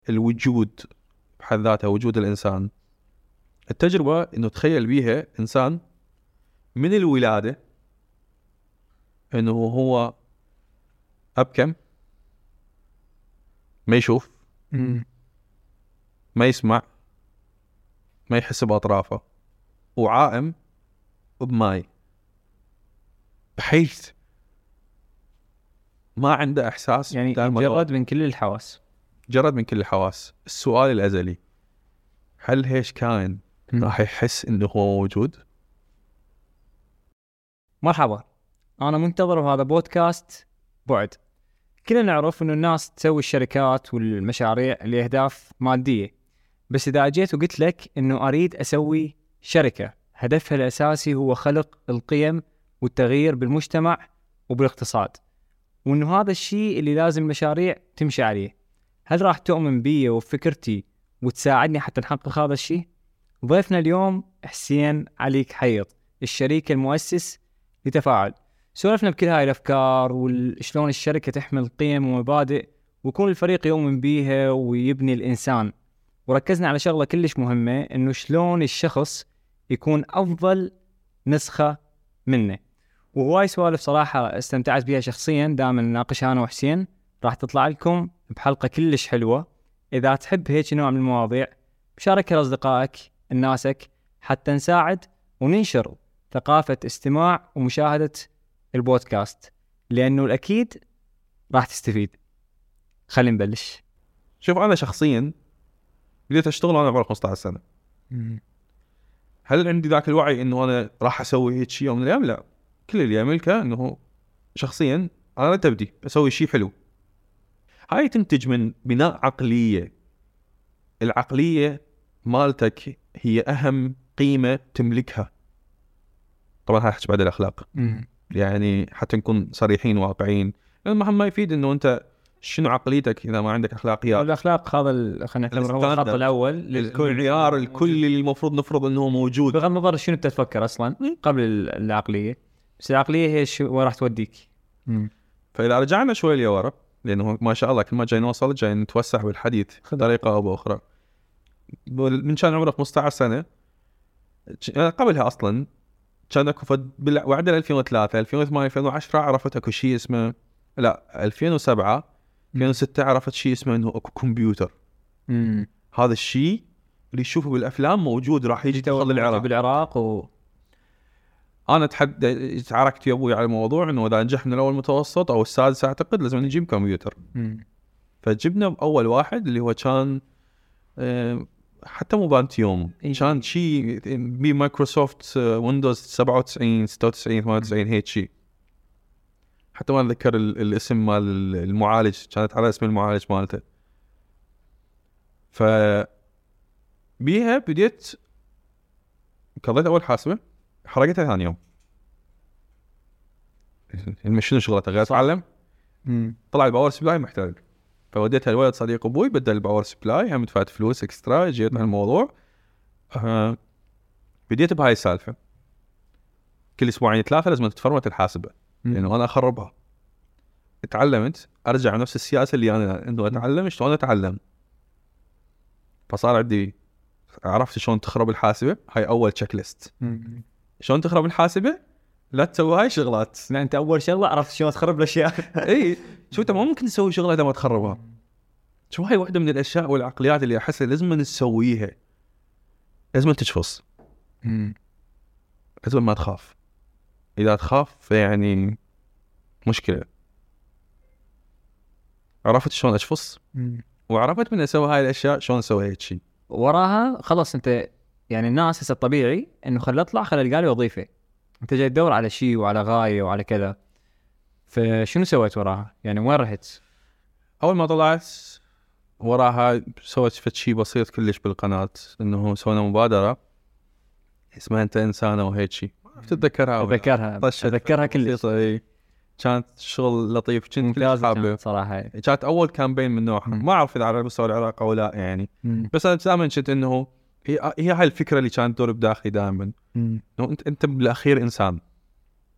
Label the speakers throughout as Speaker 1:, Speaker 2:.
Speaker 1: الوجود بحد ذاته، وجود الإنسان. التجربة إنه تخيل بيها إنسان من الولادة إنه هو أبكم، ما يشوف، ما يسمع، ما يحس بأطرافه، وعائم بماي، بحيث ما عنده إحساس،
Speaker 2: يعني جرد من كل الحواس.
Speaker 1: جرد من كل الحواس. السؤال الأزلي، هل هيش كائن راح يحس إنه هو موجود؟
Speaker 2: مرحبا، أنا منتظر هذا بودكاست بعد. كلنا نعرف إنه الناس تسوي الشركات والمشاريع لأهداف مادية، بس إذا أجيت وقلت لك إنه أريد أسوي شركة هدفها الأساسي هو خلق القيم والتغيير بالمجتمع وبالاقتصاد، وإنه هذا الشيء اللي لازم المشاريع تمشي عليه، هل راح تؤمن بي وفكرتي وتساعدني حتى نحقق هذا الشيء؟ ضيفنا اليوم حسين عليك حيط، الشريك المؤسس لتفاعل. سولفنا بكل هاي الأفكار وشلون الشركة تحمل قيم ومبادئ ويكون الفريق يؤمن بيها ويبني الإنسان، وركزنا على شغلة كلش مهمة، إنه شلون الشخص يكون أفضل نسخة منه. وهواي سوالف صراحة استمتعت بيها شخصيا، دائما نناقشها أنا وحسين، راح تطلع لكم بحلقة كلش حلوة. إذا تحب هيك نوع من المواضيع بشاركها لأصدقائك الناسك حتى نساعد وننشر ثقافة استماع ومشاهدة البودكاست، لأنه الأكيد راح تستفيد. خلينا نبلش.
Speaker 1: شوف، أنا شخصيا بديت أشتغل وأنا عمري 15 سنة. هل عندي ذاك الوعي إنه أنا راح أسوي هيك شيء يوم من الأيام؟ لا. كل اللي أملكه إنه شخصيا أنا تبدي أسوي شيء حلو. هاي تنتج من بناء عقلية. العقلية مالتك هي أهم قيمة تملكها. طبعا هحكي بعد الأخلاق، يعني حتى نكون صريحين واقعيين. المهم ما يفيد إنه أنت شنو عقليتك إذا ما عندك أخلاقيات.
Speaker 2: الأخلاق هذا خلينا نعتبره هو الخط الأول
Speaker 1: المعيار الكلي اللي المفروض نفرض إنه موجود،
Speaker 2: بغض النظر شنو بتتفكر أصلا قبل العقلية، بس العقلية هي شو راح توديك.
Speaker 1: فإذا رجعنا شوي لورا، لأنه ما شاء الله كل ما جاي نوصل جاي نتوسع بالحديث بطريقة أو بأخرى. من كان عمره 15 سنة قبلها أصلا كان اكو بعد 2003 2008 2010 عرفت اكو شيء اسمه، لا 2007 2006 عرفت شيء اسمه انه اكو كمبيوتر. هذا الشيء اللي يشوفه بالافلام موجود راح يجي تدخل
Speaker 2: بالعراق
Speaker 1: انا تعاركت يا ابوي على الموضوع انه اذا نجح من الاول متوسط او السادس اعتقد لازم نجيب كمبيوتر. فجبنا اول واحد اللي هو كان حتى مو بانتيوم، كان شيء بمايكروسوفت ويندوز 97 96 98 هيك شيء. حتى ما أتذكر الاسم مال المعالج، كانت على اسم المعالج مالته. بيها بديت قضيت أول حاسبة، حرقتها ثاني يوم. شنو شغلتها غير أتعلم؟ طلع الباور سبلاي محتاج، فوديتها لولد صديق أبوي بدل الباور سبلاي، هم دفعت فلوس إكسترا، جيت من الموضوع. بديت بهاي السالفة. كل أسبوعين 3 لازم تتفرمت الحاسبة، لأنه أنا أخربها. اتعلمت أرجع نفس السياسة اللي أنا إنه أتعلم شلون أتعلم. فصار عندي عرفت شلون تخرب الحاسبة. هاي أول تشيك ليست. شلون تخرب الحاسبة؟ لا تسوي هاي شغلات.
Speaker 2: لا أنت أول شغلة عرفت شلون تخرب الأشياء.
Speaker 1: إيه شو أنت ما ممكن تسوي شغلة إذا ما تخربها. شو هاي واحدة من الأشياء والعقليات اللي أحس لازم نسويها. لازم تشفص. لازم ما تخاف. إذا تخاف يعني مشكلة. عرفت شلون أشفص وعرفت من أسوي هاي الأشياء شلون أسوي هيك شيء.
Speaker 2: وراها خلاص أنت يعني الناس هسه الطبيعي إنه خلي أطلع خلي ألقى لي وظيفة. أنت جاي تدور على شيء وعلى غاية وعلى كذا. فشنو سويت وراها؟ يعني وين رحت؟
Speaker 1: أول ما طلعت وراها سويت شيء بسيط كلش بالقناة، إنه سوينا مبادرة اسمها أنت إنسانة وهيك شيء.
Speaker 2: أتذكرها كلش.
Speaker 1: كانت شغل لطيف، كنت كلش حابه
Speaker 2: صراحة.
Speaker 1: كانت أول كامبين من نوعها. ما أعرف إذا على مستوى العراق أو لا يعني. بس أنا دائما كنت إنه هي هاي الفكرة اللي كانت تدور بداخلي دائما، إنه أنت بالأخير إنسان.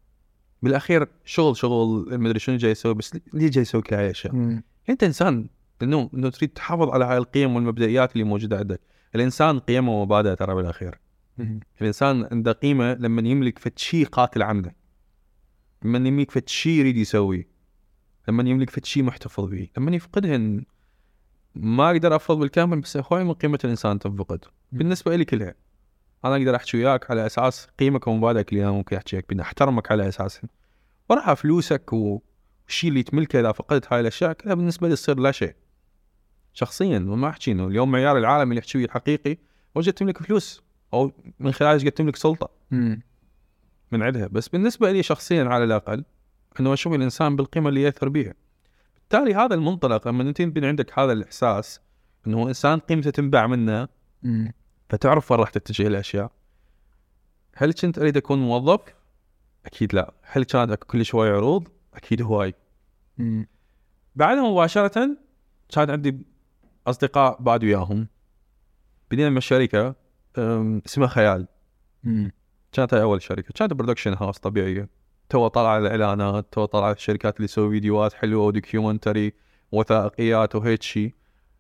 Speaker 1: بالأخير شغل ما أدري شنو جاي يسوي، بس ليه جاي يسوي كل هاي الأشياء؟ أنت إنسان انه تريد تحافظ على هاي القيم والمبدئيات اللي موجوده عندك. الانسان قيمه ومبادئ ترى بالاخير. الانسان عنده قيمه لما يملك فد شيء قاتل عنه، لما يملك فد شيء يريد يسويه، لما يملك فد شيء محتفظ به. لما يفقدهن ما اقدر افرض بالكامل، بس هواي من قيمه الانسان تنفقد. بالنسبه لي كلها انا اقدر احكي وياك على اساس قيمك ومبادئك اللي انا ممكن احكيك بين احترمك على اساسها، وراح فلوسك والشيء اللي تملكه اذا فقدت هاي الاشياء كلها بالنسبه لي تصير لا شيء. شخصيا وما احكي انه اليوم معيار العالم اللي يحكي الحقيقي وجد تملك فلوس او من خلال قد تملك سلطه من عندها. بس بالنسبه لي شخصيا على الاقل انه اشوف الانسان بالقيمه اللي ياثر بها. بالتالي هذا المنطلق لما انت يبين عندك هذا الاحساس انه انسان قيمته تنباع منه، فتعرف وين راح تتجه الاشياء. هل كنت اريد اكون موظف؟ اكيد لا. هل كانت كل شوي عروض؟ اكيد هواي. بعدها مباشره كان عندي اصدقاء بعد وياهم، بدينا من شركه اسمها خيال. كانت هاي اول شركه، كانت برودكشن هاوس طبيعيه، تو طلع الاعلانات، تو طلع الشركات اللي تسوي فيديوهات حلوه ودوكيومنتري وثائقيات وهيك شيء.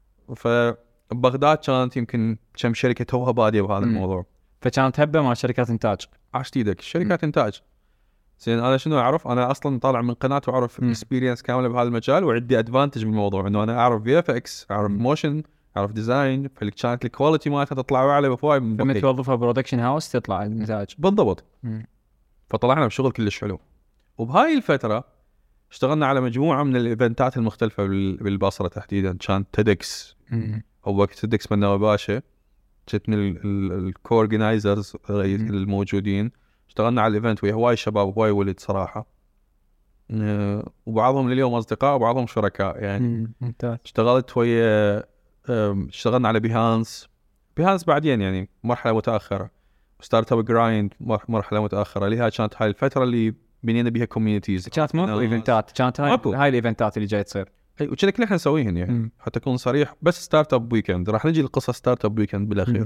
Speaker 1: فبغداد كانت يمكن كم شركه توها باديه بهذا الموضوع،
Speaker 2: فكانت هبه مع شركات انتاج.
Speaker 1: عشت ايدك شركات انتاج. زين انا شنو اعرف؟ انا اصلا طالع من قناه واعرف اكسبيرينس كامله بهذا المجال، وعندي ادفانتج بالموضوع انه انا اعرف في اف اكس، اعرف موشن، اعرف ديزاين، فكانت الكواليتي مالتها تطلع اعلى بفوايد من
Speaker 2: لما توظفها برودكشن هاوس تطلع النتائج
Speaker 1: بالضبط. فطلعنا بشغل كلش حلو. وبهاي الفتره اشتغلنا على مجموعه من الايفنتات المختلفه بالبصره تحديدا. كان تيدكس او وقت تيدكس من باشا، كنت من الكورجنايزرز الموجودين. اشتغلنا على الايفنت ويا هواي شباب هواي ولد صراحه، وبعضهم لليوم اصدقاء وبعضهم شركاء يعني. اشتغلت ويا اشتغلنا على بيهانس بعدين يعني مرحله متاخره. ستارت اب جرايند مرحله متاخره. لها كانت هاي الفتره اللي بنينا بها كوميونيتيز.
Speaker 2: كانت مو ايفنتات، كانت هاي الايفنتات اللي جاي تصير
Speaker 1: وكذا كل احنا نسويهن يعني. حتى اكون صريح، بس ستارت اب ويكند راح نجي لقصه ستارت اب ويكند بالاخير.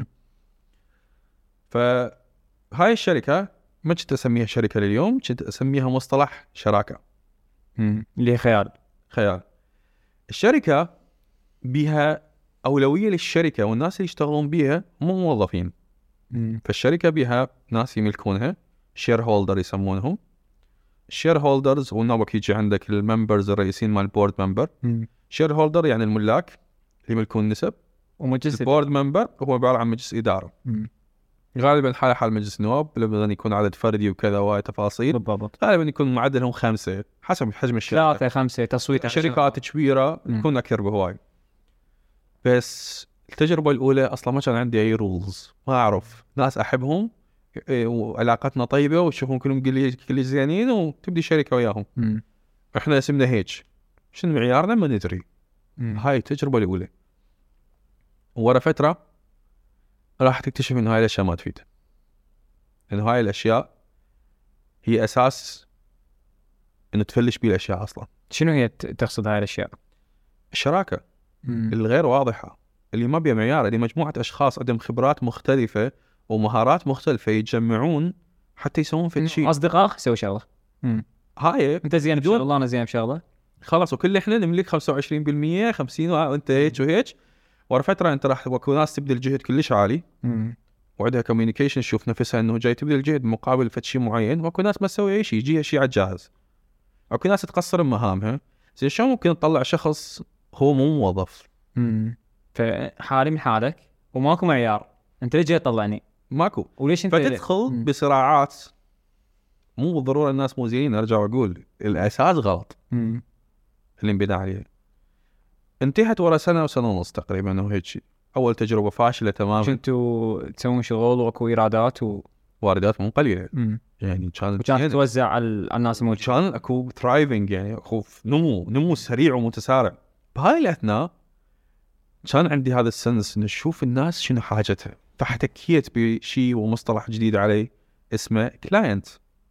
Speaker 1: فهاي الشركه ما كنت اسميها شركه لليوم، كنت اسميها مصطلح شراكه
Speaker 2: اللي هي خيال.
Speaker 1: الشركه بها اولويه للشركه والناس اللي يشتغلون بها مو موظفين. فالشركه بها ناس يملكونها، شير هولدر يسمونهم. الشير هولدرز والنوبك يجي عندك الممبرز الرئيسيين مال البورد ممبر. شير هولدر يعني الملاك اللي يملكون نسب،
Speaker 2: ومجلس
Speaker 1: البورد ممبر هو عباره عن مجلس اداره. غالبا حال مجلس نواب لما يكون عدد فردي وكذا وايد تفاصيل.
Speaker 2: بالضبط.
Speaker 1: غالبا يكون معدلهم 5 حسب حجم الشركه،
Speaker 2: 3 5 تصويت.
Speaker 1: شركات كبيره تكون اكثر بهواي. بس التجربه الاولى اصلا ما كان عندي اي رولز، ما اعرف ناس احبهم وعلاقتنا طيبه وشوفهم كلهم كل زينين وتبدي شركه وياهم. احنا اسمنا هيك، شنو معيارنا ما ندري. هاي التجربه الاولى. ورا فتره راح تكتشف انه هاي الاشياء ما تفيد، انه هاي الاشياء هي اساس انه تفلش بيه الاشياء اصلا.
Speaker 2: شنو هي تقصد هاي الاشياء؟
Speaker 1: الشراكه الغير واضحه، اللي ما بيها معيار، اللي مجموعه اشخاص عندهم خبرات مختلفه ومهارات مختلفه يتجمعون حتى يسوون في شيء.
Speaker 2: اصدقاء يسوي شغله.
Speaker 1: هاي
Speaker 2: انت زين بشغله انا زين بشغله،
Speaker 1: خلاص وكل احنا نملك 25% 50 وانت هيك وهيك. ورا فتره انت راح وكو ناس تبذل جهد كلش عالي وعندها كوميونيكيشن تشوف نفسها انه جاي تبذل جهد مقابل فد شيء معين، وكو ناس ما تسوي اي شيء يجيها شيء على الجاهز، وكو ناس تقصر بمهامها. زين شلون ممكن تطلع شخص هو مو موظف؟
Speaker 2: فحالي من حالك وماكو معيار، انت ليش جاي تطلعني؟
Speaker 1: ماكو.
Speaker 2: وليش انت
Speaker 1: فتدخل بصراعات. مو بالضروره الناس مو زينين، ارجع واقول الاساس غلط اللي انبنى عليه. انتهت ورا سنه وسنه ونص تقريبا وهيك شيء. اول تجربه فاشله تماما.
Speaker 2: كنتوا تسوون شغل واكو ايرادات
Speaker 1: واردات مو قليله يعني. كانت
Speaker 2: توزع على الناس الموجودين،
Speaker 1: كان اكو ثرايفنج يعني اكو نمو سريع ومتسارع. بهاي الاثناء كان عندي هذا السنس انه اشوف الناس شنو حاجتها، فاحتكيت بشيء ومصطلح جديد علي اسمه كلاينت.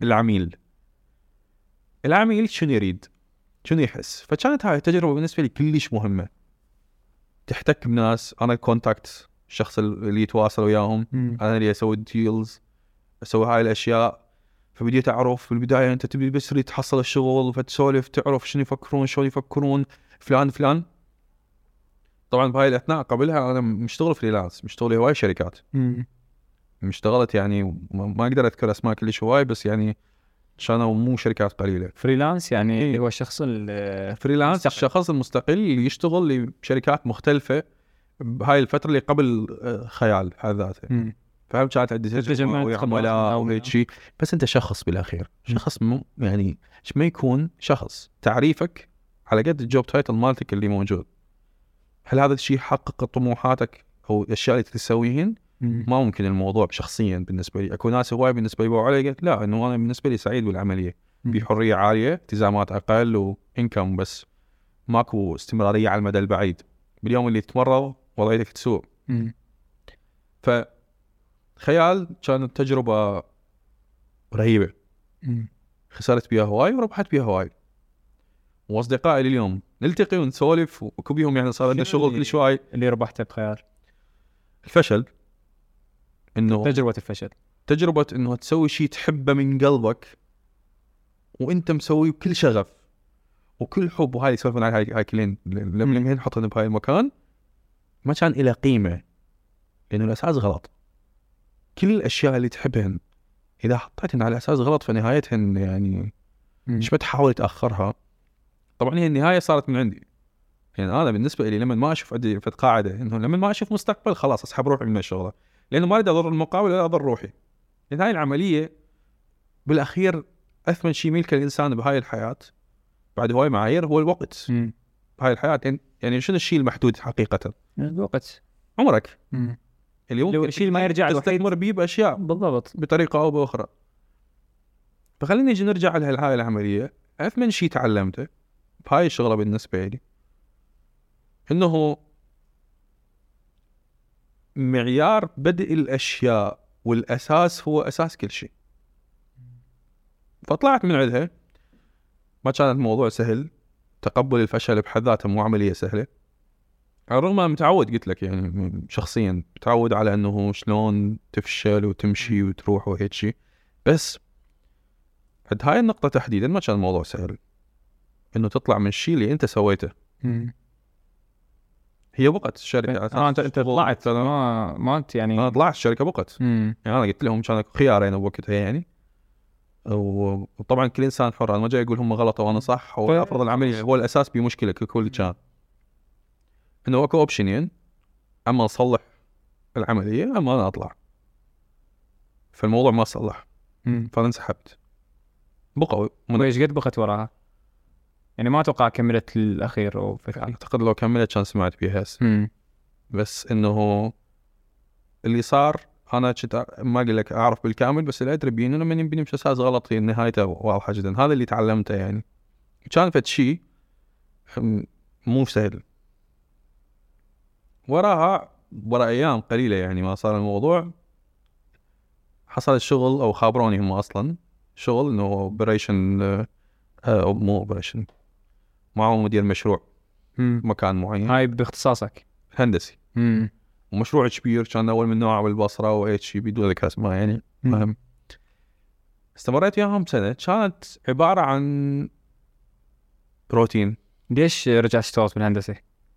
Speaker 1: العميل شنو يريد، شنو يحس. فكانت هاي التجربه بالنسبه لي كلش مهمه. تحتك بناس، انا الكونتاكت، الشخص اللي يتواصل وياهم، انا اللي اسوي الديلز، اسوي هاي الاشياء. فبديت اعرف بالبدايه انت تبي بس تحصل الشغل فتسولف تعرف شنو يفكرون، شلون يفكرون فلان. طبعا بهاي الاثناء قبلها انا مشتغل فريلانس، مشتغل هواي شركات، اشتغلت يعني ما اقدر اذكر اسماء كلش هواي، بس يعني كانوا مو شركات قليله.
Speaker 2: فريلانس يعني
Speaker 1: إيه.
Speaker 2: هو الشخص
Speaker 1: فريلانس الشخص المستقل اللي يشتغل بشركات مختلفه بهاي الفتره اللي قبل خيال بحد ذاته. فهم كانت عندي تجربه وعملاء وهيك شيء، بس انت شخص بالاخير، شخص يعني ما يكون شخص تعريفك على قد الجوب تايتل مالتك اللي موجود. هل هذا الشيء يحقق طموحاتك او الاشياء اللي تسويهن؟ ما ممكن. الموضوع شخصيا بالنسبه لي، اكو ناس هواي بالنسبه لي بقول علي لا انه انا بالنسبه لي سعيد بالعمليه، بحريه عاليه، التزامات اقل وانكم، بس ماكو استمراريه على المدى البعيد. باليوم اللي تتمرض وضعيتك تسوء. فخيال كانت تجربه رهيبه، خسرت بيها هواي وربحت بيها هواي. واصدقائي اليوم نلتقي ونسولف وكبيهم، يعني صار لنا شغل كل شوي.
Speaker 2: اللي ربحته بخيال
Speaker 1: الفشل، انه
Speaker 2: تجربه الفشل،
Speaker 1: تجربه انه تسوي شيء تحبه من قلبك وانت مسوي بكل شغف وكل حب، وهاي يسولفون عن هاي كلين لما نحطهم بهاي المكان ما كان إلى قيمه، لانه الاساس غلط. كل الاشياء اللي تحبهن اذا حطيتهن على اساس غلط فنهايتهن يعني مش بتحاول تاخرها. طبعا هي النهايه صارت من عندي، يعني انا بالنسبه لي لما ما اشوف عندي في قاعده انه لما ما اشوف مستقبل خلاص اسحب روحي من الشغله، لانه ما اريد اضر المقاول ولا اضر روحي. لان هاي العمليه بالاخير اثمن شيء ملك الانسان بهاي الحياه بعد هواي معايير هو الوقت. بهاي الحياه يعني شنو الشيء المحدود حقيقه؟
Speaker 2: الوقت،
Speaker 1: عمرك
Speaker 2: اللي ممكن الشيء ما يرجع
Speaker 1: تستثمر بيه باشياء
Speaker 2: بالضبط
Speaker 1: بطريقه او باخرى. فخلينا نجي نرجع لهاي العمليه. اثمن شيء تعلمته بهاي الشغله بالنسبه لي انه معيار بدء الاشياء والاساس هو اساس كل شيء. فطلعت من عندها ما كان الموضوع سهل، تقبل الفشل بحد ذاته مو عمليه سهله، على الرغم أنا متعود قلت لك يعني شخصيا متعود على انه شلون تفشل وتمشي وتروح وهيك شيء، بس عند هاي النقطه تحديدا ما كان الموضوع سهل انه تطلع من الشيء اللي انت سويته. هي بقت الشركه
Speaker 2: انت طلعت ما انت يعني
Speaker 1: انا طلعت الشركه بقت. يعني انا قلت لهم كان خيارين بوقتها يعني، وطبعا كل انسان حر، انا ما جاي اقول هم غلط وانا صح وافرض العمليه هو الاساس بمشكله كل كان انه اكو اوبشنين، اما نصلح العمليه اما انا اطلع. فالموضوع ما صلح فانا انسحبت. بقوا
Speaker 2: ايش قد بقت وراها؟ يعني ما اتوقع كملت الاخير او
Speaker 1: اعتقد لو كملت كان سمعت بيها هسه. بس انه اللي صار انا كنت ما اقول لك اعرف بالكامل، بس اللي ادري بيه انه لما يبني مش اساس غلط هي نهايته واضحه جدا. هذا اللي تعلمته يعني. كان فد شيء مو سهل. وراها ورا ايام قليله يعني ما صار الموضوع، حصل الشغل او خابروني هم اصلا شغل انه اوبريشن او مو اوبريشن، معه مدير مشروع مكان معين.
Speaker 2: هاي باختصاصك
Speaker 1: هندسي. ومشروع كبير كان اول من نوعه بالبصره وهيك شيء بدون ذكر اسماء يعني. مهم. استمريت وياهم سنه، كانت عباره عن روتين.
Speaker 2: ليش رجعت اشتغلت بالهندسه؟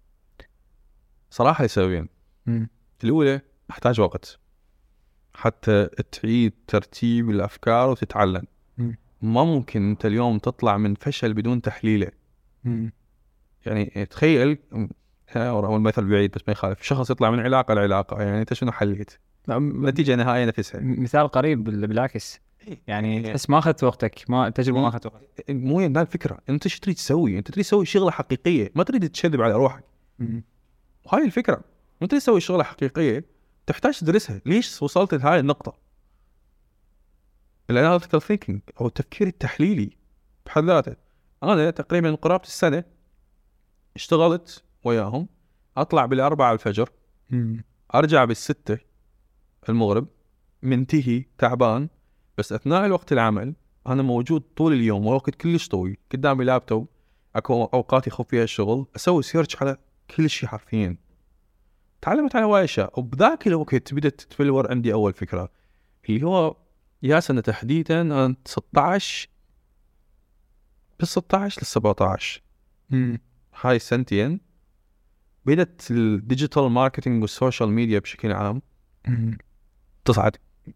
Speaker 1: صراحه لسببين. الاولى احتاج وقت حتى تعيد ترتيب الافكار وتتعلم. ما ممكن انت اليوم تطلع من فشل بدون تحليله. يعني تخيل هو المثل بعيد بس ما يخالف، شخص يطلع من علاقه لعلاقه، يعني انت شنو حليت؟ نتيجه نهايه نفسها.
Speaker 2: مثال قريب بالعكس، يعني تحس ما اخذت وقتك، ما التجربه ما اخذت وقتك.
Speaker 1: مو هذا الفكره، انت شو تريد تسوي؟ انت تريد تسوي شغله حقيقيه، ما تريد تشذب على روحك. وهاي الفكره، انت تريد تسوي شغله حقيقيه تحتاج تدرسها. ليش وصلت لهاي النقطه؟ الاناليتيكال ثينكينج او التفكير التحليلي بحد ذاته. انا تقريبا قرابه السنه اشتغلت وياهم، اطلع بالأربعة الفجر، ارجع بالستة المغرب، منتهي تعبان، بس اثناء الوقت العمل انا موجود طول اليوم ووقت كلش طويل قدامي لابتوب، اكو اوقات يخف فيها الشغل، اسوي سيرش على كل شيء حرفيا. تعلمت على هواي اشياء. وبذاك الوقت بدت تتفلور عندي اول فكره اللي هو يا سنه تحديدا انا 16 بال 16 لل 17 هاي سنتين بدت الديجيتال ماركتينج والسوشيال ميديا بشكل عام تصعد.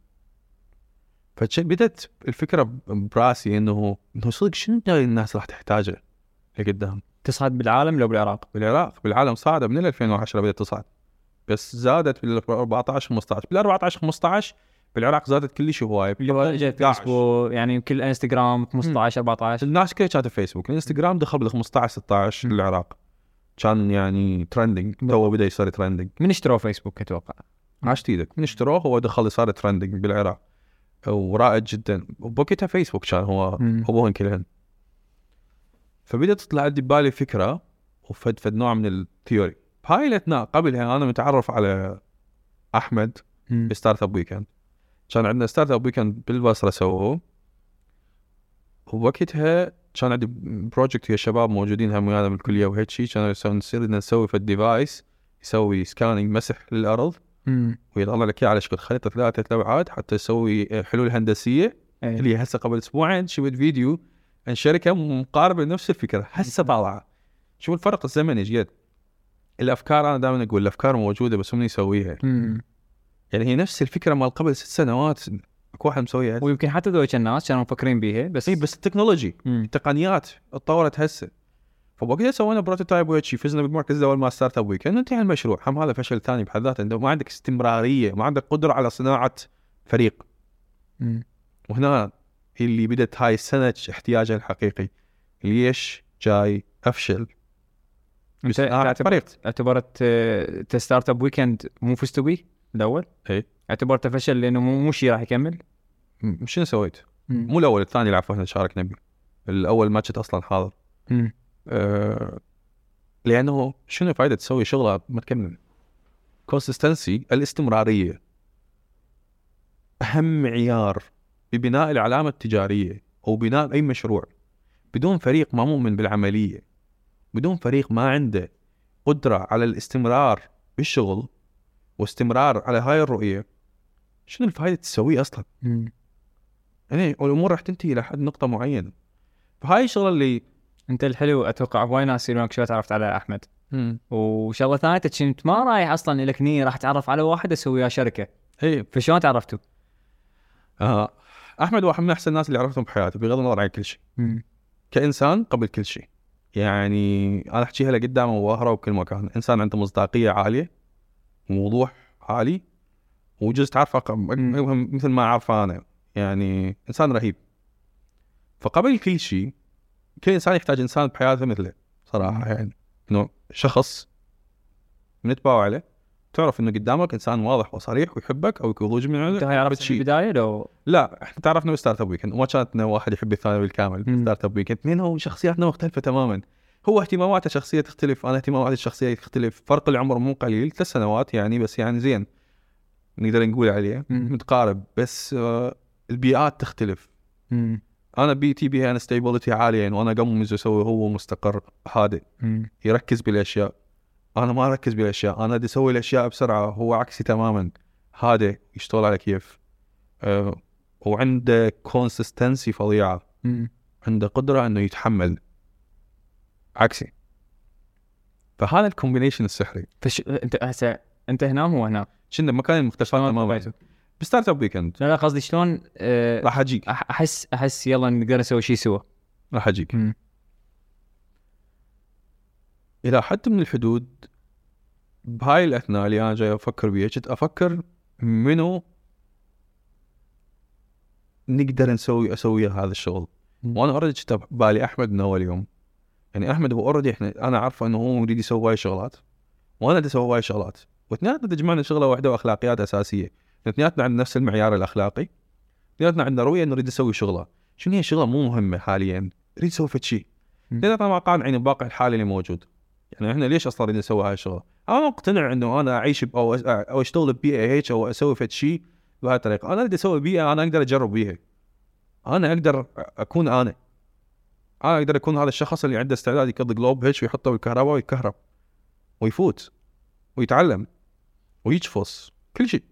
Speaker 1: فبدت الفكرة براسي إنه صدق شنو الناس راح تحتاجه لقدام.
Speaker 2: تصعد بالعالم لو بالعراق؟
Speaker 1: بالعالم صاعدة من 2010 بدأت تصعد، بس زادت بال 14 15 بال 14 15 بالعراق زادت كل شيء هواي.
Speaker 2: فيسبوك يعني كل انستغرام 15 14
Speaker 1: الناس كلها كانت فيسبوك. الانستغرام دخل بال 15 16 بالعراق كان يعني ترندنج، تو بدا يصير ترندنج.
Speaker 2: من اشتروا فيسبوك اتوقع؟
Speaker 1: عاشت ايدك من اشتروه هو دخل صار ترندنج بالعراق ورائج جدا. وبوقتها فيسبوك كان هو ابوهن كلهن. فبدأت تطلع عندي ببالي فكرة وفد نوع من الثيوري. هاي الاثناء قبلها انا متعرف على احمد بستارت اب ويكند. كان عندنا ستارت اب ويكند بالبصره سووه، ووقتها كان عندي بروجكت يا شباب موجودين هم ويانا بالكليه وهيك شيء. كان نصير نسوي في الديفايس يسوي سكانينج مسح للارض ويطلع لك اياه على شكل خريطه 3 ابعاد حتى يسوي حلول هندسيه. اللي هسه قبل اسبوعين شفت فيديو عن شركه مقاربه لنفس الفكره هسه طالعه. شوف الفرق الزمني جد. الافكار انا دائما اقول الافكار موجوده بس من يسويها. يعني هي نفس الفكره مال قبل 6 سنوات اكو واحد مسويها،
Speaker 2: ويمكن حتى ذوك الناس كانوا مفكرين بيها بس
Speaker 1: بس التكنولوجي التقنيات اتطورت هسه. فوقتها سوينا بروتوتايب وهيك فزنا بالمركز الاول مال ستارت اب ويكند. انتهى المشروع. هم هذا فشل ثاني بحد ذاته، انت ما عندك استمراريه، ما عندك قدره على صناعه فريق. وهنا هي اللي بدت هاي السنه احتياجها الحقيقي. ليش جاي افشل؟
Speaker 2: انت اعتبرت ستارت اب ويكند مو فزتوا بيه الاول؟
Speaker 1: اي
Speaker 2: اعتبرته فشل لانه مو شيء راح يكمل.
Speaker 1: شنو سويت؟ مو الاول الثاني اللي عفوا شاركنا به. الاول ما كنت اصلا حاضر. لانه شنو فائده تسوي شغله ما تكمل؟ كونسستنسي، الاستمراريه اهم معيار ببناء العلامه التجاريه او بناء اي مشروع. بدون فريق ما مؤمن بالعمليه، بدون فريق ما عنده قدره على الاستمرار بالشغل واستمرار على هاي الرؤيه، شنو الفائده تسويه اصلا؟ يعني الامور راح تنتهي لحد نقطه معينه. فهاي الشغله اللي
Speaker 2: انت الحلو اتوقع هواي ناس يقولون لك شو تعرفت على احمد. وشغله ثانيه كنت ما رايح اصلا لك نيه راح اتعرف على واحد اسوي وياه شركه.
Speaker 1: اي
Speaker 2: فشلون تعرفتوا؟
Speaker 1: احمد واحد من احسن الناس اللي عرفتهم بحياتي بغض النظر عن كل شيء. كانسان قبل كل شيء. يعني انا احكيها له قدامه وظاهره وبكل مكان. انسان عنده مصداقيه عاليه، ووضوح عالي، وجزء تعرفه مثل ما اعرفه انا. يعني انسان رهيب. فقبل كل شيء كل انسان يحتاج انسان بحياته مثله صراحه. يعني انه شخص نتباوع عليه، تعرف انه قدامك انسان واضح وصريح ويحبك او يكون من عنده.
Speaker 2: انت هاي عرفت في البدايه لو
Speaker 1: لا احنا تعرفنا بستارت اب ويكند وما كانتنا واحد يحب الثاني بالكامل. ستارت اب ويكند اثنين هو شخصياتنا مختلفه تماما. هو اهتماماته شخصيه تختلف، انا اهتماماتي الشخصيه تختلف. فرق العمر مو قليل 3 سنوات يعني، بس يعني زين نقدر نقول عليه متقارب. بس البيئات تختلف. انا بيئتي بيها انستابيليتي عاليه يعني، وانا قام اسوي هو مستقر هادئ يركز بالاشياء. انا ما اركز بالاشياء، انا بدي اسوي الاشياء بسرعه. هو عكسي تماما، هادئ يشتغل على كيف. وعنده كونسستنسي فظيعه. عنده قدره انه يتحمل عكسي. فهذا الكومبينيشن السحري.
Speaker 2: انت هسه انت هنا مو هنا
Speaker 1: كنا بمكان مختلف تماما. بستارت اب ويكند
Speaker 2: لا قصدي شلون
Speaker 1: راح اجيك.
Speaker 2: احس يلا نقدر نسوي شيء سوا.
Speaker 1: راح اجيك. الى حد من الحدود بهاي الاثناء اللي انا جاي افكر بيها، كنت افكر منو نقدر اسوي هذا الشغل. وانا اوريدي كنت بالي احمد من اول يوم. يعني احمد هو اوريدي انا عارفه انه هو يريد يسوي هاي شغلات وانا بدي اسوي هاي شغلات، واثنيناتنا تجمعنا شغله واحده واخلاقيات اساسيه. اثنيناتنا عندنا نفس المعيار الاخلاقي. اثنيناتنا عندنا رؤيه انه نريد نسوي شغله. شنو هي الشغله مو مهمه حاليا، نريد نسوي فد شيء. اثنيناتنا ما قانعين بواقع الحالي اللي موجود. يعني احنا ليش اصلا نريد نسوي هاي الشغله؟ انا مقتنع انه انا اعيش او اشتغل ببيئه هيك او اسوي فد شيء بهاي الطريقه. انا اريد اسوي بيئه انا اقدر اجرب بيها. انا اقدر اكون انا اقدر اكون هذا الشخص اللي عنده استعداد يقضي جلوب هيك ويحطه بالكهرباء ويتكهرب ويفوت ويتعلم ويجفص كل شيء.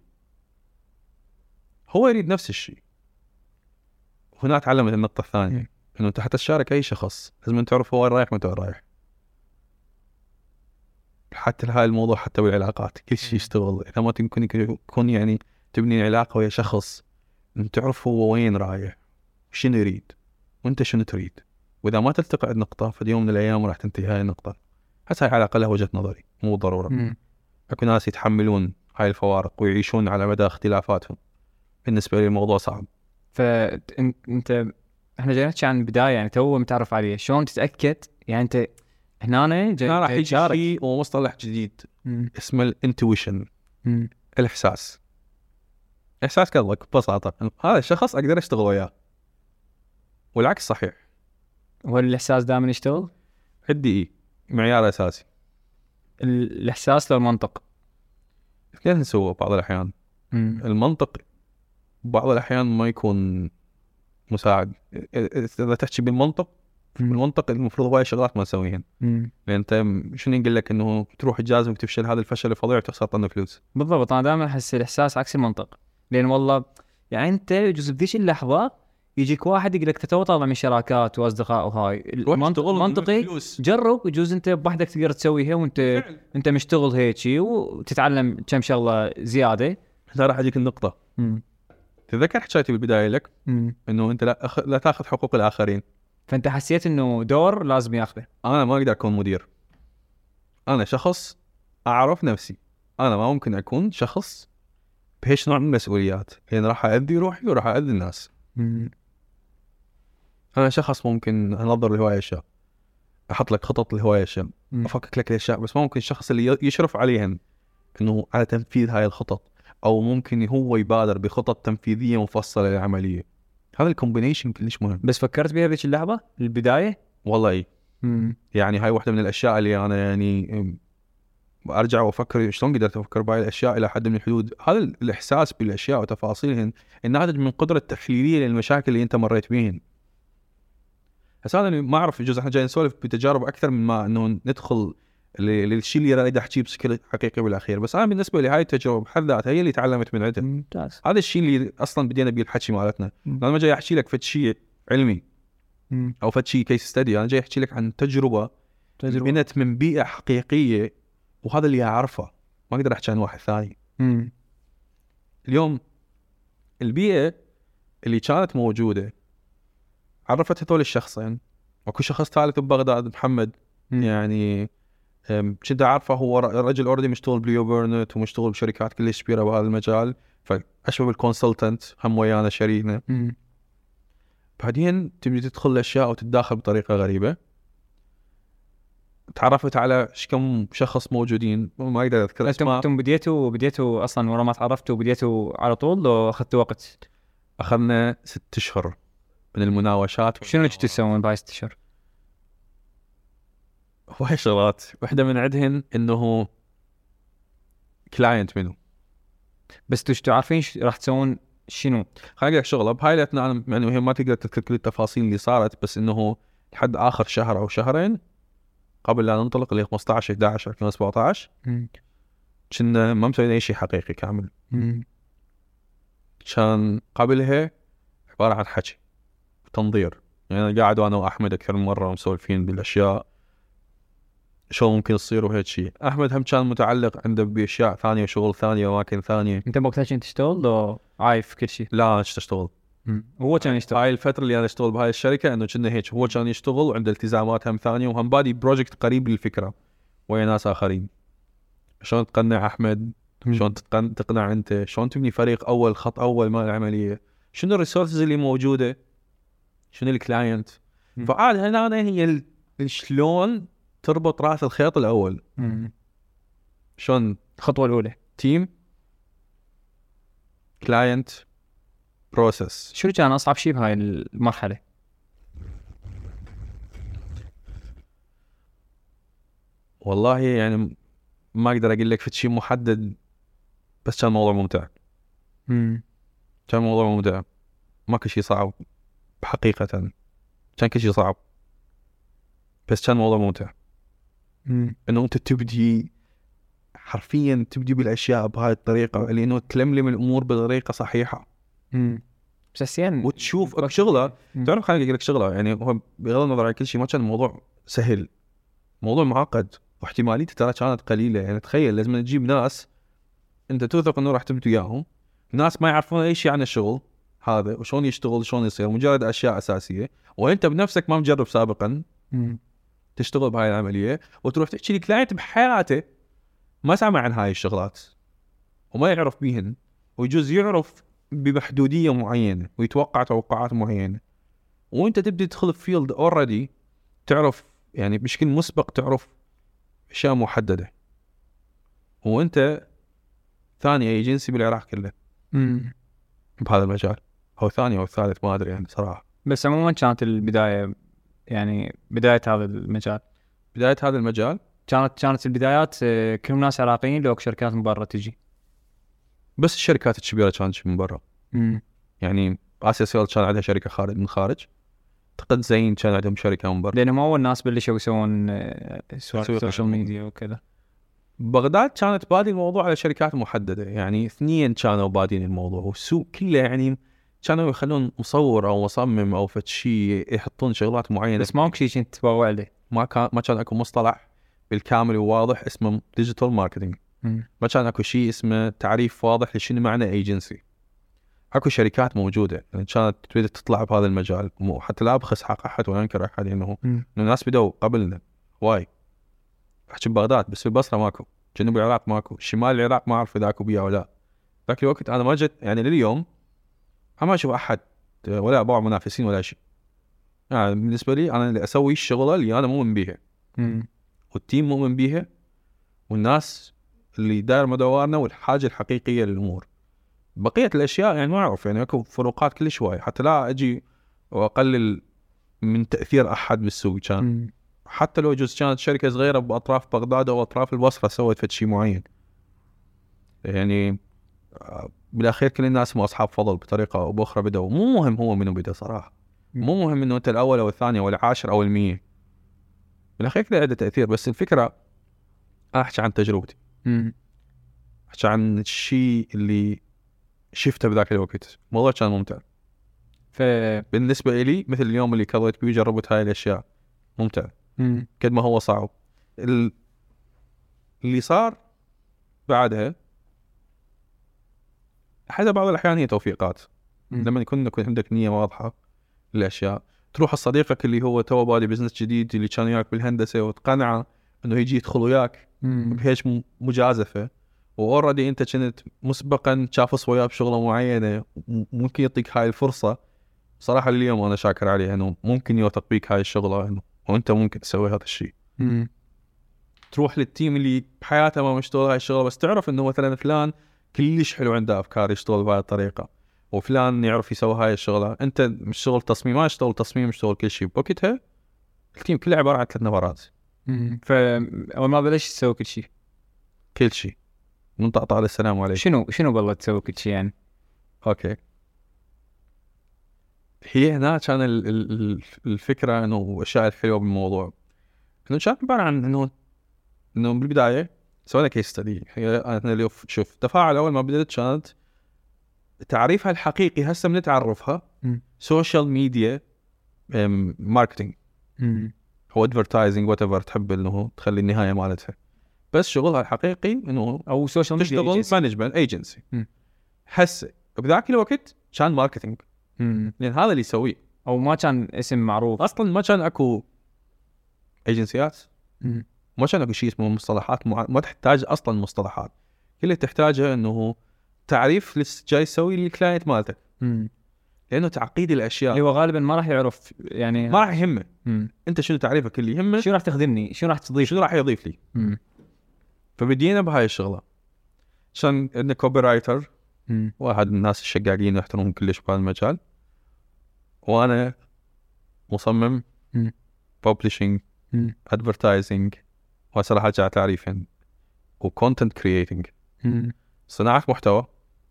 Speaker 1: هو يريد نفس الشيء. هنا تعلمت النقطه الثانيه انه انت حتى تشارك اي شخص لازم تعرف هو وين رايح وين رايح. حتى هاي الموضوع حتى بالعلاقات كل شيء يشتغل. إذا ما تكون يعني تبني علاقة ويا شخص تعرف هو وين رايح شنو يريد وانت شنو تريد، واذا ما تلتقي عند نقطة في يوم من الايام راح تنتهي هاي النقطة. هسه هاي على الاقل وجهة نظري مو ضرورة. اكو ناس يتحملون هاي الفوارق ويعيشون على مدى اختلافاتهم. بالنسبة لي الموضوع صعب.
Speaker 2: فانت احنا جاي نحكي عن البداية يعني تو متعرف عليه، شلون تتأكد يعني انت هنا
Speaker 1: راح يجي شيء ومصطلح جديد اسمه الانتويشن، الاحساس. احساس قلبك ببساطة هذا الشخص اقدر اشتغل وياه، والعكس صحيح.
Speaker 2: وهل الاحساس دائما يشتغل؟
Speaker 1: عندي معيار اساسي
Speaker 2: الاحساس لو المنطق
Speaker 1: اثنين نسوه بعض الاحيان. المنطق بعض الاحيان ما يكون مساعد. اذا تحكي بالمنطق بالمنطق المفروض هواي شغلات ما نسويهن. لان انت شنو يقول لك انه تروح تجازم وتفشل، هذا الفشل الفظيع وتخسر طن فلوس.
Speaker 2: بالضبط. انا دائما احس الاحساس عكس المنطق، لان والله يعني انت جزء بذيك اللحظه يجيك واحد يقول لك تو طالع من شراكات واصدقاء وهاي منطقي جرب، يجوز انت بوحدك تقدر تسويها وانت انت مشتغل هيك وتتعلم كم شغله زياده.
Speaker 1: هذا راح اجيك النقطه. تذكر حكيتي بالبدايه لك انه انت لا تاخذ حقوق الاخرين.
Speaker 2: فانت حسيت انه دور لازم ياخذه.
Speaker 1: انا ما اقدر اكون مدير، انا شخص اعرف نفسي، انا ما ممكن اكون شخص بهيش نوع من المسؤوليات، لان راح اذي روحي وراح اذي الناس. انا شخص ممكن انظر لهواية اشياء، احط لك خطط لهواية اشياء، افكك لك الاشياء، بس ما ممكن الشخص اللي يشرف عليهن انه على تنفيذ هاي الخطط، او ممكن هو يبادر بخطط تنفيذية مفصلة للعملية. هذا الكومبينيشن كلش مهم.
Speaker 2: بس فكرت بها بهيك اللحظة البداية؟
Speaker 1: والله اي. يعني هاي واحدة من الاشياء اللي انا يعني ارجع وافكر شلون قدرت افكر بهاي الاشياء الى حد من الحدود. هذا الاحساس بالاشياء وتفاصيلهن الناتج من قدرة تحليلية للمشاكل اللي انت مريت بيهن. بس انا ما اعرف، يجوز احنا جاي نسولف بتجارب اكثر من ما انه ندخل للشيء اللي اريد احكيه بشكل حقيقي بالاخير. بس انا بالنسبه لي هاي التجربه بحد ذاتها هي اللي تعلمت من عندها.
Speaker 2: ممتاز.
Speaker 1: هذا الشيء اللي اصلا بدينا بيه الحكي مالتنا. انا ما جاي احكي لك فد شيء علمي او فد شيء كيس ستدي، انا جاي احكي لك عن تجربه بنت من بيئه حقيقيه، وهذا اللي اعرفه، ما اقدر احكي عن واحد ثاني. اليوم البيئه اللي كانت موجوده عرفت هذول الشخصين. وكل شخص ثالث ببغداد محمد يعني كنت أعرفه، هو رجل أوردي مشتغل بليو بيرنت ومشتغل بشركات كلش كبيرة بهذا المجال، فأشبه بالكونسلتنت هم ويانا شريكنا. بعدين تبدي تدخل الأشياء وتتداخل بطريقة غريبة. تعرفت على كم شخص موجودين ما أقدر أذكر اسماء.
Speaker 2: أنتم بديتوا أصلا ورا ما تعرفتوا بديتوا على طول لو أخذتوا وقت؟
Speaker 1: أخذنا 6 أشهر من المناوشات.
Speaker 2: شنو اللي تسوون بهاي 6 أشهر؟
Speaker 1: وهي شغلات واحدة من عندهن إنه كلاينت منه،
Speaker 2: بس انتوا عارفين راح تسوون شنو؟
Speaker 1: خليني لك شغله بهاي الاثناء يعني ما تقدر تذكر كل التفاصيل اللي صارت، بس انه لحد اخر شهر او شهرين قبل لا ننطلق اللي 15/11/2017 كنا ما مسويين اي شيء حقيقي كامل. كان قبلها عباره عن حكي تنظير، يعني قاعد انا واحمد اكثر من مره مسولفين بالاشياء شو ممكن يصير وهيك شيء. احمد هم كان متعلق عنده باشياء ثانيه وشغل ثانيه واماكن ثانيه.
Speaker 2: انت وقتها كنت تشتغل لو عايف كل شيء؟
Speaker 1: لا انا اشتغل.
Speaker 2: هو كان يشتغل
Speaker 1: هاي الفتره اللي انا اشتغل بهاي الشركه انه كنا هيك، هو كان يشتغل وعنده التزامات هم ثانيه، وهم بادي بروجكت قريب للفكره ويا ناس اخرين. شلون تقنع احمد؟ شلون تقنع انت؟ شلون تبني فريق اول خط اول مال العمليه؟ شنو الريسورسز اللي موجوده؟ شنو الكلاينت؟ فعاد هنا هي شلون تربط راس الخيط الاول. شلون
Speaker 2: الخطوه الاولى؟
Speaker 1: تيم، كلاينت، بروسس.
Speaker 2: شو كان اصعب شيء بهاي المرحله؟
Speaker 1: والله يعني ما اقدر اقول لك في شيء محدد، بس كان موضوع ممتع. كان موضوع ممتع، ما كل شيء صعب بحقيقه، كان كل شيء صعب بس كان موضوع ممتع. انه انت تبدي حرفيا تبدي بالاشياء بهاي الطريقه، لانه تلملم الامور بطريقه صحيحه.
Speaker 2: بس يعني
Speaker 1: وتشوف شغله. تعرف خليني اقول لك شغله، يعني هو بغض النظر عن كل شيء ما كان الموضوع سهل، موضوع معقد. واحتماليته ترى كانت قليله. يعني تخيل لازم تجيب ناس انت توثق انه راح تبت وياهم، ناس ما يعرفون اي شيء عن الشغل هذا وشلون يشتغل شلون يصير، مجرد اشياء اساسيه، وانت بنفسك ما مجرب سابقا تشتغل بهاي العمليه، وتروح تحكي لكلاينت بحياته ما سمع عن هاي الشغلات وما يعرف بيهن، ويجوز يعرف بمحدوديه معينه ويتوقع توقعات معينه، وانت تبدي تدخل في فيلد اوريدي تعرف يعني بشكل مسبق تعرف اشياء محدده، وانت ثاني ايجنسي بالعراق كله بهذا المجال، او ثاني او الثالث ما ادري يعني صراحه.
Speaker 2: بس عموما كانت البدايه، يعني بدايه هذا المجال،
Speaker 1: بدايه هذا المجال
Speaker 2: كانت البدايات كلهم ناس عراقيين لو شركات من برا تجي؟
Speaker 1: بس الشركات الكبيره كانت من برا. يعني اسيا سيل كان عندها شركه خارج من خارج، اعتقد زين كان عندهم شركه من برا،
Speaker 2: لانهم اول ناس بلشوا يسوون سوشيال ميديا وكذا.
Speaker 1: بغداد كانت بادي الموضوع على شركات محدده، يعني 2 كانوا بادين الموضوع، والسوق كله يعني كانوا يخلون مصور او مصمم او فد شيء يحطون شغلات معينه،
Speaker 2: بس ما شيء كنت تبغى عليه.
Speaker 1: ما كان اكو مصطلح بالكامل وواضح اسمه ديجيتال ماركتينج، ما كان اكو شيء اسمه تعريف واضح لشنو معنى ايجنسي. اكو شركات موجوده يعني كانت تريد تطلع بهذا المجال، حتى لا ابخس حق احد ولا انكر احد انه الناس بدوا قبلنا واي. احكي ببغداد، بس في البصره ماكو، جنوب العراق ماكو، شمال العراق ما اعرف اذا اكو بيها ولا. ذاك الوقت انا ما جت يعني لليوم ما اشوف احد ولا ابوع منافسين ولا شيء. يعني بالنسبه لي انا اللي اسوي الشغله اللي انا مؤمن بيها والتيم مؤمن بيها والناس اللي داير مدورنا والحاجه الحقيقيه للامور. بقيه الاشياء يعني ما اعرف، يعني اكو فروقات كل شوي حتى لا اجي واقلل من تاثير احد بالسوق. كان حتى لو جزء كانت شركه صغيره باطراف بغداد او اطراف البصره سوت فد شيء معين، يعني بالاخير كل الناس هم اصحاب فضل بطريقه او باخرى بدوا. مو مهم هو منو بدا صراحه، مو مهم انه انت الاول او الثاني او العاشر او ال100، بالاخير كله عنده تاثير. بس الفكره احكي عن تجربتي، احكي عن الشيء اللي شفته بذاك الوقت. الموضوع كان ممتع بالنسبه لي، مثل اليوم اللي كررت بيه جربت هاي الاشياء ممتع قد ما هو صعب. اللي صار بعدها حتى بعض الأحيان هي توفيقات. لما يكون عندك نية واضحة للأشياء، تروح لصديقك اللي هو تو بادي بزنس جديد اللي كان وياك بالهندسة وتقنعه إنه يجي يدخل وياك بهيش مجازفة، وأوردي أنت كنت مسبقا شافص وياه بشغلة معينة ممكن يعطيك هاي الفرصة. صراحة اليوم أنا شاكر عليه إنه ممكن يوثق بيك هاي الشغلة إنه وأنت ممكن تسوي هذا الشيء. تروح للتيم اللي بحياته ما مشتغل هاي الشغلة، بس تعرف إنه مثلا فلان كلش حلو عنده أفكار يشتغل بهاي الطريقة، وفلان يعرف يسوي هاي الشغلة. أنت مش شغل تصميم، ما اشتغل تصميم، اشتغل كل شيء. بوقتها التيم كله عبارة عن 3 نفرات.
Speaker 2: فأول ما بلش تسوي
Speaker 1: كل شيء من طقطقة للسلام عليكم.
Speaker 2: شنو بالله تسوي كل شيء يعني؟
Speaker 1: أوكي، هي هنا كان الفكرة إنه الأشياء الحلوة بالموضوع إنه كان عبارة عن إنه بالبداية سوينا كيس ستدي. هي أنا اللي شوف تفاعل أول ما بدأت كانت تعريفها الحقيقي هسه بنتعرفها سوشيال ميديا ماركتينج هو ادفرتايزنج وات ايفر تحب انه تخلي النهايه مالتها، بس شغلها الحقيقي انه
Speaker 2: او سوشيال ميديا
Speaker 1: تشتغل مانجمنت ايجنسي. هسه بذاك الوقت كان ماركتينج لان هذا اللي يسويه،
Speaker 2: او ما كان اسم معروف
Speaker 1: اصلا. ما كان اكو ايجنسيات، ما كان اكو شيء اسمه مصطلحات ما تحتاج اصلا مصطلحات. كل اللي تحتاجه انه تعريف جاي يسوي للكلاينت مالتك، لانه تعقيد الاشياء
Speaker 2: هو غالبا ما راح يعرف، يعني
Speaker 1: ما راح يهمه انت شنو تعريفك اللي يهمه
Speaker 2: شو راح تخدمني، شو راح تضيف،
Speaker 1: شنو راح يضيف لي. فبدينا بهاي الشغله. عشان عندنا كوبي رايتر واحد من الناس الشقاقين واحترمهم كلش بهذا المجال، وانا مصمم ببلشنج ادفرتايزنج وصراحه جاء تعريفين وكونتنت كرييتنج، صناعه محتوى،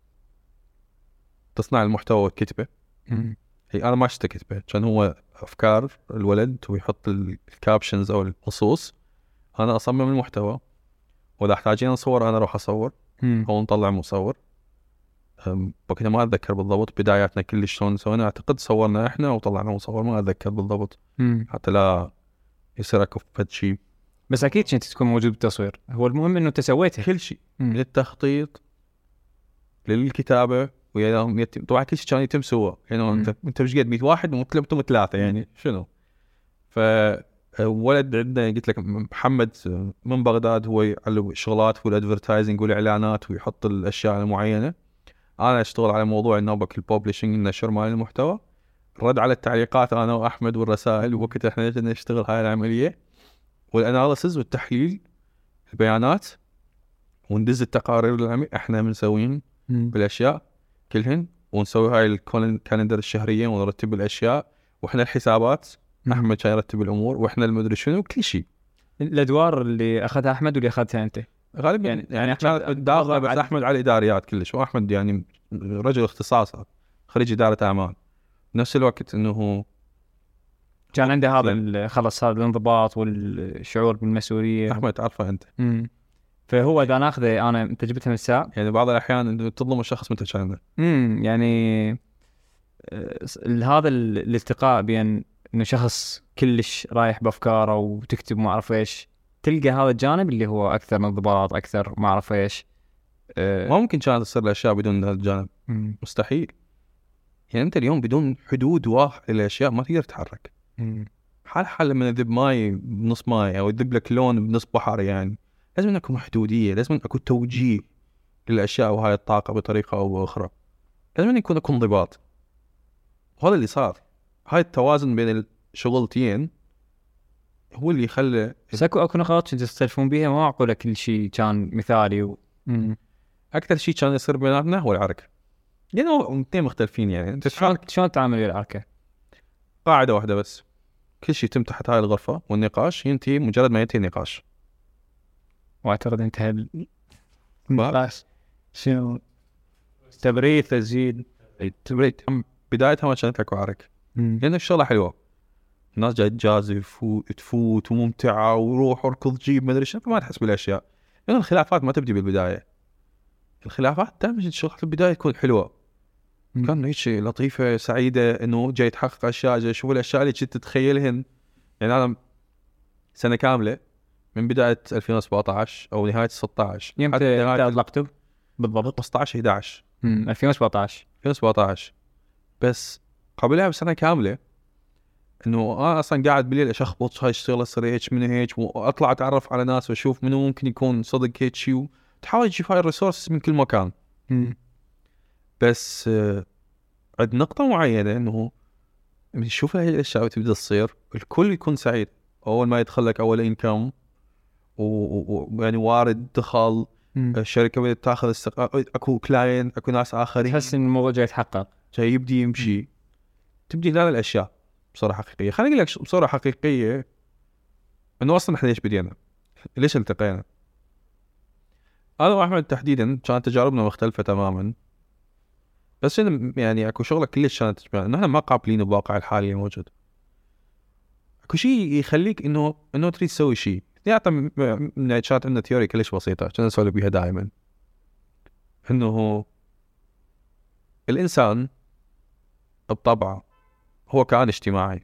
Speaker 1: تصنع المحتوى وتكتبه. هي انا ما اشتكتبه، كان هو افكار الولد ويحط الكابشنز او النصوص، انا اصمم المحتوى، واذا احتاجين نصور انا اروح اصور او نطلع مصور. وقتها ما اتذكر بالضبط بداياتنا كلش شلون سوينا، اعتقد صورنا احنا وطلعنا مصور، ما اتذكر بالضبط حتى لا يصير اكو فد شيء
Speaker 2: بس اكيد انت تكون موجود بالتصوير، هو المهم انه انت سويته
Speaker 1: كل شيء من التخطيط للكتابه ويا طبعا كل شيء كان يتم سوا يعني انت مش قد 100 واحد وانتم ثلاثه يعني شنو. فولد عندنا قلت لك محمد من بغداد هو يعلم شغلات والادفرتايزنج والاعلانات ويحط الاشياء المعينه. انا اشتغل على موضوع النوبك الببلشنج النشر مال المحتوى، رد على التعليقات انا واحمد والرسائل، ووقت احنا نشتغل هاي العمليه والاناليسز والتحليل البيانات وندز التقارير العمليه احنا بنسوين بالاشياء كلهن، ونسوي هاي الكالندر الشهريه ونرتب الاشياء، واحنا الحسابات احمد كان يرتب الامور واحنا المدري شنو كل شيء.
Speaker 2: الادوار اللي اخذها احمد واللي اخذتها انت
Speaker 1: غالبا يعني احنا داخل بس احمد على الاداريات كلش، واحمد يعني رجل اختصاص خريج اداره اعمال، نفس الوقت انه
Speaker 2: كان عنده هذا خلص هذا الانضباط والشعور بالمسؤوليه.
Speaker 1: احمد تعرفه انت.
Speaker 2: فهو اذا ناخذه انا تجربته من الساعه
Speaker 1: يعني بعض الاحيان انه تظلم الشخص متشابه.
Speaker 2: يعني هذا الالتقاء بين انه شخص كلش رايح بافكاره وتكتب ما اعرف ايش، تلقى هذا الجانب اللي هو اكثر انضباط اكثر ما اعرف ايش.
Speaker 1: ما ممكن كانت تصير الاشياء بدون هذا الجانب. مستحيل. يعني انت اليوم بدون حدود واضحه للاشياء ما تقدر تتحرك. حال لما يذب ماي بنص ماي او يذب لك لون بنص بحر، يعني لازم يكون محدوديه، لازم يكون توجيه للاشياء وهاي الطاقه بطريقه او باخرى، لازم يكون انضباط. وهذا اللي صار، هاي التوازن بين الشغلتين هو اللي يخلي.
Speaker 2: بس اكو نقاط تختلفون بيها، ما معقوله كل شيء كان مثالي
Speaker 1: اكثر شيء كان يصير بيناتنا هو العركه، لانه اثنين مختلفين. يعني انت
Speaker 2: شلون تعامل ويا العركه؟
Speaker 1: قاعده واحده بس، كل شيء يتم تحت هاي الغرفه والنقاش ينتهي مجرد ما ينتهي النقاش.
Speaker 2: واعتقد انتهى بس شنو تبريد تسجيل
Speaker 1: تبريد بدايتها ما كانت اكو عركه، لان الشغله حلوه، الناس جاي تجازف وتفوت وممتعه وروح اركض جيب ما ادري شنو، ما تحس بالاشياء. لان الخلافات ما تبدي بالبدايه، الخلافات دائما الشغل في البدايه تكون حلوه، كان هيك لطيفه سعيده انه جاي تحقق اشياء، جاي تشوف الاشياء اللي كنت تتخيلهن. يعني انا سنه كامله من بدايه 2017 او نهايه 16
Speaker 2: يمتى اطلقته بالضبط
Speaker 1: 15/11
Speaker 2: 2017
Speaker 1: بس قبلها بسنه كامله انه انا اصلا قاعد بالليل اشخبط هاي الشغله تصير هيك من هيك، واطلع اتعرف على ناس واشوف منو ممكن يكون صدق هيك شيء، وتحاول تجيب هاي الريسورس من كل مكان. بس عند نقطه معينه انه نشوف هاي الاشياء تبدا تصير الكل يكون سعيد، اول ما يدخل لك اول انكم ويعني وارد دخل الشركه بدات تاخذ اكو كلاين، اكو ناس اخرين،
Speaker 2: تحس ان الموضوع جاي يتحقق،
Speaker 1: جاي يبدي يمشي، تبدي هذه الاشياء بصوره حقيقيه. خليني اقول لك بصوره حقيقيه انه اصلا احنا ليش بدينا، ليش التقينا. انا واحمد تحديدا كانت تجاربنا مختلفه تماما، بس يعني اكو شغله كلش كانت تجمعنا، انه احنا ما قابلين بواقع الحالي الموجود. اكو شيء يخليك انه تريد تسوي شيء. يعني كانت عندنا ثيوري كلش بسيطه كنا نسولف بيها دائما، انه الانسان بطبعه هو كائن اجتماعي،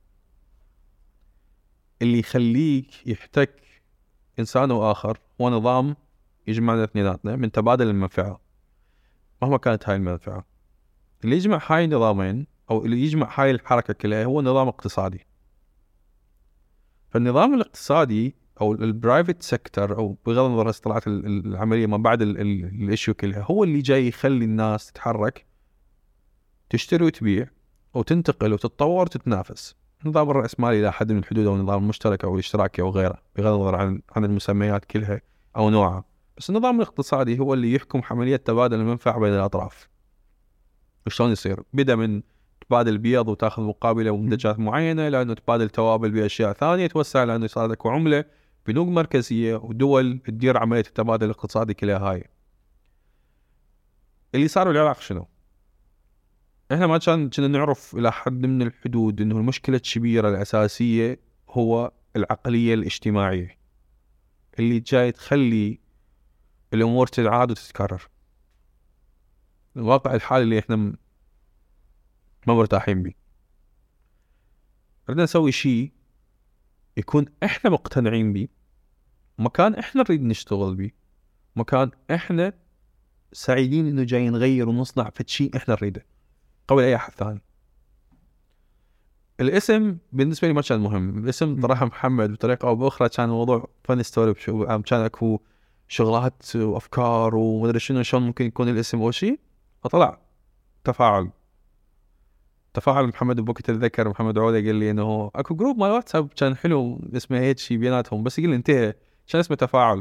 Speaker 1: اللي يخليك يحتك انسان واخر هو نظام يجمعنا اثنيناتنا من تبادل المنفعه، مهما كانت هاي المنفعه. اللي يجمع هاي النظامين او اللي يجمع هاي الحركه كلها هو نظام اقتصادي. فالنظام الاقتصادي او البرايفت سيكتور، او بغض النظر طلعت العمليه ما بعد الاشيو كلها، هو اللي جاي يخلي الناس تتحرك، تشتري وتبيع وتنتقل وتتطور وتتنافس. نظام الرأسمالي إلى حد من الحدود، أو النظام المشترك أو الاشتراكي أو غيره، بغض النظر عن المسميات كلها أو نوعها. بس النظام الاقتصادي هو اللي يحكم عملية تبادل المنفعة بين الأطراف. وشلون يصير؟ بدأ من تبادل بيض وتاخذ مقابله منتجات معينة، لأنه تبادل توابل بأشياء ثانية، توسع لأنه صار لك عملة، بنوك مركزية ودول تدير عملية التبادل الاقتصادي كلها. هاي اللي صار بالعراق شنو؟ احنا ما كنا نعرف الى حد من الحدود انه المشكله الكبيره الاساسيه هو العقليه الاجتماعيه اللي جاي تخلي الامور تتعاد وتتكرر. الواقع الحالي اللي احنا ما مرتاحين به، بدنا نسوي شيء يكون احنا مقتنعين به مكان احنا نريد نشتغل بيه، مكان احنا سعيدين انه جاي نغير ونصنع في شيء احنا نريده قبل اي احد ثاني. الاسم بالنسبه لي ما كان مهم. الاسم طرحه محمد بطريقه او باخرى كان الموضوع فن ستوري، كان اكو شغلات وافكار ومدري شنو شلون ممكن يكون الاسم او شيء، فطلع تفاعل محمد بوقت اتذكر محمد عوده قال لي انه اكو جروب مال واتساب كان حلو اسمه هيك شيء بيناتهم، بس يقول لي انتهى كان اسمه تفاعل.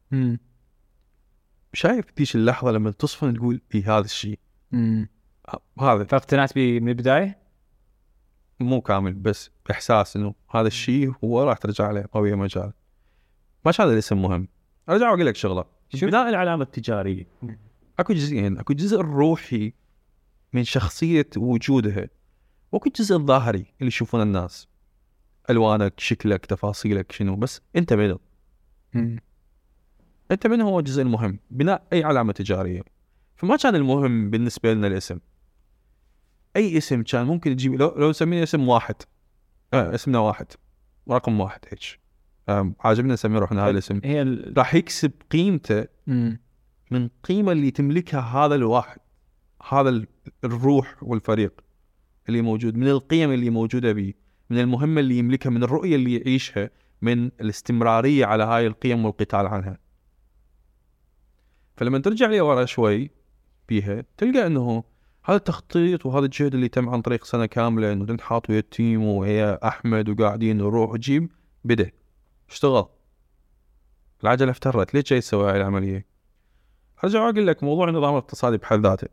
Speaker 1: شايف ديش اللحظه لما تصفن تقول هذا الشيء هذا،
Speaker 2: فاقتنعت به من البدايه
Speaker 1: مو كامل بس احساس انه هذا الشيء هو راح ترجع له او اي مجال. ما كان الاسم مهم. ارجع واقول لك شغله، بناء العلامه التجاريه اكو جزئين، اكو الجزء الروحي من شخصيه وجودها، واكو الجزء الظاهري اللي يشوفون الناس، الوانك، شكلك، تفاصيلك شنو، بس انت منو؟ انت منو هو الجزء المهم بناء اي علامه تجاريه. فما كان المهم بالنسبه لنا الاسم. اي اسم كان ممكن تجيب، لو نسميه اسم واحد، اسمنا واحد، رقم واحد هيك، عاجبنا نسميه روحنا هذا الاسم، راح يكسب قيمته من قيمه اللي تملكها هذا الواحد، هذا الروح والفريق اللي موجود، من القيم اللي موجوده به، من المهمه اللي يملكها، من الرؤيه اللي يعيشها، من الاستمراريه على هاي القيم والقتال عنها. فلما ترجع لي ورا شوي بيها تلقى انه هذا التخطيط وهذا الجهد اللي تم عن طريق سنه كامله، انه ننحط ويا التيم ويا احمد وقاعدين نروح وجيب، بدا اشتغل، العجله افترت. ليش جاي تسوي هاي العمليه؟ ارجع اقول لك موضوع النظام الاقتصادي بحد ذاته،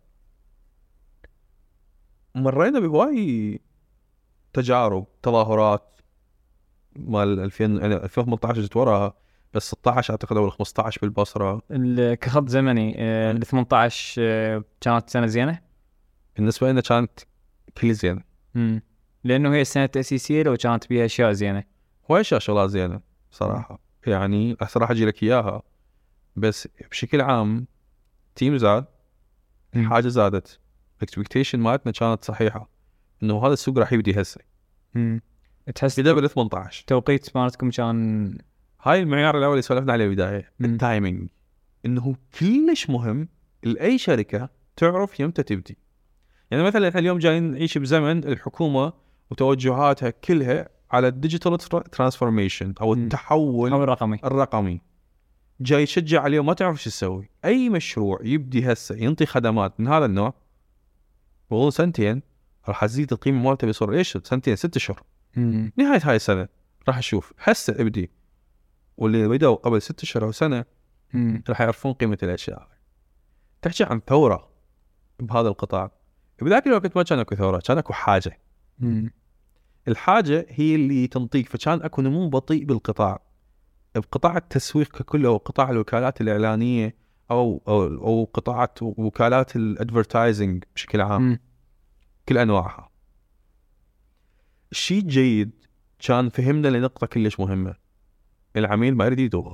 Speaker 1: مرينا بهواي تجارب، تظاهرات مال 2018 جت وراها، بس 16 اعتقد او 15 بالبصره.
Speaker 2: كخط زمني ال 18 كانت سنه زينه
Speaker 1: بالنسبه لنا، كانت كل زينه.
Speaker 2: لانه هي السنه التاسيسيه، لو كانت بيها اشياء زينه،
Speaker 1: هواي شغلات زينه صراحه. يعني راح اجي لك اياها، بس بشكل عام تيم زاد، حاجه زادت، الاكسبكتيشن مالتنا كانت صحيحه انه هذا السوق راح يبدي هسه.
Speaker 2: تحس
Speaker 1: بدا بال 18
Speaker 2: توقيت مالتكم كان
Speaker 1: هاي المعيار الاول اللي سولفنا عليه بدايه، التايمينج، انه كلش مهم لاي شركه تعرف يمتى تبدي. يعني مثلا احنا اليوم جايين نعيش بزمن الحكومه وتوجهاتها كلها على الديجيتال ترانسفورميشن او التحول الرقمي. جاي يشجع عليه، ما تعرف شو تسوي. اي مشروع يبدي هسه ينطي خدمات من هذا النوع، والله سنتين راح تزيد القيمه مالته بيصير ايش، سنتين 6 اشهر. نهايه هاي السنه راح اشوف هسه ابدي، واللي بدأوا قبل 6 اشهر او سنه راح يعرفون قيمه الاشياء. تحكي عن ثوره بهذا القطاع. بذاك الوقت ما كان اكو ثوره، كان اكو حاجه. الحاجه هي اللي تنطيك، فكان اكو نمو بطيء بالقطاع، بقطاع التسويق ككله، او قطاع الوكالات الاعلانيه، او قطاعات وكالات الادفرتايزنج بشكل عام، كل انواعها. الشيء الجيد كان فهمنا لنقطه كلش مهمه، العميل ما يريد يدوغ،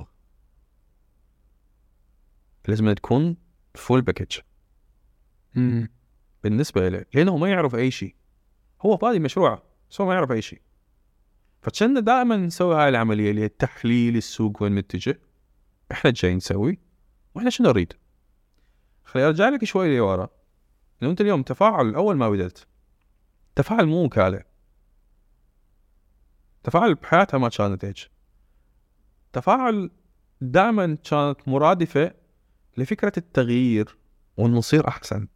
Speaker 1: لازم تكون فول باكج بالنسبه له، لانه ما يعرف اي شيء، هو بادي مشروع بس هو ما يعرف اي شيء. فكنا دائما نسوي هاي العمليه اللي هي تحليل السوق وين متجه، احنا جايين نسوي واحنا شنو نريد. خليني ارجع لك شوي لورا، لو انت اليوم تفاعل اول ما بدأت، تفاعل مو وكاله، تفاعل بحياتها ما كانت هيك. تفاعل دائما كانت مرادفه لفكره التغيير وان نصير احسن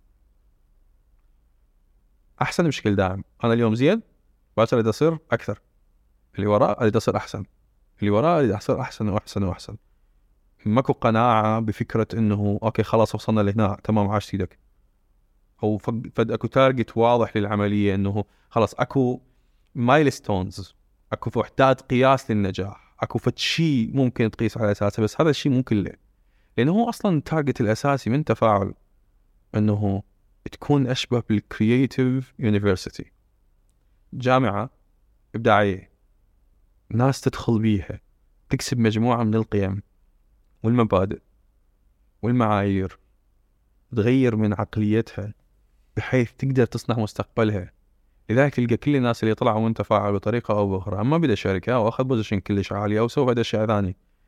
Speaker 1: بشكل دائم. انا اليوم زين، باكر اريد اصير اكثر، اللي وراء اريد اصير احسن، اللي وراء اريد اصير احسن واحسن واحسن. ماكو قناعه بفكره انه اوكي خلاص وصلنا لهنا تمام عاشت ايدك، او فد اكو تارجت واضح للعمليه، انه خلاص اكو مايلستونز، اكو وحدات قياس للنجاح، اكو فد شيء ممكن تقيس على اساسه. بس هذا الشيء مو كله، لانه هو اصلا التارجت الاساسي من تفاعل انه تكون اشبه بالكرييتيف يونيفرسيتي، جامعه ابداعيه، ناس تدخل بيها تكسب مجموعه من القيم والمبادئ والمعايير، تغير من عقليتها بحيث تقدر تصنع مستقبلها. لذلك تلقى كل الناس اللي طلعوا من تفاعل بطريقه او باخرى، اما بدا شركه او اخذ بوزيشن كلش عالي او سوى هذا الشيء ثاني،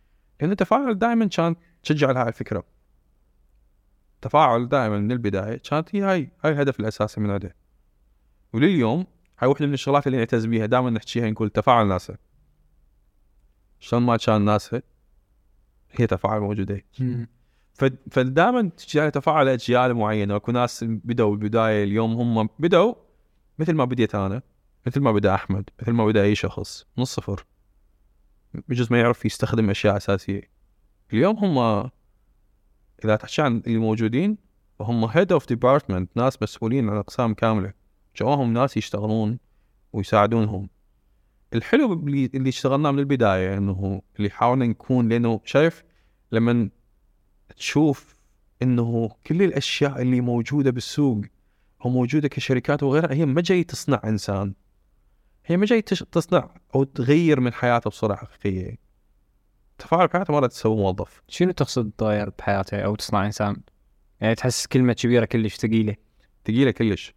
Speaker 1: لأن التفاعل دائما كان تشجع على هاي الفكرة. التفاعل دائما من البداية كانت هاي الهدف الأساسي من عنده. ولليوم هاي واحدة من الشغلات اللي نعتز بيها، دائما نحكيها نقول تفاعل ناسا. شلون ما كان ناسا هي تفاعل موجودة. فدائما تجي على تفاعل أجيال معينة. وكو ناس بدأوا بالبداية، اليوم هم بدأوا مثل ما بديت أنا، مثل ما بدأ أحمد، مثل ما بدأ أي شخص من الصفر، بجوز ما يعرف يستخدم أشياء أساسية. اليوم هم إذا تحكي عن الموجودين فهم head of department، ناس مسؤولين عن أقسام كاملة، جواهم ناس يشتغلون ويساعدونهم. الحلو اللي اشتغلنا من البداية إنه اللي حاولنا نكون، لأنه شايف لما تشوف إنه كل الأشياء اللي موجودة بالسوق أو موجودة كشركات وغيرها، هي ما جاي تصنع إنسان، هي ما جاي تصنع أو تغير من حياته بصورة حقيقية. تفاعل بحياته ما تسوي موظف.
Speaker 2: شنو تقصد تغير بحياته أو تصنع إنسان؟ يعني تحس كلمة كبيرة كلش، ثقيلة
Speaker 1: كلش.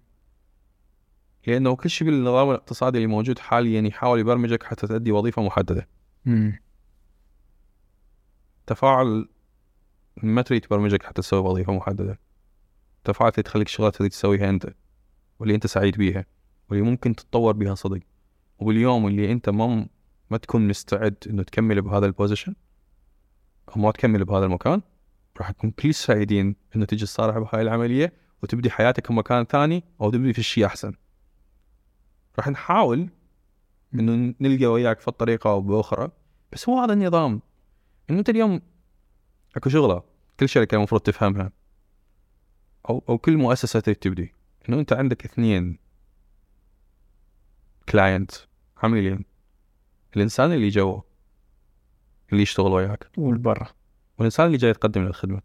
Speaker 1: لأنه كل شيء بالنظام الاقتصادي اللي موجود حاليا يحاول يبرمجك حتى تؤدي وظيفة محددة. تفاعل ما تريد تبرمجك حتى تسوي وظيفة محددة. تفاعل تخليك شغلة تريد تسويها أنت، واللي أنت سعيد بيها، واللي ممكن تتطور بها صدق. وباليوم اللي أنت ما تكون مستعد إنه تكمل بهذا البوزيشن أو ما تكمل بهذا المكان، راح تكون كل سعيدين إنه تجي تصارح بهاي العملية وتبدي حياتك بمكان ثاني أو تبدي في شيء أحسن. راح نحاول إنه نلقى وياك في الطريقة أو بأخرى، بس هو هذا النظام. إنه أنت اليوم أكو شغلة كل شركة المفروض تفهمها، أو كل مؤسسة تبدي، إنه أنت عندك 2 كلاينت عميلين، الإنسان اللي جوا اللي يشتغل وياك والإنسان اللي جاي يتقدم للخدمة.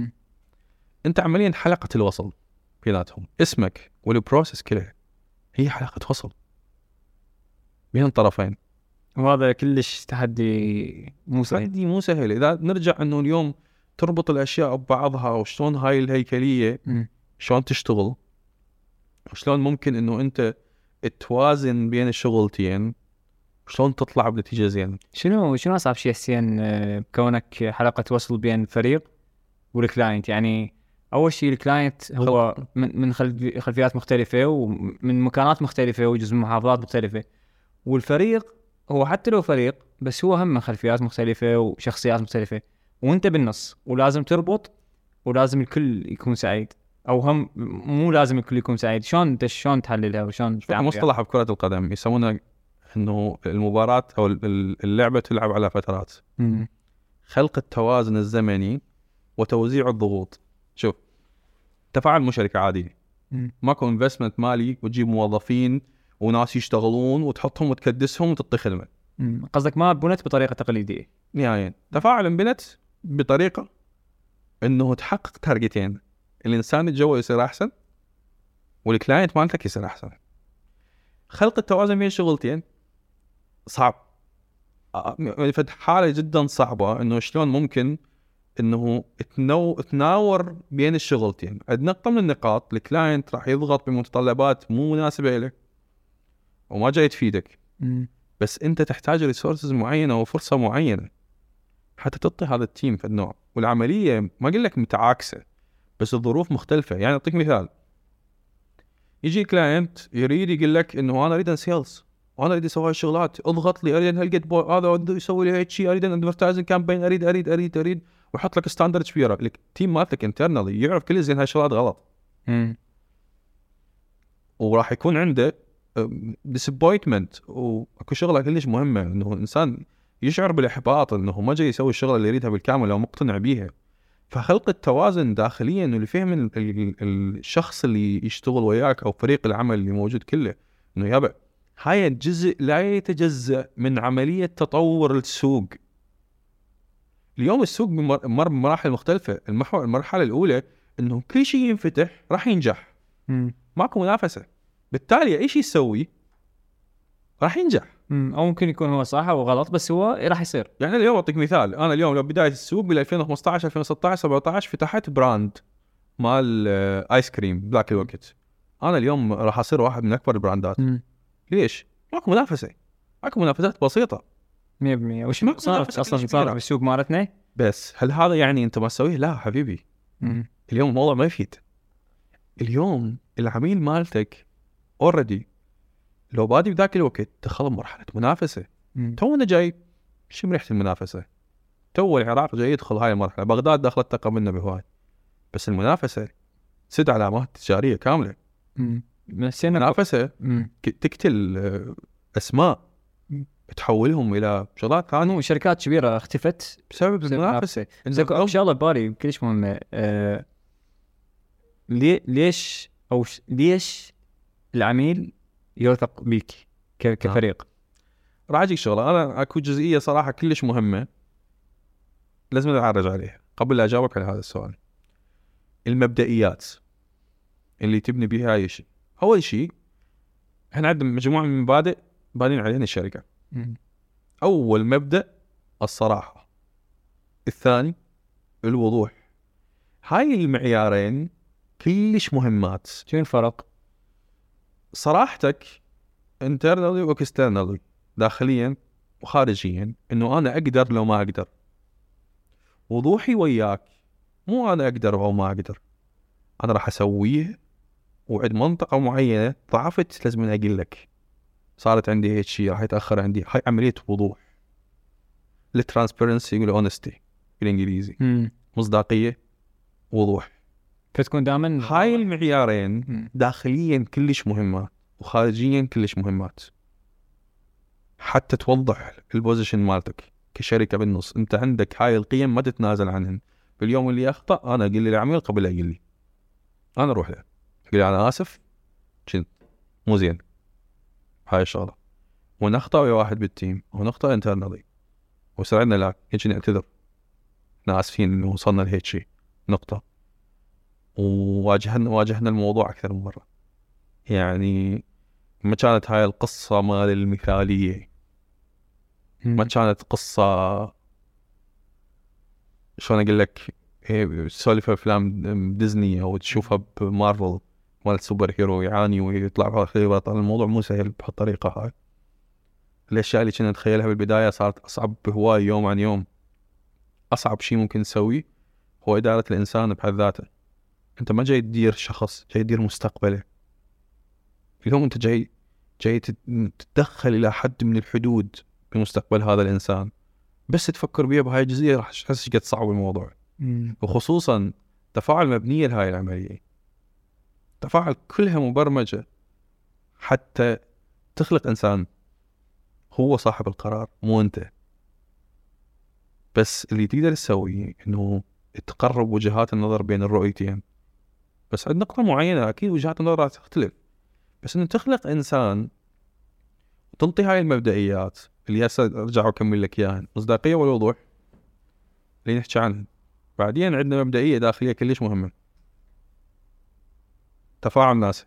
Speaker 1: أنت عمليا حلقة الوصل بيناتهم. اسمك والبروسيس كله هي حلقة وصل بين الطرفين.
Speaker 2: وهذا كلش تحدي مو
Speaker 1: سهل. إذا نرجع إنه اليوم تربط الأشياء ببعضها، وشلون هاي الهيكلية شلون تشتغل، وشلون ممكن إنه أنت توازن بين الشغلتين، شلون تطلع بنتيجة زين.
Speaker 2: شنو أصعب شيء حسين بكونك حلقة وصل بين الفريق والكلاينت؟ يعني أول شيء الكلاينت هو من خلفيات مختلفة ومن مكانات مختلفة وجزء من محافظات مختلفة، والفريق هو حتى لو فريق بس هو هم من خلفيات مختلفة وشخصيات مختلفة، وانت بالنص، ولازم تربط، ولازم الكل يكون سعيد، او هم مو لازم الكل يكون سعيد. شلون تحللها وشلون
Speaker 1: مصطلح بكرة القدم يسمونه انه المباراة او اللعبة تلعب على فترات. خلق التوازن الزمني وتوزيع الضغوط. شوف، تفاعل مو شركة عادية، ماكو انفستمنت مالي وتجيب موظفين وناس يشتغلون وتحطهم وتكدسهم وتعطي خدمة.
Speaker 2: قصدك ما بنت بطريقة تقليدية
Speaker 1: نهائيا. تفاعل بنت بطريقة انه تحقق تارجتين، الانسان الجو يصير احسن والكلاينت مالتك يصير احسن. خلق التوازن بين شغلتين صعب، فد حالة جدا صعبة. انه شلون ممكن انه تناور بين الشغلتين. عند نقطة من النقاط الكلاينت راح يضغط بمتطلبات مو مناسبة لك وما جاي تفيدك، بس انت تحتاج ريسورسز معينة وفرصة معينة حتى تعطي هذا التيم في النوع. والعملية ما اقول لك متعاكسة، بس الظروف مختلفة. يعني اعطيك مثال، يجي كلاينت يريد يقول لك انه انا اريد سيلز وانا اريد اسوي هالشغلات، اضغط لي، اريد هالقد هذا اريد يسوي لي هيك شيء، اريد ادفرتايزنج كامبين، اريد ويحط لك ستاندرد كبيره. التيم مالتك انترنالي يعرف كل زين هالشغلات غلط، وراح يكون عنده ديسابوينتمنت. واكو شغله كلش مهمه انه الانسان يشعر بالاحباط انه ما جاي يسوي الشغله اللي يريدها بالكامل او مقتنع بيها. فخلق التوازن داخليا انه لفهم الشخص اللي يشتغل وياك او فريق العمل اللي موجود كله انه يابا هاي الجزء لا يتجزأ من عمليه تطور السوق. اليوم السوق مر بمراحل مختلفه. المرحله الاولى انه كل شيء ينفتح راح ينجح، ماكو منافسه، بالتالي اي شيء يسوي راح ينجح.
Speaker 2: او ممكن يكون هو صح او غلط بس هو راح يصير.
Speaker 1: يعني اليوم اعطيك مثال، انا اليوم لو بدايه السوق بال 2015 2016 17 فتحت براند مال ايس كريم بذاك الوقت، انا اليوم راح اصير واحد من اكبر البراندات. ليش؟ ماكو منافسه، ماكو منافسات بسيطه.
Speaker 2: وش
Speaker 1: ما
Speaker 2: صارت اصلا صارت بالسوق مالتنا.
Speaker 1: بس هل هذا يعني انت ما تسويه؟ لا حبيبي. اليوم الموضوع ما يفيد. اليوم العميل مالتك اوريدي لو بادي بذاك الوقت دخل مرحله منافسه. تونا جاي شم ريحه المنافسه. تو العراق جاي يدخل هاي المرحله، بغداد دخلت قبلنا بهواي، بس المنافسه 6 علامات تجاريه كامله. منافسه تقتل اسماء، تحولهم الى شغلات ثانيه،
Speaker 2: وشركات كبيره اختفت
Speaker 1: بسبب المنافسه.
Speaker 2: ان شاء الله ببالي كلش مهمه. ليش العميل يوثق بيك كفريق؟
Speaker 1: راح اجيك شغله. انا اكو جزئيه صراحه كلش مهمه لازم نعرج عليها قبل لا اجاوبك على هذا السؤال. المبدئيات اللي تبني بها اي شيء. اول شيء احنا عندنا مجموعه من المبادئ بانين علينا الشركه. اول مبدا الصراحه، الثاني الوضوح. هاي المعيارين كلش مهمات.
Speaker 2: شو الفرق؟
Speaker 1: صراحتك internally و externally، داخليا وخارجيا، انه انا اقدر لو ما اقدر. وضوحي وياك مو انا اقدر او ما اقدر، انا راح اسويه وعند منطقه معينه ضعفت لازم اقول لك صارت عندي هيك شيء راح يتاخر عندي. هاي عمليه وضوح. الترانسبيرنسي والأونستي بالانجليزي. مصداقيه، وضوح.
Speaker 2: فتكون دائما
Speaker 1: هاي المعيارين داخليا كلش مهمات وخارجيا كلش مهمات، حتى توضح البوزيشن مالتك كشركه بالنص. انت عندك هاي القيم ما تتنازل عنهن. باليوم اللي اخطا انا اقول للعميل قبل لا يقول لي، انا اروح له اقول انا اسف كنت مو زين هاي الشغله، ونخطا ويا واحد بالتيم ونخطا انترنالي وصار عندنا لا هيك نعتذر، احنا اسفين انه وصلنا لهيك شيء نقطه. واجهنا الموضوع اكثر من مره. يعني ما كانت هاي القصه مال المثاليه، ما كانت قصه شلون اقول لك سولف افلام ديزني او تشوفها بمارفل مال سوبر هيرو يعاني ويطلع بها بطل. الموضوع مو سهل بهالطريقه هاي. الاشياء اللي كنا نتخيلها بالبدايه صارت اصعب بهواي يوم عن يوم. اصعب شيء ممكن نسويه هو اداره الانسان بحد ذاته. انت ما جاي تدير شخص، جاي تدير مستقبله. اليوم انت جاي تتدخل الى حد من الحدود بمستقبل هذا الانسان. بس تفكر بيه بهاي الجزئيه راح تحس قد صعب الموضوع. وخصوصا تفاعل مبنيه لهاي العمليه، تفاعل كلها مبرمجه حتى تخلق انسان هو صاحب القرار مو انت. بس اللي تقدر تسويه انه تقرب وجهات النظر بين الرؤيتين. بس عند نقطه معينه اكيد وجهات النظر راح تختلف، بس انه تخلق انسان وتنطي هاي المبدئيات اللي هسه ارجع واكمل لك اياها. مصداقيه والوضوح اللي نحكي عنها. بعدين عندنا مبدئيه داخليه كلش مهمه، تفاعل الناس.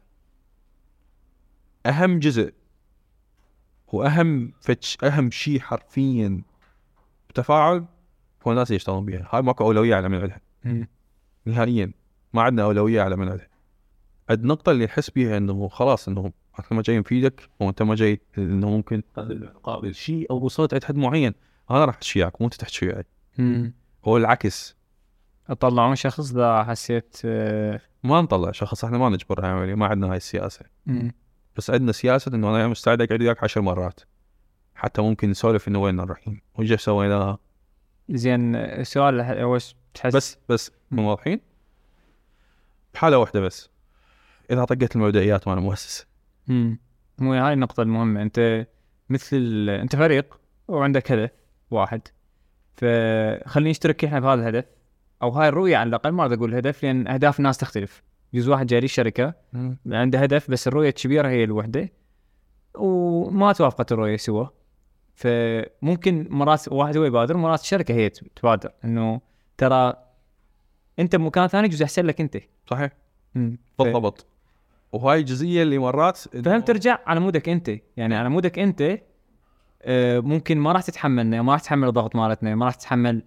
Speaker 1: اهم جزء واهم اهم شيء حرفيا بتفاعل هو الناس اللي يشتغلون بيها. هاي ماكو اولويه على من عندها نهائيا. ما عندنا اولويه على من عندها. عند نقطه اللي نحس بيها انه خلاص انه احنا ما جاي نفيدك وانت ما جاي انه ممكن تقابل شيء او وصلت عند حد معين، انا راح احكي وياك وانت تحكي وياي. هو العكس.
Speaker 2: اطلعون شخص ذا حسيت
Speaker 1: ما نطلع شخص، احنا ما نجبر هاي العمليه، ما عندنا هاي السياسه. بس عندنا سياسه انه انا مستعد اقعد وياك 10 مرات حتى ممكن نسولف انه وين رايحين وجه سويناها.
Speaker 2: زين السؤال هو تحس
Speaker 1: بس مو واضحين بحاله واحده بس، اذا طقت المبدئيات مال المؤسسه.
Speaker 2: مو هاي النقطه المهمه. انت مثل انت فريق وعندك هدف واحد، فخلينا نشترك احنا بهذا الهدف او هاي الرؤيه على الاقل. ما اريد اقول هدف لان اهداف الناس تختلف. يجوز واحد جاي الشركه عنده هدف بس الرؤيه الكبيره هي الوحده وما توافقت الرؤيه سوا. فممكن مرات واحد هو يبادر، مرات الشركه هي تبادر انه ترى انت بمكان ثاني جزء احسن لك انت.
Speaker 1: صحيح بالضبط. وهاي الجزئيه اللي مرات
Speaker 2: فهم ترجع على مودك انت. يعني على مودك انت ممكن ما راح تتحملنا، ما راح تتحمل الضغط مالتنا، ما راح تتحمل.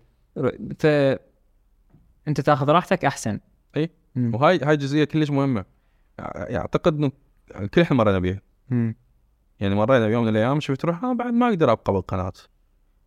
Speaker 2: انت تاخذ راحتك احسن.
Speaker 1: اي وهاي جزئيه كلش مهمه. اعتقد انه كل احنا مرينا بيها. يعني مرينا بيوم من الايام شفت روح بعد ما اقدر ابقى بالقناه،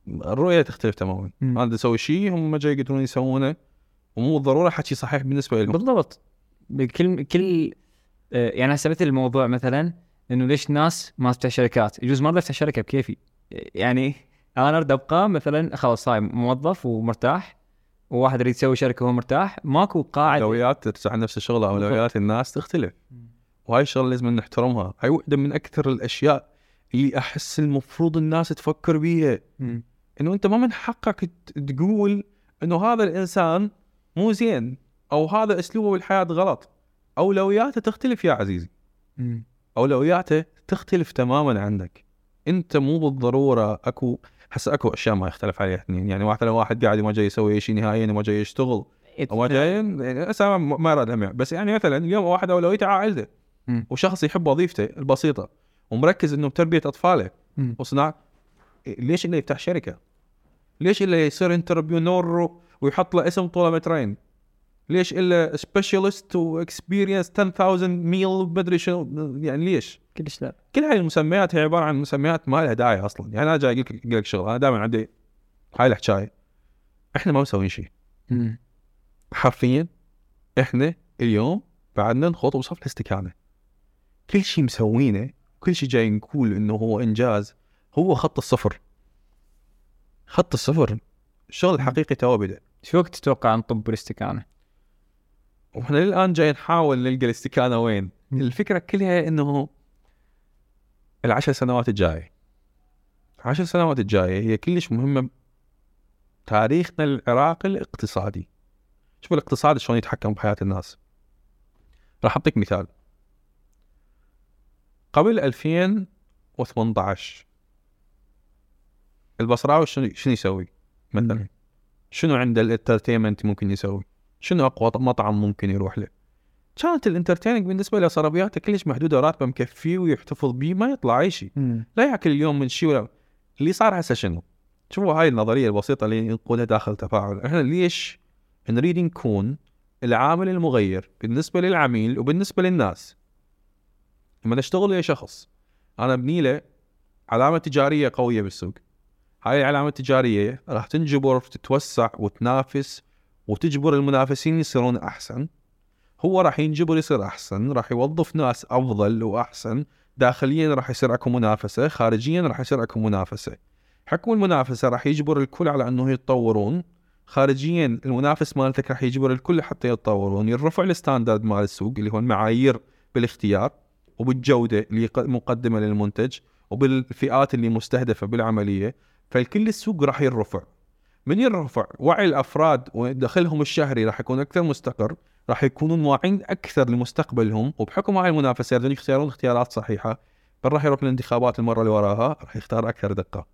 Speaker 1: الرؤيه تختلف تماما. انا اسوي شيء هم جاي يقدرون يسوونه، ومو ضروره حكي صحيح بالنسبه لهم.
Speaker 2: بالضبط. كل يعني هسه مثل الموضوع مثلا انه ليش الناس ما تفتح شركات. يجوز ما افتح شركه بكيفي، يعني انا اريد ابقى مثلا خلاص هاي موظف ومرتاح، وواحد يريد يسوي شركه وهو مرتاح، ماكو قاعده.
Speaker 1: اولويات ترجع نفس الشغله، اولويات الناس تختلف، وهاي الشغله لازم نحترمها. هاي وحده من اكثر الاشياء اللي احس المفروض الناس تفكر بيها. انه انت ما من حقك تقول انه هذا الانسان مو زين او هذا اسلوبه بالحياه غلط. اولوياته تختلف يا عزيزي، اولوياته تختلف تماما عنك. انت مو بالضروره اكو اكو اشياء ما يختلف عليها اثنين. يعني واحد قاعد ما جاي يسوي شيء نهائيا وما جاي يشتغل وما جاي يعني ما يراد همع. بس يعني مثلا اليوم واحد اولويته عائلته وشخص يحب وظيفته البسيطه ومركز انه بتربيه اطفاله وصناعه، ليش اللي يفتح شركه؟ ليش اللي يصير انتربرينور ويحط له اسم طوله مترين؟ ليش الا سبيشالست واكسبيرينس 10000 ميل بدري شو؟ يعني ليش؟
Speaker 2: كلش لا.
Speaker 1: كل هاي المسميات هي عباره عن مسميات ما لها داعي اصلا. يعني انا جاي اقول لك شغله، انا دائما عندي هاي الحكايه، احنا ما مسوين شيء حرفيا. احنا اليوم بعدنا نخوض بصف الاستكانه. كل شيء مسوينه، كل شيء جاي نقول انه هو انجاز، هو خط الصفر. خط الصفر الشغل الحقيقي تو بدا.
Speaker 2: شو وقت تتوقع عن طب الاستكانه؟
Speaker 1: واحنا الان جاي نحاول نلقى الاستكانه وين. الفكره كلها انه 10 سنوات الجايه، 10 سنوات الجايه هي كلش مهمه. تاريخنا العراقي الاقتصادي، شوف الاقتصاد شلون يتحكم بحياه الناس. راح اعطيك مثال. قبل 2018 البصراوي شنو يسوي مثلا؟ شنو عنده الانترتينمنت ممكن يسوي؟ شنو اقوى مطعم ممكن يروح له؟ كانت الانترتيننج بالنسبه له صرفياته كلش محدوده، راتبه مكفيه ويحتفظ بيه، ما يطلع اي شيء، لا ياكل اليوم من شيء ولا. اللي صار هسه شنو؟ شوفوا هاي النظريه البسيطه اللي نقولها داخل تفاعل. احنا ليش نريد نكون العامل المغير بالنسبه للعميل وبالنسبه للناس؟ لما نشتغل ويا شخص انا ابني له علامه تجاريه قويه بالسوق، هاي العلامه التجاريه راح تنجبر تتوسع وتنافس وتجبر المنافسين يصيرون احسن. هو راح ينجبر يصير احسن، راح يوظف ناس افضل واحسن. داخليا راح يصير اكو منافسه، خارجيا راح يصير اكو منافسه. حكم المنافسه راح يجبر الكل على انه يتطورون. خارجيا المنافس مالتك راح يجبر الكل حتى يتطورون. يرفع الستاندرد مال السوق اللي هو المعايير بالاختيار وبالجوده اللي مقدمه للمنتج وبالفئات اللي مستهدفه بالعمليه. فالكل السوق راح يرفع. من يرفع وعي الافراد ودخلهم الشهري راح يكون اكثر مستقر، راح يكونون واعين اكثر لمستقبلهم، وبحكم هاي المنافسه يقدرون يختارون اختيارات صحيحه. بل راح يروح الانتخابات المره اللي وراها راح يختار اكثر دقه.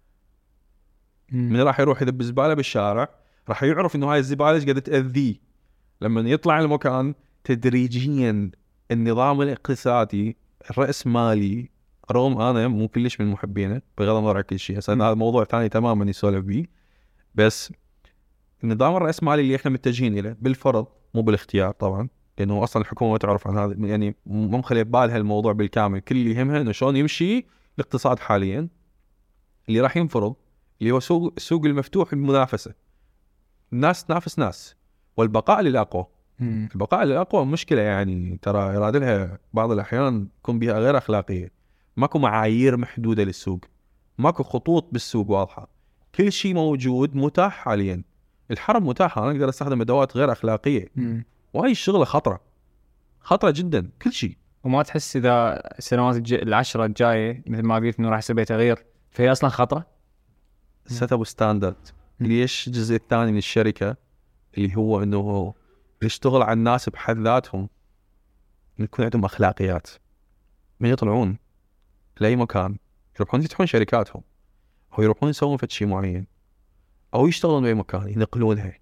Speaker 1: من راح يروح يذب زباله بالشارع راح يعرف انه هاي الزباله ايش قاعده تاذيه. لما يطلع المكان تدريجيا النظام الاقتصادي الرأسمالي، رغم انا مو كلش من محبينه بغض النظر عن كل شيء، هذا موضوع ثاني تماما يسولف بيه، بس النظام الرأسمالي اللي احنا متجهين اليه بالفرض مو بالاختيار طبعا، لانه اصلا الحكومه ما تعرف عن هذا، يعني مو مخليه ببالها الموضوع بالكامل. كل اللي يهمها انه شلون يمشي الاقتصاد حاليا اللي راح ينفرض، اللي هو السوق المفتوح المنافسه. الناس تنافس ناس والبقاء للاقوى. البقاء للاقوى مشكله، يعني ترى يراد لها بعض الاحيان تكون بها غير اخلاقيه. ماكو معايير محدوده للسوق، ماكو خطوط بالسوق واضحه، كل شيء موجود متاح حاليا. الحرب متاحه، انا اقدر استخدم ادوات غير اخلاقيه. وهي الشغله خطره جدا كل شيء.
Speaker 2: وما تحس اذا السنوات العشرة الجايه مثل ما قلت انه راح يصير تغيير فهي اصلا خطره؟
Speaker 1: سيت اب ستاندرد. ليش الجزء الثاني من الشركه اللي هو انه يشتغل على الناس بحد ذاتهم، يكون عندهم اخلاقيات. من يطلعون لاي مكان يروحون يفتحون شركاتهم او يروحون يسوون فد شيء معين او يشتغلون باي مكان ينقلونها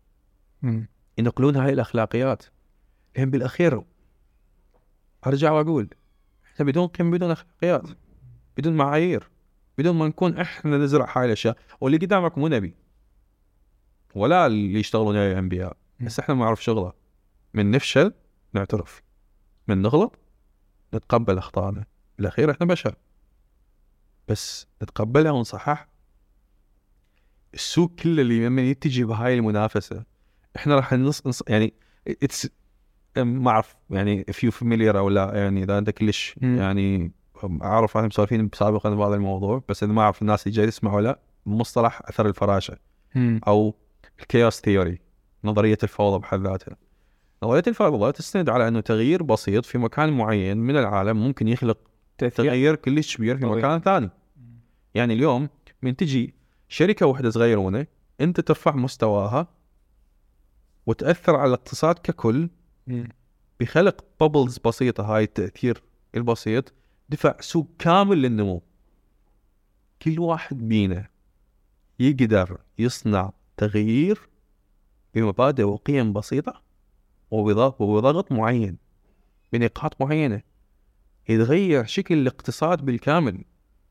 Speaker 1: هاي الاخلاقيات. لان بالاخير ارجع واقول احنا بدون قيم، بدون اخلاقيات، بدون معايير، بدون ما نكون احنا نزرع هاي الاشياء. واللي قدامك مو نبي ولا اللي يشتغلون يا انبياء، بس احنا ما نعرف شغله. من نفشل نعترف، من نغلط نتقبل اخطائنا. بالاخير احنا بشر، بس نتقبلها ونصحح. السوق كله اللي لما يتجه بهاي المنافسة احنا راح يعني ما اعرف يعني if you familiar او لا، يعني اذا انت كلش يعني اعرف احنا مسولفين سابقا بهذا الموضوع، بس اذا ما اعرف الناس اللي جاي يسمعوا ولا لا، مصطلح اثر الفراشة او الكيوس ثيوري، نظرية الفوضى بحد ذاتها. نظرية الفوضى تستند على انه تغيير بسيط في مكان معين من العالم ممكن يخلق تغيير كلش كبير في مكان ثاني. يعني اليوم من تجي شركة واحدة صغيرونة انت ترفع مستواها وتأثر على الاقتصاد ككل بخلق بابلز بسيطة، هاي التأثير البسيط دفع سوق كامل للنمو. كل واحد بينا يقدر يصنع تغيير بمبادئ وقيم بسيطة وبضغط معين بنقاط معينة يتغير شكل الاقتصاد بالكامل.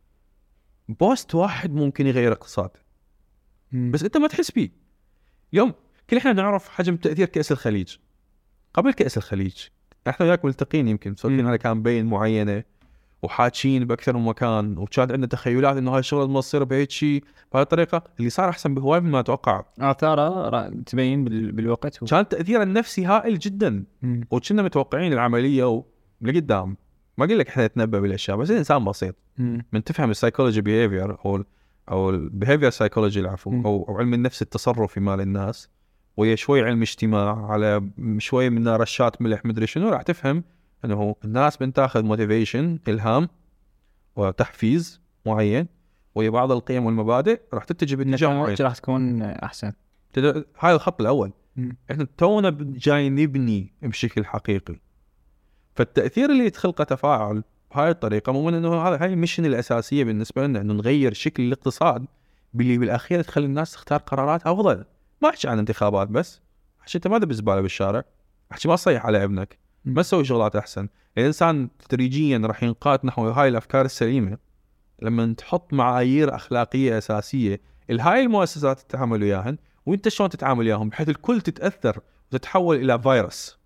Speaker 1: بوست واحد ممكن يغير اقتصاد بس انت ما تحس بيه. اليوم كل احنا نعرف حجم تأثير كأس الخليج. قبل كأس الخليج احنا وياك ملتقين يمكن مسويين على كامبين معينة وحاكين بأكثر من مكان، وكانت عندنا تخيلات انه هاي الشغل ما تصير بهيك شيء بهاي الطريقة. اللي صار احسن بهواي مما اتوقع،
Speaker 2: آثاره تبين بالوقت
Speaker 1: كان تأثيره النفسي هائل جدا. وكنا متوقعين العملية لقدام. ما اقول لك احنا نتنبأ بالاشياء، بس الانسان بسيط من تفهم السايكولوجي بيهيفير او البيهيفير سايكولوجي العفو او علم النفس التصرفي مال الناس، ويا شوي علم اجتماع على شوي من رشات ملح مدري شنو، راح تفهم انه الناس من تاخذ موتيفيشن الهام وتحفيز معين ويا بعض القيم والمبادئ راح تتجه باتجاه معين،
Speaker 2: راح تكون احسن.
Speaker 1: هاي الخط الاول. احنا تونا جاي نبني بشكل حقيقي. فالتأثير اللي يتخلقه تفاعل بهاي الطريقة مو من انه هاي الميشن الاساسية بالنسبة لنا، انه نغير شكل الاقتصاد باللي بالاخير تخلي الناس تختار قرارات افضل. ما احكي عن انتخابات بس، احكي انت ما تدب زبالة بالشارع، احكي ما تصيح على ابنك، ما تسوي شغلات احسن. الانسان تدريجيا راح ينقاد نحو هاي الافكار السليمة لما تحط معايير اخلاقية اساسية الهاي المؤسسات تتعامل وياهن، وانت شلون تتعامل وياهم، بحيث الكل تتأثر وتتحول الى فيروس.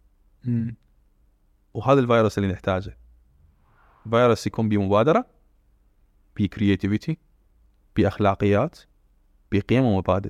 Speaker 1: وهذا الفيروس اللي نحتاجه، فيروس يكون بمبادرة، بكرياتيفيتي، بأخلاقيات، بقيم ومبادئ.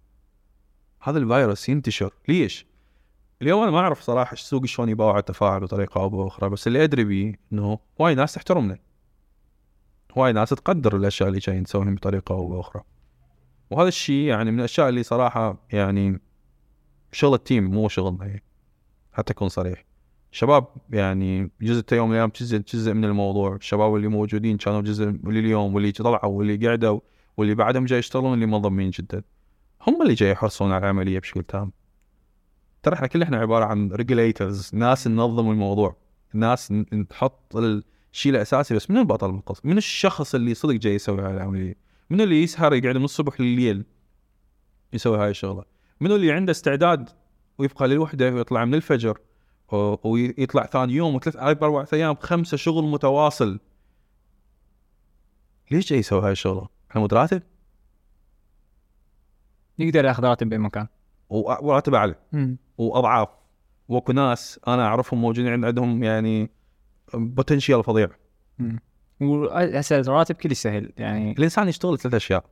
Speaker 1: هذا الفيروس ينتشر. ليش؟ اليوم أنا ما أعرف صراحة السوق شلون يباوع التفاعل بطريقة أو بأخرى، بس اللي أدري بيه إنه هواي ناس تحترمنا، هواي ناس تقدر الأشياء اللي جايين نسويها بطريقة أو بأخرى. وهذا الشيء يعني من الأشياء اللي صراحة يعني شغل التيم مو شغلنا يعني، حتى أكون صريح. شباب يعني جزء يوم من الأيام جزء من الموضوع. الشباب اللي موجودين كانوا جزء، واللي اليوم واللي طلعوا واللي قعدوا واللي بعدهم جاي يشتغلون اللي منظمين جدا، هم اللي جاي يحرصون على العملية بشكل تام. ترى احنا كلنا عبارة عن ريجوليترز، ناس ننظم الموضوع، ناس نحط الشيء الأساسي. بس من البطل بالقصة؟ من الشخص اللي صدق جاي يسوي هاي العملية؟ من اللي يسهر يقعد من الصبح لليل يسوي هاي الشغلة؟ من اللي عنده استعداد ويبقى للوحدة ويطلع من الفجر ويطلع ثاني يوم وثلاث أربع أيام 5 شغل متواصل؟ ليش جاي يسوي هاي الشغلة؟ احنا متراتب
Speaker 2: يقدر ياخذ راتب بمكان
Speaker 1: وراتب أعلى وأضعاف. وكو ناس أنا أعرفهم موجودين عندهم يعني بوتنشيال فظيع.
Speaker 2: وهسه الراتب كل سهل. يعني
Speaker 1: الإنسان يشتغل 3 أشياء.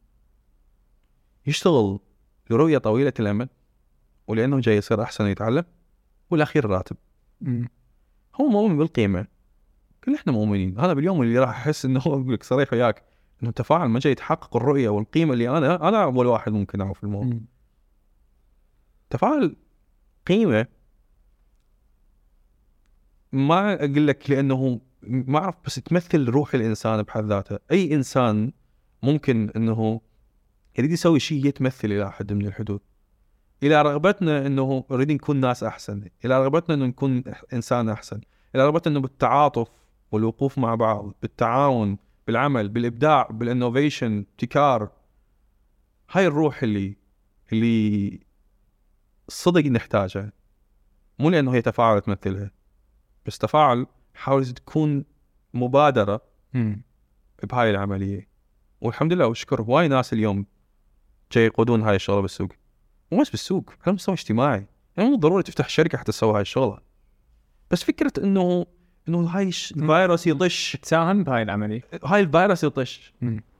Speaker 1: يشتغل لرؤية طويلة الأمد، ولأنه جاي يصير أحسن ويتعلم، والأخير الراتب. هو مؤمن بالقيمة، كل إحنا مؤمنين. هذا باليوم اللي راح أحس إنه أقول لك صريح وياك إنه التفاعل ما جاي يتحقق الرؤية والقيمة اللي أنا أول واحد ممكن أعرف الموضوع. تفاعل قيمة ما أقول لك لأنه ما أعرف، بس تمثل روح الإنسان بحد ذاته. أي إنسان ممكن إنه يريد يسوي شيء يتمثل إلى حد من الحدود، إلى رغبتنا إنه نريد نكون ناس أحسن، إلى رغبتنا إنه نكون إنسان أحسن، إلى رغبتنا إنه بالتعاطف والوقوف مع بعض، بالتعاون، بالعمل، بالإبداع، بالإنوفيشن، ابتكار. هاي الروح اللي صدق نحتاجها، مو لأنه هي تفاعل تمثلها، بس تفاعل حاول تكون مبادرة بهاي العملية. والحمد لله والشكر هواي ناس اليوم جاي يقودون هاي الشغلة بالسوق، مو بس بالسوق، على مستوى اجتماعي. يعني مو ضروري تفتح شركة حتى تسوي هاي الشغلة، بس فكرة إنه هاي الفيروس يطش،
Speaker 2: تساهم بهاي العملية.
Speaker 1: هاي الفيروس يطش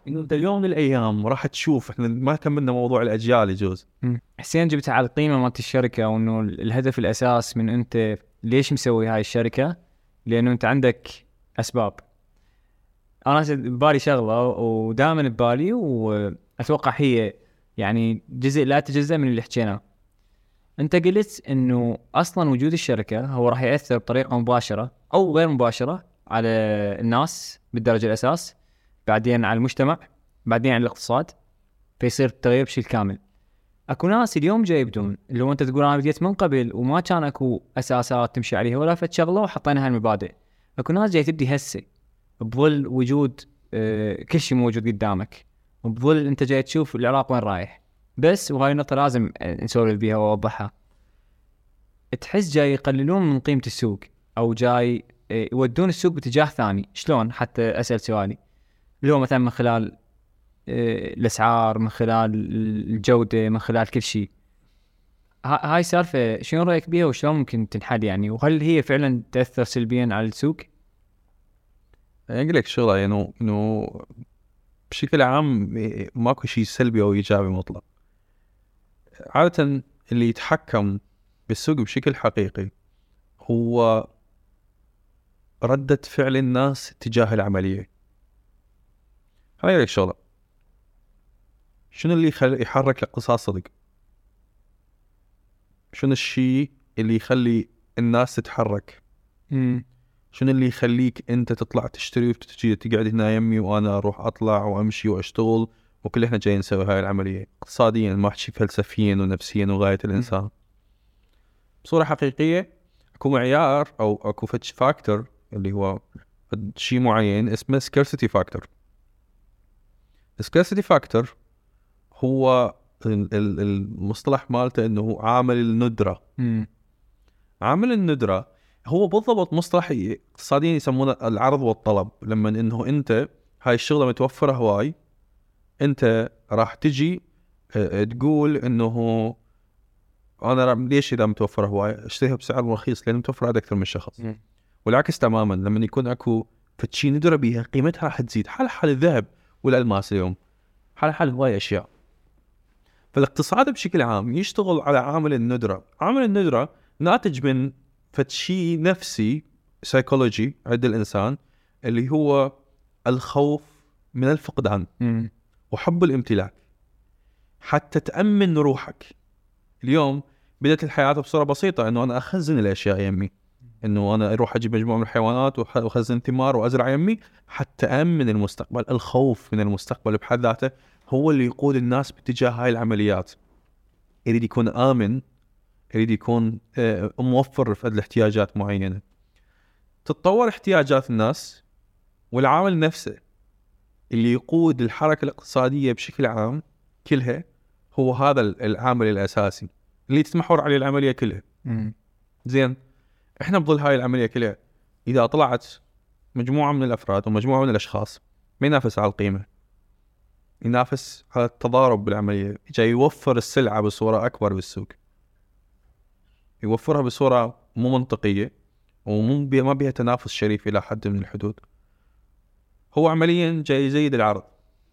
Speaker 1: انت يوم من الايام راح تشوف، احنا ما كملنا موضوع الاجيال يجوز.
Speaker 2: حسين جبتها على القيمه مالت الشركه، وانه الهدف الاساس من انت ليش مسوي هاي الشركه، لانه انت عندك اسباب. انا ببالي شغله ودائما ببالي، واتوقع هي يعني جزء لا يتجزأ من اللي حكيناه. انت قلت انه اصلا وجود الشركه هو راح ياثر بطريقه مباشره او غير مباشره على الناس بالدرجه الاساس، بعدين على المجتمع، بعدين على الاقتصاد، فيصير التغيير بشكل كامل. اكو ناس اليوم جاي يبدون، اللي هو انت تقول انا بديت من قبل وما كان اكو اساسات تمشي عليها ولا فد شغله وحطينا هالمبادئ. اكو ناس جاي تبدي هسه بظل وجود كل شيء موجود قدامك، وبظل انت جاي تشوف العراق وين رايح. بس وهاي النقطه لازم نسولف بيها واوضحها. تحس جاي يقللون من قيمه السوق، او جاي يودون السوق باتجاه ثاني؟ شلون؟ حتى اسال سؤالي اللي هو مثلا من خلال الاسعار، من خلال الجوده، من خلال كل شيء. هاي سالفه شنو رايك بيها وشلون ممكن تنحل يعني؟ وهل هي فعلا تاثر سلبيا على السوق؟
Speaker 1: اقول لك شغله، يعني انه بشكل عام ماكو شيء سلبي او ايجابي مطلق. عاده اللي يتحكم بالسوق بشكل حقيقي هو ردة فعل الناس تجاه العمليه. هاي لك شغله، شنو اللي يحرك الاقتصاد صدق؟ شنو الشيء اللي يخلي الناس تتحرك؟ شنو اللي يخليك انت تطلع تشتري وتجي تقعد هنا يمي وانا اروح اطلع وامشي واشتغل وكل احنا جايين نسوي هاي العمليه اقتصاديا، ما احكي فلسفيا ونفسيا وغايه الانسان. بصوره حقيقيه اكو معيار او اكو فاكتور اللي هو شيء معين اسمه سكارسيتي فاكتور. السكارسيتي فاكتور هو المصطلح مالته انه عامل الندره. عامل الندره هو بالضبط مصطلح اقتصاديا يسمونه العرض والطلب. لما انه انت هاي الشغله متوفره هواي، انت راح تجي تقول انه انا ليش اذا متوفره هواي اشتريها بسعر رخيص لان متوفر عند اكثر من شخص. والعكس تماما، لما يكون اكو فتشي ندره بيها قيمتها راح تزيد، حال الذهب والالماس اليوم، حال هواي اشياء. فالاقتصاد بشكل عام يشتغل على عامل الندره. عامل الندره ناتج من فتشي نفسي سايكولوجي عند الانسان اللي هو الخوف من الفقدان وحب الامتلاك حتى تأمن روحك. اليوم بدأت الحياة بصورة بسيطة انه انا اخزن الاشياء يمي، انه انا اروح اجيب مجموعة من الحيوانات واخزن ثمار وازرع يمي حتى أأمن المستقبل. الخوف من المستقبل بحد ذاته هو اللي يقود الناس باتجاه هاي العمليات. يريد يكون آمن، يريد يكون موفر في الاحتياجات معينة. تتطور احتياجات الناس والعامل نفسه اللي يقود الحركة الاقتصادية بشكل عام كلها هو هذا العامل الأساسي اللي تتمحور عليه العملية كلها. زين، احنا بظل هاي العملية كلها إذا طلعت مجموعة من الأفراد ومجموعة من الأشخاص ما ينافس على القيمة، ينافس على التضارب بالعملية، جاي يوفر السلعة بصورة أكبر بالسوق، يوفرها بصورة مو منطقية ما بيها تنافس شريف إلى حد من الحدود، هو عمليا جاي يزيد العرض،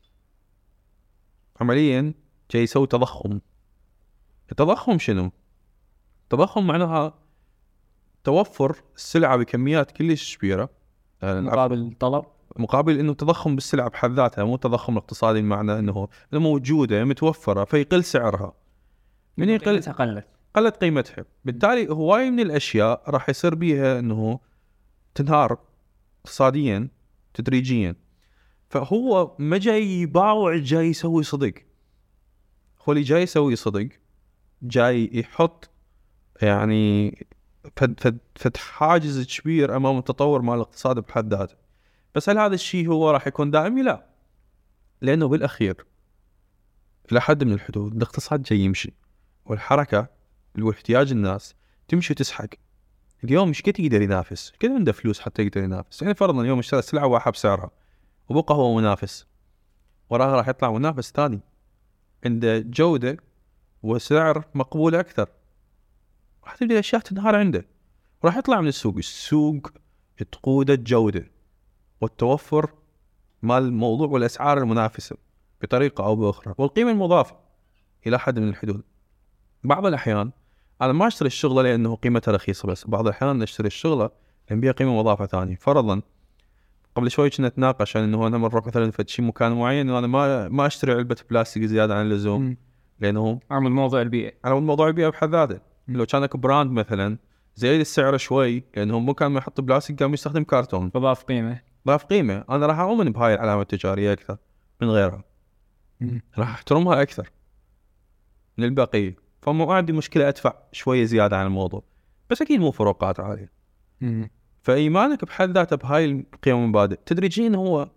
Speaker 1: عمليا جاي يسوي تضخم. التضخم شنو؟ التضخم معناها توفر السلعة بكميات كلش كبيرة
Speaker 2: مقابل طلب،
Speaker 1: مقابل انه تضخم بالسلعة بحد ذاتها، مو تضخم اقتصادي بمعنى انه موجودة متوفرة فيقل سعرها. من يقل قلت قيمتها، بالتالي هواي من الاشياء راح يصير بيها انه تنهار اقتصاديا تدريجيا. فهو ما جاي يباوع، جاي يسوي صدق. هو اللي جاي يسوي صدق، جاي يحط يعني فد حاجز كبير امام التطور مال الاقتصاد بحد ذاته. بس هل هذا الشيء هو راح يكون دائمي؟ لا، لانه بالاخير الى حد من الحدود الاقتصاد جاي يمشي، والحركه اللي هو احتياج الناس تمشي وتسحق. اليوم مش كده يقدر ينافس، كده عنده فلوس حتى يقدر ينافس. يعني فرضا اليوم اشترى سلعه واحده بسعرها وبقى هو منافس، وراها راح يطلع منافس ثاني عنده جوده وسعر مقبول اكثر، راح تبدأ الاشياء تنهار عنده، راح يطلع من السوق. السوق تقود الجوده والتوفر مال الموضوع والاسعار المنافسه بطريقه او باخرى، والقيمه المضافه الى حد من الحدود. بعض الاحيان انا ما اشتري الشغله لانه قيمتها رخيصه، بس بعض الاحيان اشتري الشغله لان بيها قيمه مضافه ثانيه. فرضا قبل شوي كنا نتناقش عن انه انا مره مثلا في شيء مكان معين وانا ما اشتري علبه بلاستيك زياده عن اللزوم لانه
Speaker 2: عامل موضوع البيئه،
Speaker 1: على موضوع البيئه بحد ذاته. لو كانك براند مثلا زايد السعر شوي لانهم مو كان ما يحط بلاستيك قام يستخدم كرتون
Speaker 2: فضاف قيمه.
Speaker 1: ضاف قيمه، انا راح اؤمن بهاي العلامه التجاريه اكثر من غيرها، راح احترمها اكثر من البقيه. فما عندي مشكله ادفع شويه زياده عن الموضوع، بس اكيد مو فروقات عاليه. فايمانك بحد ذاته بهاي القيم والمبادئ تدريجيا هو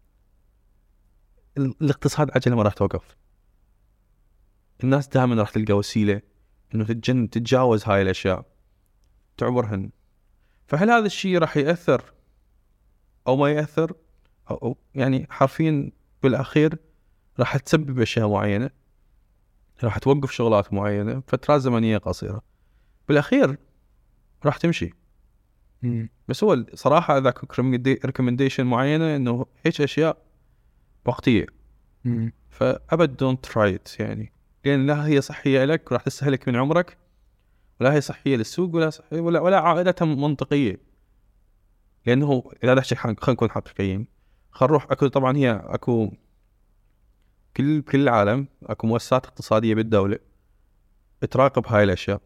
Speaker 1: الاقتصاد عجله ما راح توقف. الناس دائما راح تلقى وسيله انه تتجاوز هاي الاشياء تعبرهن. فهل هذا الشيء راح ياثر او ما ياثر، أو يعني حرفيا بالاخير راح تسبب اشياء معينه، راح توقف شغلات معينه فترات زمنيه قصيره، بالاخير راح تمشي. بس هو صراحه ذاك ريكومنديشن معينه انه هيك اشياء وقتيه، فابد دونت تراي ات، يعني لان لا هي صحيه لك وراح تستهلك من عمرك، ولا هي صحيه للسوق، ولا صحية ولا عائدتها منطقيه. لانه اذا نحكي خلينا نكون حقيقيين، خلينا نروح طبعا هي اكو كل العالم اكو مؤسسات اقتصاديه بالدوله تراقب هاي الاشياء،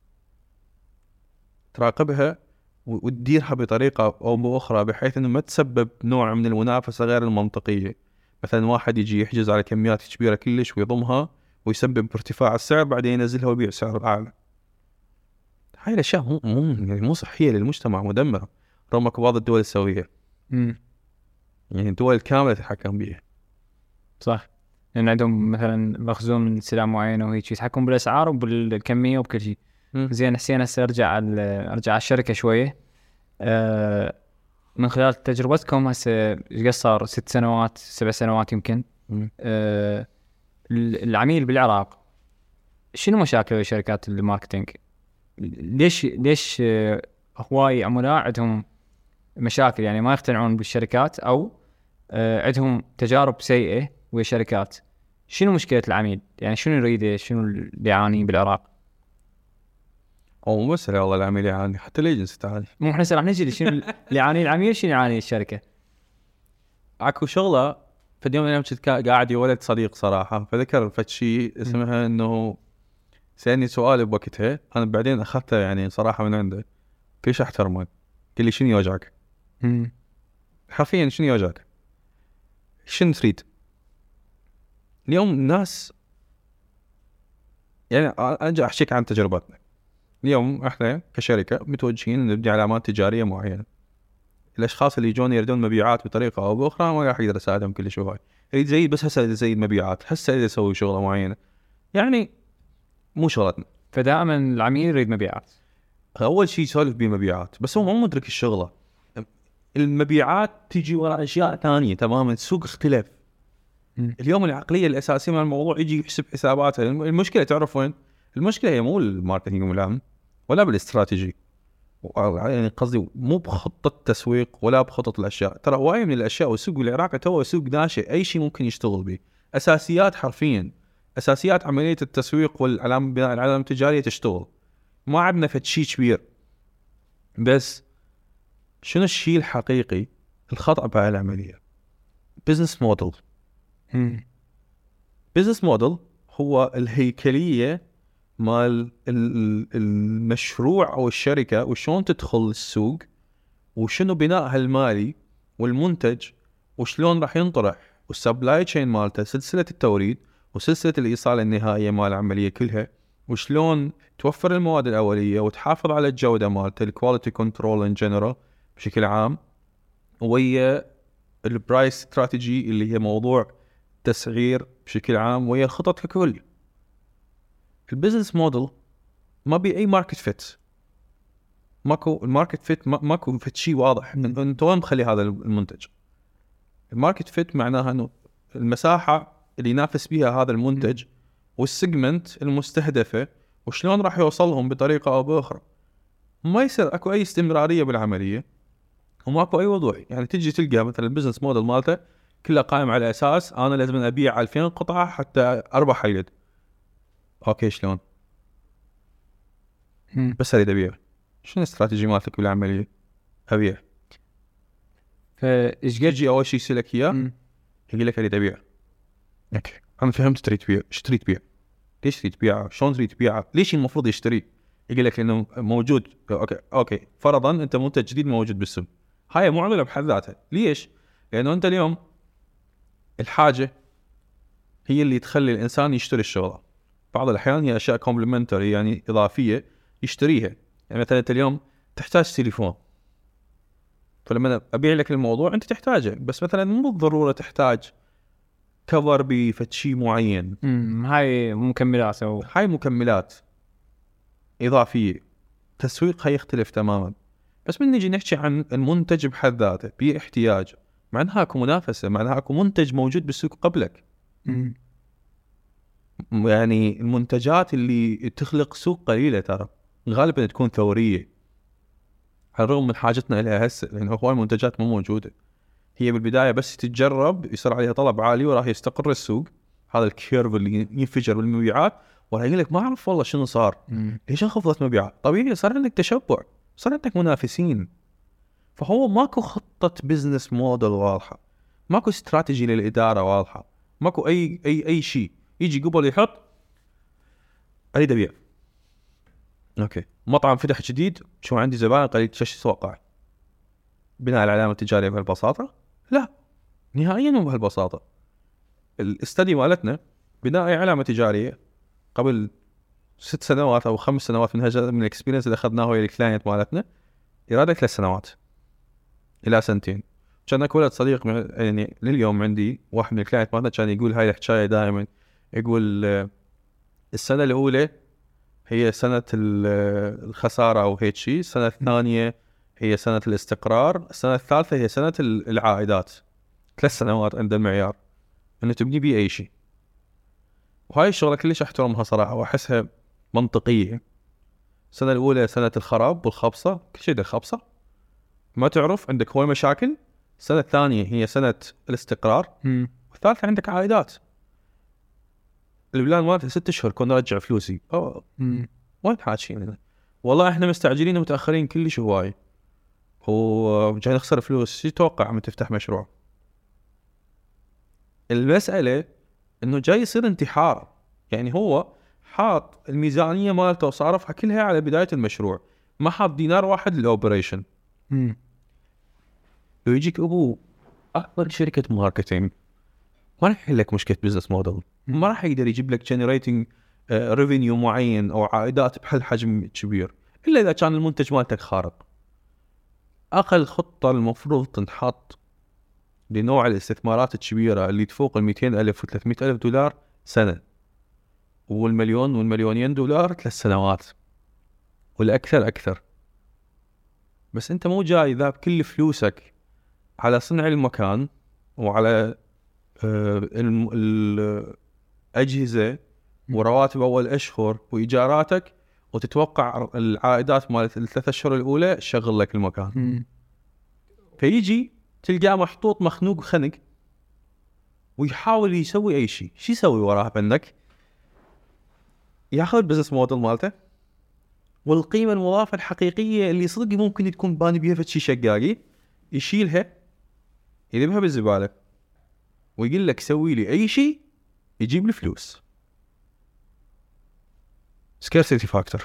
Speaker 1: تراقبها وتديرها بطريقه او باخرى بحيث انه ما تسبب نوع من المنافسه غير المنطقيه. مثلا واحد يجي يحجز على كميات كبيره كلش ويضمها ويسبب ارتفاع السعر، بعدين ينزلها ويبيع سعر اعلى. هاي الاشياء مو صحيه للمجتمع، مدمره، رغم اكو بعض الدول تسويها. يعني الدول كامله تتحكم بيها.
Speaker 2: صح، لان عندهم مثلا مخزون من سلع معينه وهيك يتحكم بالاسعار وبالكميه وبكل شيء. زين حسين هسه ارجع على الشركه شويه. من خلال تجربتكم هسه ايش صار 6 سنوات 7 سنوات يمكن، العميل بالعراق شنو مشاكل شركات الماركتينج؟ ليش هواي عملاء عندهم مشاكل، يعني ما يقتنعون بالشركات او عندهم تجارب سيئه ويا شركات؟ شنو مشكله العميل؟ يعني شنو يريده، شنو اللي يعاني بالعراق؟
Speaker 1: او مو بس والله العميل يعاني، حتى الايجنسي تعاني.
Speaker 2: مو احنا راح نجي شنو اللي يعاني العميل، شنو يعاني الشركه.
Speaker 1: اكو شغله في اليوم انا كنت قاعد ولد صديق صراحه، فذكر فشي اسمها انه سألني سؤال بوقتها، انا بعدين اخذته يعني صراحه من عنده، كلش احترمه. قال لي شنو يوجعك؟ حرفيا شنو يوجعك؟ شنو تريد؟ اليوم الناس، يعني ارجع احكيك عن تجربتنا. اليوم احنا كشركه متوجهين نبني علامات تجاريه معينه. الاشخاص اللي يجون يردون مبيعات بطريقه او باخرى ما راح يقدر يساعدهم كل شيء. هاي يريد زي بس هسه زي المبيعات، هسه يسوي شغله معينه، يعني مو شغلتنا.
Speaker 2: فدائما العميل يريد مبيعات.
Speaker 1: اول شيء يسولف بمبيعات، بس هو مو مدرك الشغله. المبيعات تيجي وراء اشياء ثانيه تماما. السوق اختلف. اليوم العقليه الاساسيه من الموضوع يجي يحسب حساباته. المشكله تعرف وين المشكله؟ هي مو الماركتينج والعام ولا بالاستراتيجي، يعني قصدي مو بخطه تسويق ولا بخطط الاشياء. ترى هواي من الاشياء، والسوق العراقي تو سوق ناشئ، اي شيء ممكن يشتغل به. اساسيات، حرفيا اساسيات عمليه التسويق والعلامه، بناء العلامه التجاريه تشتغل. ما عندنا فد شيء كبير. بس شنو الشيء الحقيقي الخطأ بهاي العمليه؟ بزنس موديل. بزنس موديل هو الهيكليه مال المشروع او الشركه، وشلون تدخل السوق، وشنو بنائها المالي والمنتج، وشلون راح ينطرح، والسبلاي تشين مالته، سلسله التوريد وسلسله الايصال النهائيه مال العمليه كلها، وشلون توفر المواد الاوليه وتحافظ على الجوده مالته، الكواليتي كنترول ان جنرال بشكل عام، ويا البرايس استراتيجي اللي هي موضوع تسعير بشكل عام، ويا الخطط ككل. البيزنس موديل ما بي اي ماركت فيت. ماكو الماركت فيت، ماكو فيت شيء واضح انت وين مخلي هذا المنتج. الماركت فيت معناها انه المساحه اللي ينافس بها هذا المنتج والسيجمنت المستهدفه وشلون راح يوصلهم بطريقه او باخرى. ما يصير اكو اي استمراريه بالعمليه وماكو اي وضوح. يعني تجي تلقى مثلا البيزنس موديل مالته كلها قائم على اساس انا لازم ابيع 2000 قطعه حتى اربح هالقد. اوكي شلون؟ بس اريد ابيع. شنو الاستراتيجيه مالتك بالعمليه؟ ابيع.
Speaker 2: فايش قد
Speaker 1: يجي اول شيء يسالك اياه يقول لك اريد ابيع. اوكي انا فهمت تريد تبيع. ايش تريد تبيع؟ ليش تريد تبيعه؟ شلون تريد تبيعه؟ ليش المفروض يشتري؟ يقول لك انه موجود. اوكي فرضا انت منتج جديد موجود بالسوق، هاي معضله بحد ذاتها. ليش؟ لانه انت اليوم الحاجه هي اللي تخلي الانسان يشتري الشغله. بعض الاحيان هي اشياء كومبلمنتري يعني اضافيه يشتريها. يعني مثلا انت اليوم تحتاج تليفون، فلما ابيع لك الموضوع انت تحتاجه، بس مثلا مو بالضروره تحتاج كفر بفتشي معين.
Speaker 2: هاي مكملات او
Speaker 1: هاي مكملات اضافيه، تسويقها يختلف تماما. بس من نيجي نحكي عن المنتج بحد ذاته باحتياج، معناها اكو منافسه، معناها اكو منتج موجود بالسوق قبلك. يعني المنتجات اللي تخلق سوق قليله ترى غالبا تكون ثوريه، على الرغم من حاجتنا لها هسه، لان هواي المنتجات مو موجوده. هي بالبدايه بس تتجرب يصير عليها طلب عالي وراح يستقر السوق، هذا الكيرف اللي ينفجر بالمبيعات، وراح يقول لك ما اعرف والله شنو صار، ليش انخفضت مبيعات؟ طبيعي صار عندك تشبع، صار عندك منافسين. فهو ماكو خطه بزنس موديل واضحه، ماكو استراتيجي للاداره واضحه، ماكو اي شيء. يجي قبل يحط اريد ابيع. اوكي مطعم فتح جديد، شو عندي زبائن قليل، ايش تتوقع؟ بناء على العلامه التجاريه بهالبساطه؟ لا نهائيا مو بهالبساطه. الاستدي مالتنا بناء على علامه تجاريه قبل 6 سنوات او 5 سنوات من الاكسبيرينس اللي اخذناه ويا الكلاينت مالتنا، اراده 3 سنوات الى 2 سنين. كان اكو ولد صديق يعني لليوم عندي واحد من الكلاينت مالتنا كان يقول هاي الحكايه دائما، يقول السنه الاولى هي سنه الخساره او هيك شيء، السنه الثانيه هي سنه الاستقرار، السنه الثالثه هي سنه العائدات. 3 سنوات عند المعيار انه تبني بيه اي شيء. وهاي الشغله كلش احترمها صراحه واحسها منطقيه. السنه الاولى سنه الخراب والخبصه، كل شيء ده خبصه ما تعرف، عندك هواي مشاكل. السنه الثانيه هي سنه الاستقرار، والثالثه عندك عائدات. البلان مالته 6 اشهر كنا نرجع فلوسي. وين حاكيين؟ والله احنا مستعجلين ومتاخرين كلش هواي، وجاي نخسر فلوس. شو تتوقع من تفتح مشروع؟ المساله انه جاي يصير انتحار. يعني هو حاط الميزانيه مالته وصارفها كلها على بدايه المشروع، ما حاط دينار واحد للاوبريشن. لو يجيك ابو اكبر شركه ماركتينج ما راح يحل لك مشكله بزنس موديل، ما راح يقدر يجيب لك جنريتنج ريفينيو معين او عائدات بهالحجم كبير الا اذا كان المنتج مالتك خارق. اقل خطه المفروض تنحط لنوع الاستثمارات الكبيره اللي تفوق 200,000 و 300,000 دولار سنه، والمليون والمليونين دولار 3 سنوات والاكثر اكثر. بس انت مو جاي ذاب كل فلوسك على صنع المكان وعلى الأجهزة ورواتب أول أشهر وإيجاراتك، وتتوقع العائدات مالت ال3 أشهر الأولى شغل لك المكان. فيجي تلقاه محطوط مخنوق خنق ويحاول يسوي أي شيء. شو يسوي وراه بأنك ياخذ البزنس موديل مالته والقيمة المضافة الحقيقية اللي صدق ممكن تكون باني بيها فشي شقاقي، يشيلها يذبها بالزبالة ويقول لك سوي لي أي شيء يجيب لي فلوس. scarcity factor،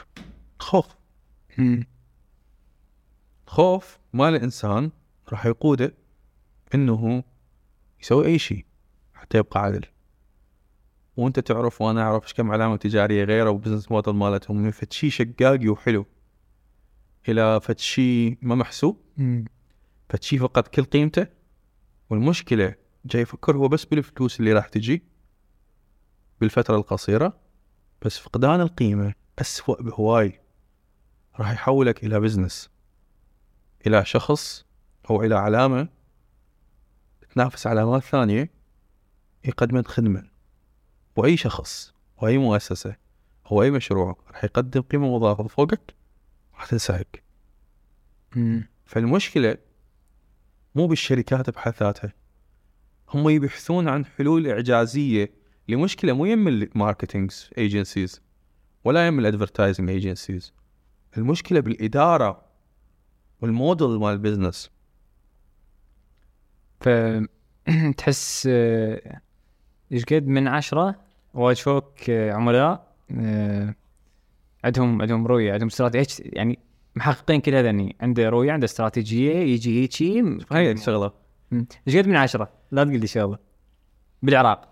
Speaker 1: خوف مال الإنسان راح يقوده إنه يسوي أي شيء حتى يبقى عادل. وأنت تعرف وأنا أعرف إيش كم علامة تجارية غيره وبزنس موديل مالتهم من فتشي شقاقي وحلو إلى فتشي ما محسوب، فتشي فقط كل قيمته. والمشكلة جاي يفكر هو بس بالفلوس اللي راح تجي بالفترة القصيرة، بس فقدان القيمة أسوأ بهواي. راح يحولك إلى بزنس، إلى شخص أو إلى علامة تنافس علامات ثانية يقدم خدمة. وأي شخص وأي مؤسسة أو أي مشروع راح يقدم قيمة مضافة فوقك راح تنسحق. فالمشكلة مو بالشركات بحد ذاتها، هم يبحثون عن حلول إعجازية لمشكلة مو يم الماركتينج ايجنسيز ولا يم الادفرتايزنج ايجنسيز، المشكلة بالإدارة والموديل مال البزنس.
Speaker 2: فتحس ايش قد من 10 واشوفك عملاء عندهم رؤية، عندهم استراتيجية، يعني محققين كل هذا، يعني عنده رؤية، عنده استراتيجية، يجي هيجي
Speaker 1: هاي الشغلة.
Speaker 2: ايش قد من 10؟ لا تقول لي شغلة بالعراق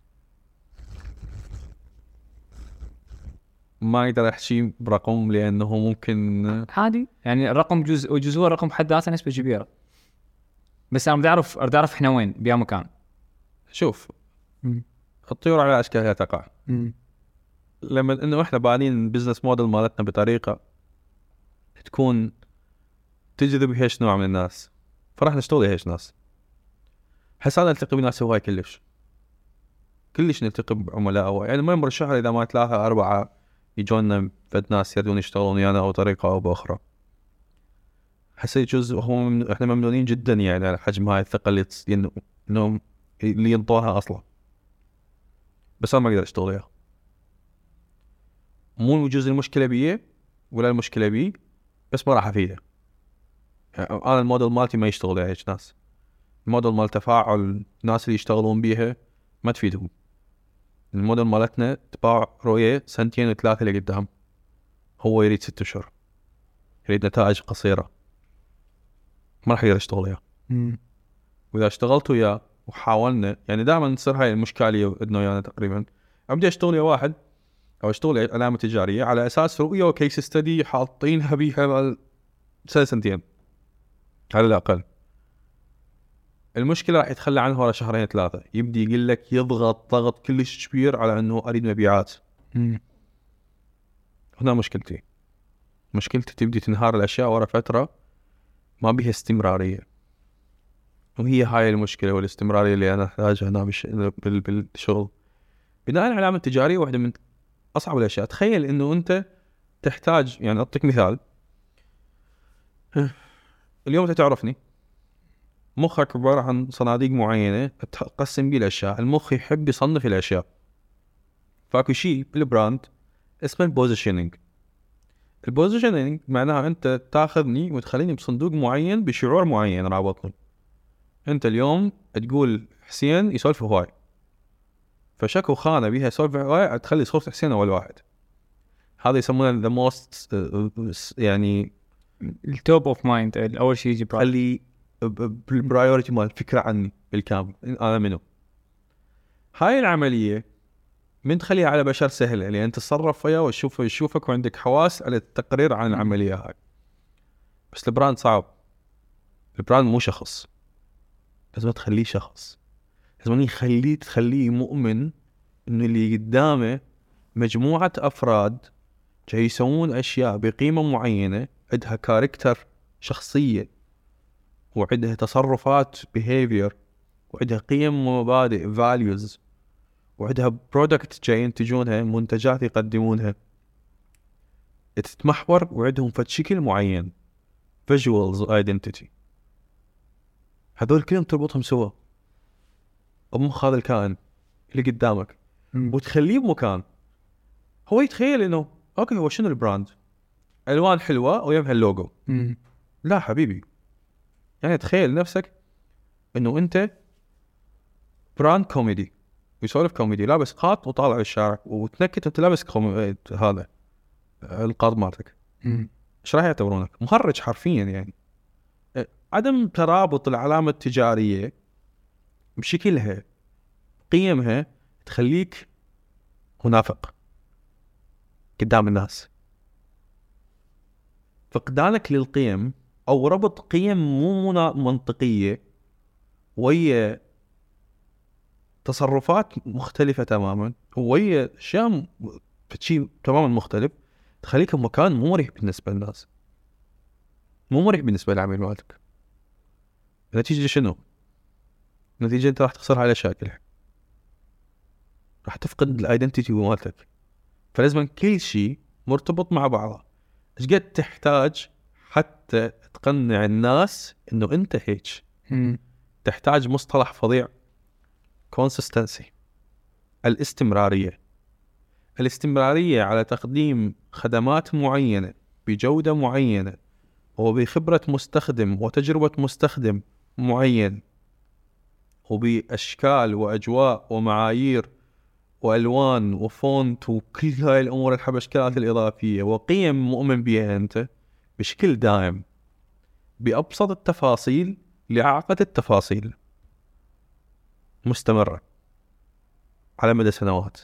Speaker 1: ما اقدر احكي برقم لانه ممكن
Speaker 2: عادي، يعني الرقم جزء وجزء الرقم بحد ذاته نسبة كبيرة، بس انا بدي اعرف احنا وين بيا مكان.
Speaker 1: شوف الطيور على اشكالها تقع. لما انه احنا بانين البزنس موديل مالتنا بطريقة تكون تجذب هيش نوع من الناس، فراح نشتغل هيش ناس. هسه انا التقي بناس هواي كلش نلتقي بعملاء، يعني ما يمر الشهر اذا ما 3 4 يجونا فد ناس يردون يشتغلون ويانا او طريقة او باخرى. هسه يجوز احنا ممنونين جدا يعني على حجم هاي الثقة انهم اللي ينطوها اصلا، بس انا ما اقدر اشتغل وياه. مو يجوز المشكلة بيه ولا المشكلة بيه، بس ما راح افيده. يعني انا الموديل مالتي ما يشتغل ويا هيك ناس. الموديل مال تفاعل الناس اللي يشتغلون بيها ما تفيدهم. الموديل مالتنا تباع رؤية 2 و3 اللي قدام، هو يريد 6 أشهر، يريد نتائج قصيرة، ما راح يقدر يشتغل وياه. وإذا اشتغلت وياه وحاولنا، يعني دائما تصير هاي المشكلة إنه يعني تقريبا أبدي أشتغل ويا واحد أو أشتغل علامة تجارية على أساس رؤية وكيس ستدي حاطينها بيها 2 على الأقل. المشكلة راح يتخلى عنها ورا 2 3 يبدي يقول لك يضغط ضغط كلش كبير على أنه أريد مبيعات. هنا مشكلتي تبدي تنهار الأشياء ورا فترة ما بيها استمرارية، وهي هاي المشكلة والاستمرارية اللي أنا أحتاجها هنا بالشغل. بناء على العلامة التجارية واحدة من أصعب الأشياء. تخيل إنه أنت تحتاج، يعني أعطيك مثال، اليوم أنت تعرفني، مخك عبارة عن صناديق معينة تقسم بيه الأشياء. المخ يحب يصنف الأشياء، فاكو شيء بالبراند اسمه البوزيشنينج. البوزيشنينج معناها أنت تاخذني وتخليني بصندوق معين بشعور معين رابطني. أنت اليوم تقول حسين يسولف هواي، فشكو خانة بيها يسولف هواي تخلي صورة حسين أول واحد. هذا يسمونه the most يعني
Speaker 2: التوب اوف مايند، اول شيء يجي
Speaker 1: خلي بالبرايورتي مال الفكرة عني بالكامل أنا منو. هاي العملية من تخليها على بشر سهلة، لأن تتصرف فيها ويشوفك وعندك حواس على التقرير عن العملية هاي. بس البراند صعب. البراند مو شخص، لازم تخليه شخص، لازم تخليه مؤمن إنه اللي قدامه مجموعة أفراد جاي يسوون أشياء بقيمة معينة، عندها كاركتر شخصية، وعندها تصرفات behavior، وعندها قيم ومبادئ values، وعندها product جاي ينتجونها، منتجات يقدمونها تتمحور، وعندهم فد شكل معين visuals identity. هذول كلهم تربطهم سوا بمخ هذا الكائن اللي قدامك، وتخليه بمكان هو يتخيل انه اوكي هو شنو البراند، الوان حلوه ويمها اللوجو. لا حبيبي، يعني تخيل نفسك انه انت براند كوميدي ويسولف كوميدي، لابس قاط وطالع الشارع وتنكت انت لابس هذا القاط مالتك. ايش راح يعتبرونك؟ مهرج حرفيا. يعني عدم ترابط العلامه التجاريه بشكلها قيمها تخليك منافق قدام الناس. فقدانك للقيم او ربط قيم مو منطقيه وهي تصرفات مختلفه تماما، وهي شيء تماما مختلف، تخليك مكان مو مريح بالنسبه للناس، مو مريح بالنسبه للعميل مالتك. النتيجه شنو؟ النتيجه انت راح تخسر على شكل، راح تفقد الايدنتيتي مالتك. فلازم كل شيء مرتبط مع بعضه. ايش قد تحتاج حتى تقنع الناس انه انت هيك؟ تحتاج مصطلح فظيع consistency، الاستمرارية على تقديم خدمات معينة بجودة معينة وبخبرة مستخدم وتجربة مستخدم معين وبأشكال وأجواء ومعايير وألوان وفونت وكل هاي الأمور الحبشكلات الإضافية وقيم مؤمن بها أنت بشكل دائم بأبسط التفاصيل لأعقد التفاصيل مستمرة على مدى سنوات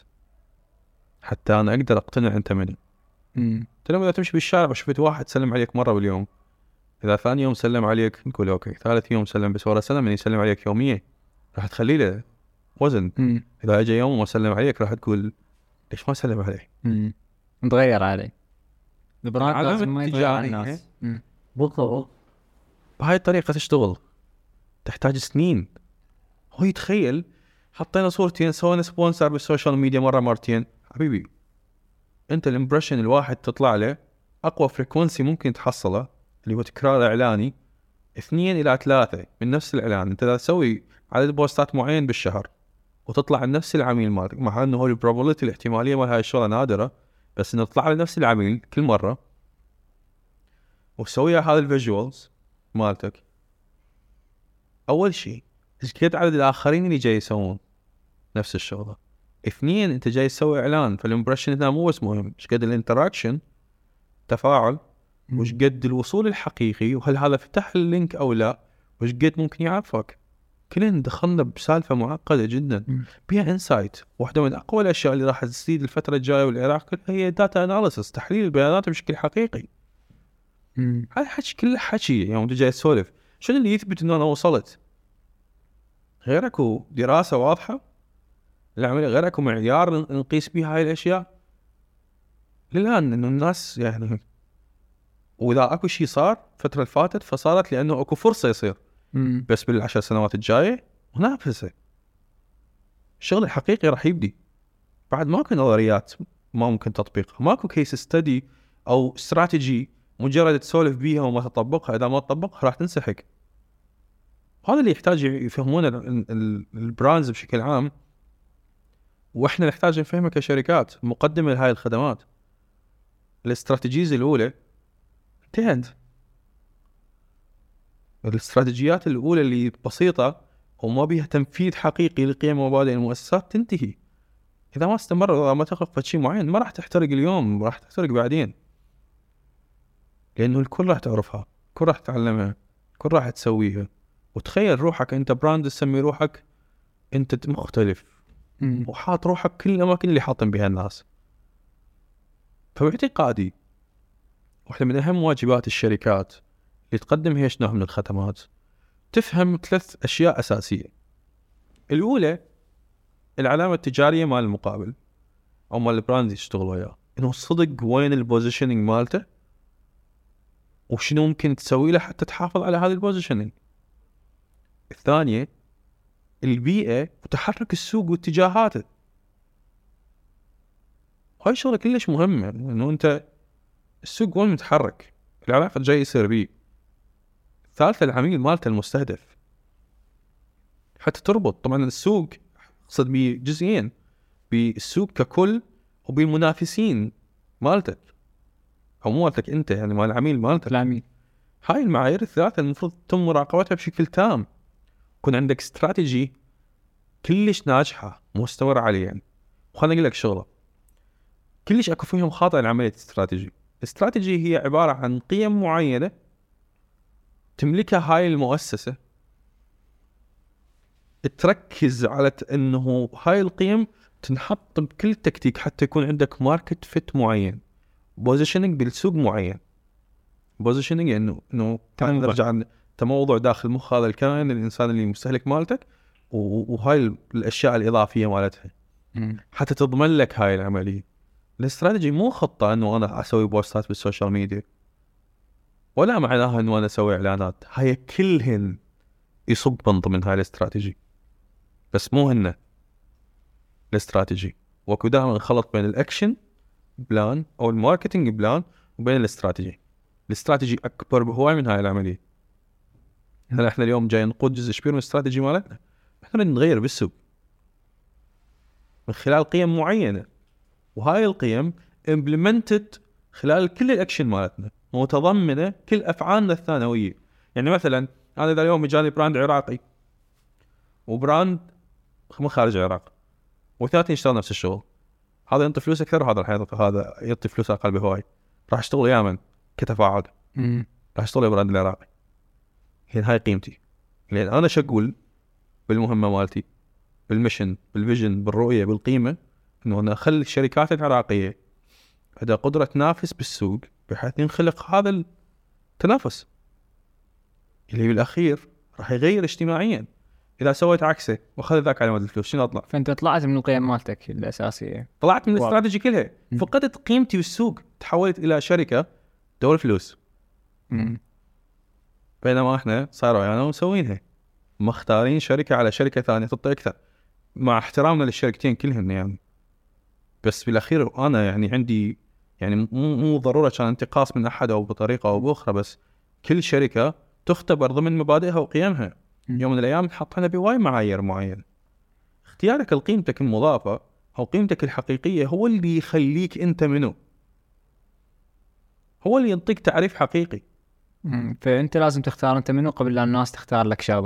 Speaker 1: حتى أنا أقدر أقتنع أنت مني. تلما إذا تمشي بالشارع وشفت واحد سلم عليك مرة باليوم، إذا ثاني يوم سلم عليك نقول أوكي، ثالث يوم سلم بس ورا سنة من يسلم عليك يوميا راح تخلي له وزن. إذا أجى يوم وما سلم عليك راح تقول ليش ما سلم عليه؟
Speaker 2: متغير عليه البراند لازم ما يتغير على الناس.
Speaker 1: بالضبط. بهاي الطريقة تشتغل تحتاج سنين. هو يتخيل حطينا صورتين سوينا سبونسر بالسوشيال ميديا مرة مرتين، حبيبي انت الامبريشن الواحد تطلع له اقوى فريكونسي ممكن تحصله اللي هو تكرار اعلاني 2 إلى 3 من نفس الاعلان. انت اذا تسوي عدد بوستات معين بالشهر وتطلع لنفس العميل مالك، مع انه هو البروبابيلتي الاحتماليه مال هاي الشغله نادره، بس انه تطلع لنفس العميل كل مره وتسوي هذا الفيجوالز مالتك، اول شيء ايش قد عدد الاخرين اللي جاي يسوون نفس الشغله. 2 انت جاي تسوي اعلان، فالامبريشن هنا مو بس مهم، ايش قد الانتراكشن تفاعل، وش قد الوصول الحقيقي، وهل هذا فتح اللينك او لا، وش قد ممكن يعرفك. كلنا دخلنا بسالفه معقده جدا بيها انسايت. واحده من اقوى الاشياء اللي راح تزيد الفتره الجايه والعراق كلها هي داتا اناليسيس، تحليل البيانات بشكل حقيقي. هذا حكي كله حكي يوم انت جاي تسولف شنو اللي يثبت انه انا وصلت؟ غير اكو دراسه واضحه العمليه، غير اكو معيار نقيس بيه هاي الاشياء للان. انه الناس يعني واذا اكو شيء صار الفتره اللي فاتت فصارت لانه اكو فرصه يصير، بس بال10 سنوات الجايه منافسه. الشغل الحقيقي راح يبدي بعد. ماكو نظريات ما ممكن تطبيقها، ماكو كيس ستدي او استراتيجي مجرد تسولف بيها وما تطبقها، اذا ما تطبقها راح تنسحق. هذا اللي يحتاج يفهمونه البراندز بشكل عام، واحنا نحتاج نفهمه كشركات مقدمه لهاي الخدمات. الاستراتيجيز الاولى انتهت، الاستراتيجيات الاولى اللي بسيطه وما بيها تنفيذ حقيقي لقيم ومبادئ المؤسسات تنتهي. اذا ما استمر، اذا ما تخلق شيء معين، ما راح تحترق اليوم، راح تحترق بعدين، لانه الكل راح تعرفها، الكل راح تتعلمها، الكل راح تسويها. وتخيل روحك انت براند تسمي روحك انت مختلف وحاط روحك كل الاماكن اللي حاطين بها الناس. فباعتقادي واحدة من اهم واجبات الشركات اللي تقدم هي شنو من الخدمات تفهم 3 أشياء أساسية. الأولى العلامة التجارية مال المقابل أو مال البراند يشتغل وياه، إنه صدق وين البوزيشنينج مالته وشنو ممكن تسوي له حتى تحافظ على هذا البوزيشنينج. الثانية البيئة وتحرك السوق واتجاهاته. هاي شغلة كلش مهمة، إنه أنت السوق وين متحرك، العلاقة جاي يصير بيه. ثالثة العميل مالته المستهدف حتى تربط. طبعا السوق اقصد بجزئين، بالسوق ككل وبالمنافسين مالتك او مالتك انت، يعني مال العميل مالتك
Speaker 2: العميل.
Speaker 1: هاي المعايير الثلاثة المفروض تتم مراقبتها بشكل تام. يكون عندك استراتيجي كلش ناجحة مستمر عليها. وخلنا اقول لك شغلة كلش اكو فيهم خاطئ العملية استراتيجي. الاستراتيجي هي عبارة عن قيم معينة تملكها هاي المؤسسة، تركز على انه هاي القيم تنحط بكل تكتيك حتى يكون عندك ماركت فيت معين، بوزيشننج بالسوق معين. بوزيشننج يعني انه نرجع تموضع داخل مخ هذا الكائن الانسان اللي مستهلك مالتك، وهاي الاشياء الاضافيه مالتها حتى تضمن لك هاي العمليه. الاستراتيجي مو خطه انه انا اسوي بوستات بالسوشيال ميديا، ولا معناها انه انا اسوي اعلانات. هاي كلهن يصب من ضمن هاي الاستراتيجي، بس مو هن الاستراتيجي. وكو دائما خلط بين الاكشن بلان او الماركتينج بلان وبين الاستراتيجي. الاستراتيجي اكبر بهواي من هاي العمليه. هل احنا اليوم جاي نقود جزء كبير من الاستراتيجي مالتنا؟ احنا نغير بالسوق، من خلال قيم معينة، وهاي القيم implemented خلال كل الأكشن مالتنا، متضمنة كل أفعالنا الثانوية. يعني مثلا أنا إذا اليوم جاني براند عراقي وبراند من خارج العراق واثنين يشتغل نفس الشغل، هذا ينطي فلوس أكثر وهذا هذا ينطي فلوس أقل بهواي، راح أشتغل يامن كتفاعل، راح أشتغل براند العراقي. هاي قيمتي، لأن أنا شقول بالمهمة مالتي، بالمشن، بالفيجن، بالرؤية، بالقيمة، إنه أنا أخلي الشركات العراقية عندها قدرة تنافس بالسوق بحيث ينخلق هذا التنافس اللي بالأخير راح يغير اجتماعيا. إذا سويت عكسه وأخذ ذاك على مدى الفلوس شنو أطلع؟
Speaker 2: فأنت طلعت من القيم مالتك الأساسية،
Speaker 1: طلعت من الاستراتيجي كلها، فقدت قيمتي بالسوق، تحولت إلى شركة دور فلوس. بينما إحنا صاروا يعني مسوينها مختارين شركة على شركة ثانية تعطي أكثر، مع احترامنا للشركتين كلهن يعني. بس بالأخير أنا يعني عندي يعني مو ضرورة كان انتقاص من أحد أو بطريقة أو بأخرى، بس كل شركة تختبر ضمن مبادئها وقيمها. يوم من الأيام حطنا بواي معايير معين. اختيارك لقيمتك المضافة أو قيمتك الحقيقية هو اللي يخليك أنت منه، هو اللي ينطيك تعريف حقيقي.
Speaker 2: فأنت لازم تختار أنت منه قبل لا الناس تختار لك شابه.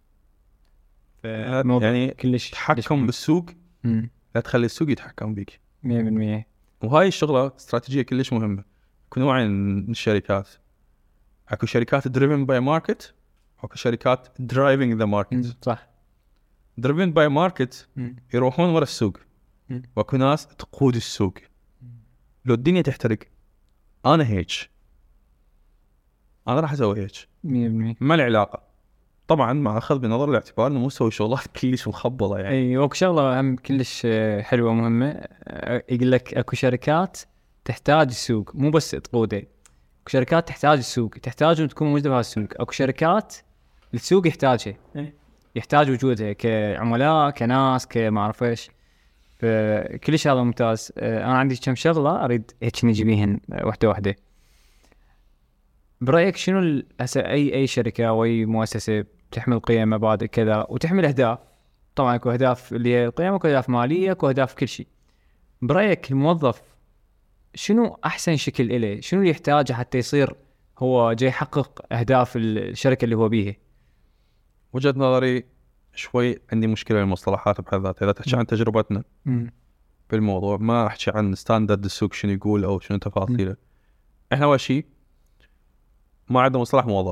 Speaker 1: يعني كلش تحكم بالسوق، لا تخلي السوق يتحكم بيك
Speaker 2: 100%.
Speaker 1: وهاي الشغلة استراتيجية كلش مهمة. كل نوعين من الشركات، اكو شركات driven by market، اكو شركات driving the market.
Speaker 2: صح.
Speaker 1: driven by market يروحون ورا السوق، واكو ناس تقود السوق. لو الدنيا تحترق انا هيك، انا راح اسوي هيك
Speaker 2: 100%.
Speaker 1: ما له علاقة طبعا مع اخذ بنظر الاعتبار انه مو مسوي شغلات كلش مخبطة يعني.
Speaker 2: اي وكو شغله هم كلش حلوه مهمه، يقول لك اكو شركات تحتاج السوق مو بس تقوده، اكو شركات تحتاج السوق، تحتاج ان تكون موجوده بهذا السوق. اكو شركات السوق يحتاجها، يحتاج وجودها كعملاء كناس كما اعرف ايش. فكلش هذا ممتاز. انا عندي كم شغله اريد هيك نجي بيهن واحده واحده. برايك شنو اي شركه او اي مؤسسه تحمل قيم مبادئ كذا وتحمل اهداف؟ طبعا اكو اهداف اللي هي القيم، اكو اهداف ماليه، اكو اهداف كل شيء. برايك الموظف شنو احسن شكل إليه؟ شنو اللي يحتاجه حتى يصير هو جاي يحقق اهداف الشركه اللي هو بيها؟
Speaker 1: وجهة نظري شوي عندي مشكله بالمصطلحات بحد ذاتها. اذا تحكي عن تجربتنا بالموضوع، ما احكي عن ستاندرد السوق شنو يقول او شنو تفاصيله. احنا اول شيء ما عندنا مصطلح موظف.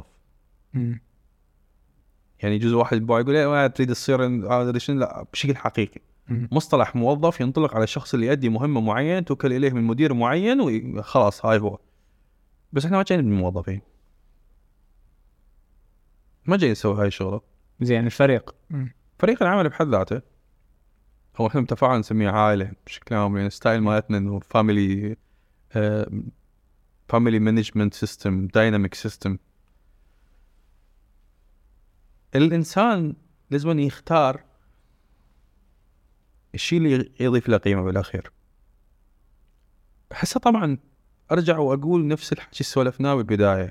Speaker 1: يعني جزء واحد يقول لي ما تريد تصير هذا شنو، لا بشكل حقيقي مصطلح موظف ينطلق على الشخص اللي يؤدي مهمه معينه توكل اليه من مدير معين وخلاص هاي هو. بس احنا ما جايين من موظفين، ما جايين نسوي هاي الشغله.
Speaker 2: زين الفريق،
Speaker 1: فريق العمل بحد ذاته هو احنا بتفاعل نسميه عائله بشكل عام. يعني ستايل مالتنا انه فاميلي مانجمنت سيستم، دايناميك سيستم. الانسان لازم يختار الشيء اللي يضيف له قيمه بالاخير. هسه طبعا ارجع واقول نفس الحكي سولفناه بالبدايه،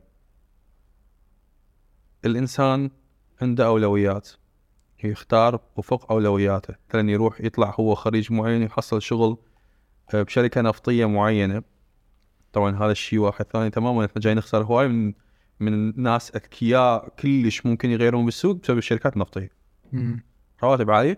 Speaker 1: الانسان عنده اولويات يختار وفق اولوياته. مثلا يروح يطلع هو خريج معين يحصل شغل بشركه نفطيه معينه، طبعا هذا الشيء واحد ثاني تماما. احنا جاي نخسر هواي من الناس اذكياء كلش ممكن يغيرون بالسوق بسبب الشركات النفطيه. رواتب عاليه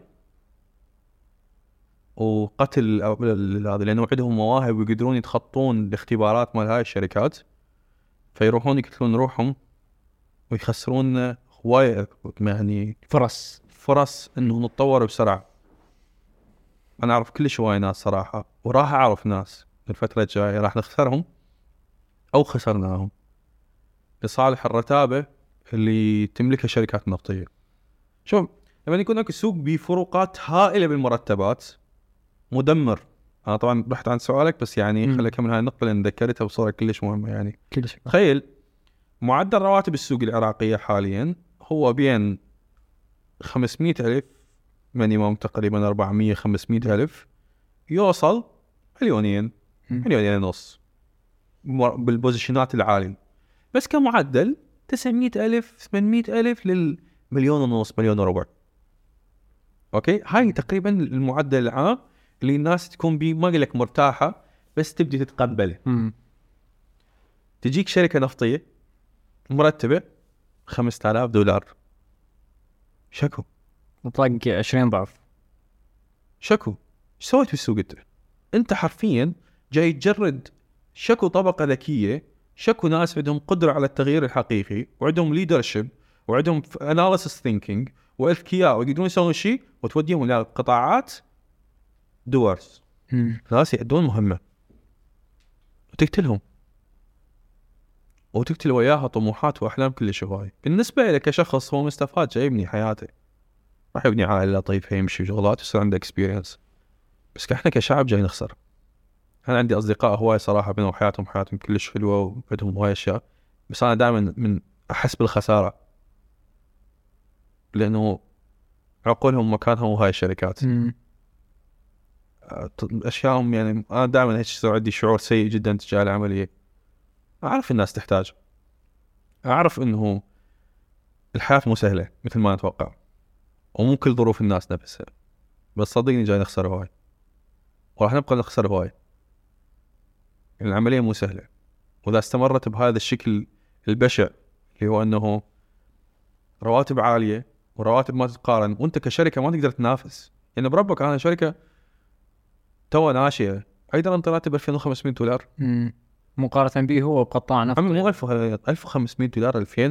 Speaker 1: وقتل هذا، لانه عندهم مواهب ويقدرون يتخطون الاختبارات مال هاي الشركات، فيروحون يقتلون روحهم ويخسرون هواي يعني فرص انه نتطور بسرعه. انا اعرف كلش هواي ناس صراحه، وراح اعرف ناس الفتره الجايه راح نخسرهم او خسرناهم لصالح الرتابه اللي تملكها الشركات النفطيه. شوف لما يكون هناك سوق بفروقات هائله بالمرتبات مدمر. انا طبعا رحت عن سؤالك بس يعني خليك اكمل هاي النقطه لان ذكرتها بصوره كلش مهمه. يعني تخيل معدل رواتب السوق العراقيه حاليا هو بين 500,000 مينيموم تقريبا 400-500,000 يوصل مليونين ونص بالبوزيشنات العالية. بس كمعدل 900,000-800,000 للمليون ونص مليون وربع. اوكي هاي تقريبا المعدل العام اللي الناس تكون بيه ما لك مرتاحة بس تبدي تتقبله. تجيك شركة نفطية مرتبة $5,000 شكو
Speaker 2: طق 20 ضعف.
Speaker 1: شكو ايش سويت بالسوق انت حرفيا جاي تجرد شكو طبقة ذكية، شكو ناس عندهم قدرة على التغيير الحقيقي وعندهم ليدرشيب وعندهم اناليسيس ثينكينج واذكياء ويقدرون يسوون شيء وتوديهم الى قطاعات دورز ناس يأدون مهمة وتقتلهم وتقتل وياها طموحات وأحلام كلش هواي. بالنسبة لك كشخص هو مستفاد جاي يبني حياته، راح يبني عائلة لطيفة يمشي شغلات يصير عنده اكسبيرينس. بس احنا كشعب جاي نخسر. أنا عندي أصدقاء هواي صراحة بنوا حياتهم كلش حلوة وبدهم هواي أشياء، بس أنا دائما من أحس بالخسارة لأنه عقولهم مكانهم وهاي الشركات أشياءهم. يعني أنا دائما هيك عندي شعور سيء جدا تجاه العملية. أعرف الناس تحتاج، أعرف إنه الحياة مو سهلة مثل ما نتوقع ومو كل ظروف الناس نفسها، بس صدقني جاي نخسر هواي وراح نبقى نخسر هواي. العملية مو سهلة، وإذا استمرت بهذا الشكل البشع اللي هو أنه رواتب عالية ورواتب ما تتقارن وأنت كشركة ما تقدر تنافس. يعني بربك أنا شركة توا ناشئة أقدر أنطي راتب $2,500
Speaker 2: مقارنة به هو بقطاع نفط
Speaker 1: مو $1,500 2000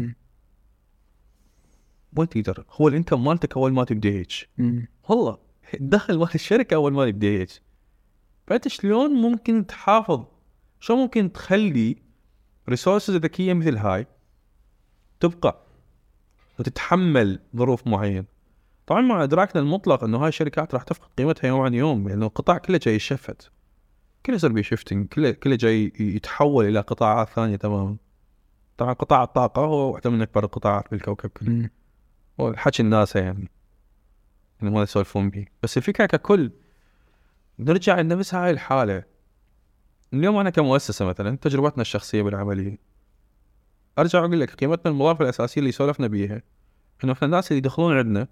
Speaker 1: وين تقدر. هو الانكم مالتك أول ما تبدأ هيك والله الدخل مال الشركة أول ما تبدأ هيك. فأنت شلون ممكن تحافظ، شو ممكن تخلي ريسورسز ذكية مثل هاي تبقى وتتحمل ظروف معينة. طبعا مع إدراكنا المطلق أنه هاي الشركات راح تفقد قيمتها يوم عن يوم، لأنه يعني القطاع كله جاي يشفت، كله يصير بيشفتنج، كله جاي يتحول إلى قطاعات ثانية تماما. طبعا قطاع الطاقة هو واحدة من أكبر القطاعات بالكوكب كله، والحكي الناس يعني ما يسولفون به. بس الفكرة ككل نرجع لنفس هاي الحالة. اليوم أنا كمؤسسة مثلا تجربتنا الشخصية بالعملية، أرجع أقول لك قيمتنا المضافة الأساسية اللي سولفنا بيها إنه إحنا الناس اللي يدخلون عندنا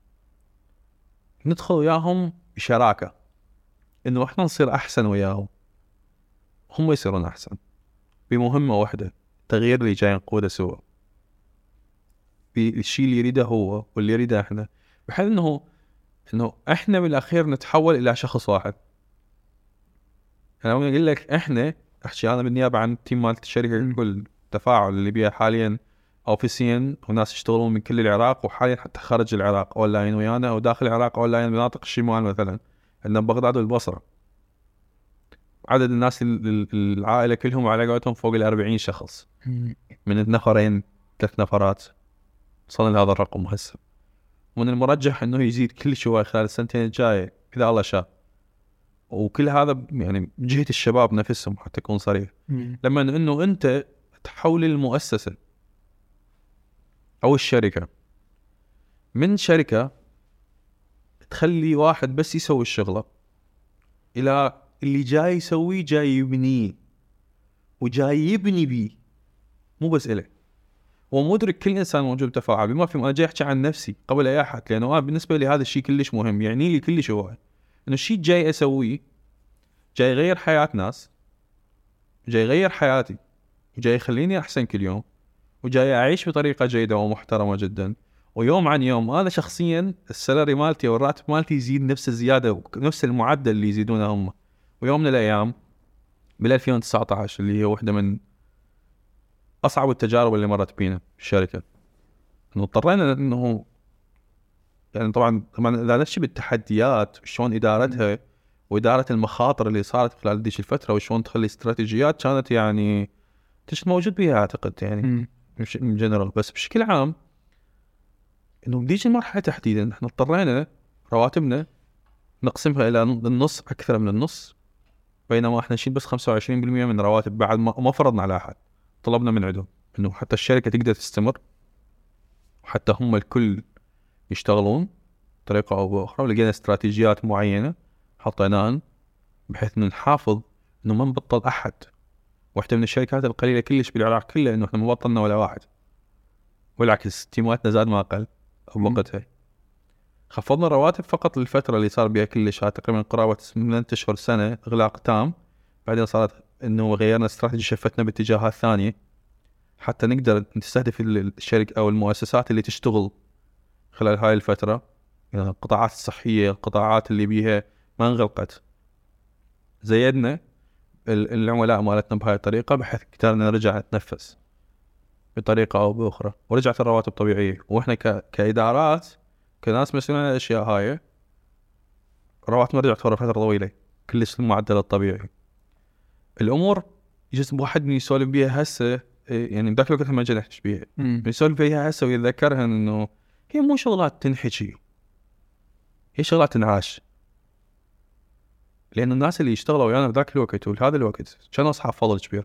Speaker 1: ندخل وياهم بشراكة، إنه إحنا نصير أحسن وياهم هم يصيرون أحسن بمهمة واحدة، تغيير اللي جاي نقوده سوا بالشيء اللي يريده هو واللي يريده إحنا، بحيث إنه إحنا بالأخير نتحول إلى شخص واحد. أنا أقول لك إحنا أحكي أنا بالنيابة عن تيم مالت الشركة، كل تفاعل اللي بيها حاليا أوفيسيا وناس يشتغلون من كل العراق وحاليا حتى خارج العراق أونلاين ويانا، أو داخل العراق أونلاين مناطق الشمال مثلا عندنا بغداد والبصرة. عدد الناس العائلة كلهم على قولتهم فوق 40 شخص، من نفرين 3 نفرات وصلنا لهذا الرقم هسه. ومن المرجح أنه يزيد كل شوي خلال السنتين الجاية إذا الله شاء. وكل هذا يعني جهة الشباب نفسهم حتى أكون صريح. لما أنه أنت تحول المؤسسة أو الشركة من شركة تخلي واحد بس يسوي الشغلة إلى اللي جاي يسويه جاي يبنيه وجاي يبني بيه، مو بس إله. ومدرك كل إنسان موجود تفاعل بما فيهم. أنا جاي أحكي عن نفسي قبل أي أحد، لأنه بالنسبة لي هذا الشيء كلش مهم، يعني لي كلش هو إنه الشيء جاي أسويه جاي يغير حياة ناس، جاي يغير حياتي، وجاي يخليني أحسن كل يوم، وجاي أعيش بطريقة جيدة ومحترمة جدا. ويوم عن يوم أنا شخصيا السالري مالتي والراتب مالتي يزيد نفس الزيادة ونفس المعدل اللي يزيدونه هم. ويوم من الأيام بال2019 اللي هي واحدة من أصعب التجارب اللي مرت بينا الشركة، إنه اضطرينا إنه يعني طبعا إذا نحكي بالتحديات وشون إدارتها وإدارة المخاطر اللي صارت خلال ديش الفترة وشون تخلي استراتيجيات كانت يعني تشت موجود بيها أعتقد يعني مش جنرال. بس بشكل عام إنه بديش المرحلة تحديدا إحنا اضطرينا رواتبنا نقسمها إلى النص أكثر من النص، بينما إحنا نشيل بس 25% من رواتب بعد ما فرضنا على أحد. طلبنا من عندهم إنه حتى الشركة تقدر تستمر وحتى هم الكل يشتغلون بطريقة أو بأخرى، ولقينا استراتيجيات معينة حطيناها بحيث إنه نحافظ إنه ما نبطل أحد. واحدة من الشركات القليلة كلش بالعراق كله إنه إحنا ما بطلنا ولا واحد، والعكس تيماتنا زاد ما أقل بوقتها. خفضنا الرواتب فقط للفترة اللي صار بها كلش، تقريبا قرابة 8 أشهر سنة إغلاق تام. بعدين صارت إنه غيرنا استراتيجية، شفتنا باتجاهات ثانية حتى نقدر نستهدف الشركة أو المؤسسات اللي تشتغل خلال هاي الفترة. يعني القطاعات الصحية، القطاعات اللي بيها ما انغلقت، زيدنا العملاء مالتنا بهاي الطريقة بحيث قدرنا نرجع نتنفس بطريقة أو بأخرى، ورجعت الرواتب طبيعية. وإحنا كإدارات كناس مسؤولين عن الأشياء هاي، رواتبنا رجعت ورا فترة طويلة كلش المعدل الطبيعي. الأمور يجوز واحد من يسولف بيها هسه، يعني ذاك الوقت ما جينا نحكي بيها، يسولف بيها هسه ويتذكرها إنه هي مو شغلات تنحكي، هي شغلات تنعاش. لأن الناس اللي يشتغلوا ويانا بذاك الوقت ولهذا الوقت كانوا أصحاب فضل كبير.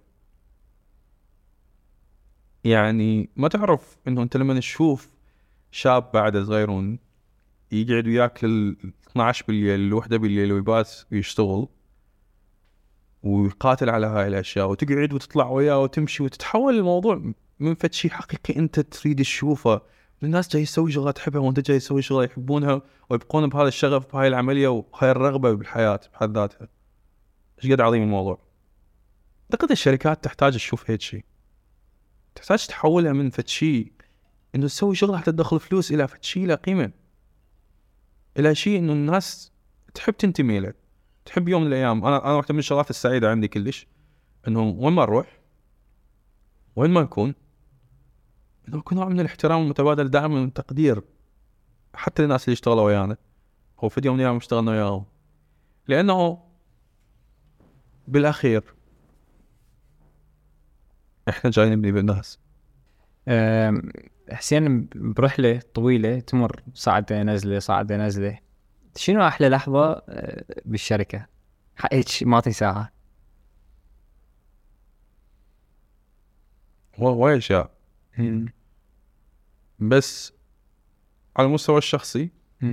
Speaker 1: يعني ما تعرف إنه أنت لما تشوف شاب بعد صغيرون يقعد وياك لل 12 بالليل 1 بالليل ويبات ويشتغل ويقاتل على هاي الأشياء، وتقعد وتطلع وياه وتمشي وتتحول الموضوع من فد شيء حقيقي أنت تريد تشوفه. الناس جاي يسوي شغلة تحبها وأنت جاي يسوي شغلة يحبونها ويبقون بهذا الشغف بهاي العملية وهاي الرغبة بالحياة بحد ذاتها. إيش قد عظيم الموضوع. أعتقد الشركات تحتاج تشوف هيك شيء، تحتاج تحولها من فد شيء إنه تسوي شغلة حتى تدخل فلوس إلى فد شيء له قيمة، إلى شيء إنه الناس تحب تنتمي له، تحب يوم من الأيام. أنا واحدة من الشغلات السعيدة عندي كلش إنه وين ما نروح وين ما نكون إنه يكون نوع من الاحترام المتبادل دائما والتقدير حتى للناس اللي اشتغلوا ويانا هو في يوم من الأيام اشتغلنا وياهم. لأنه بالأخير إحنا جايين نبني بالناس.
Speaker 2: حسين برحلة طويلة تمر صعدة نزلة صعدة نزلة، شنو أحلى لحظة بالشركة هيك ما تنساها؟
Speaker 1: هو أشياء بس على المستوى الشخصي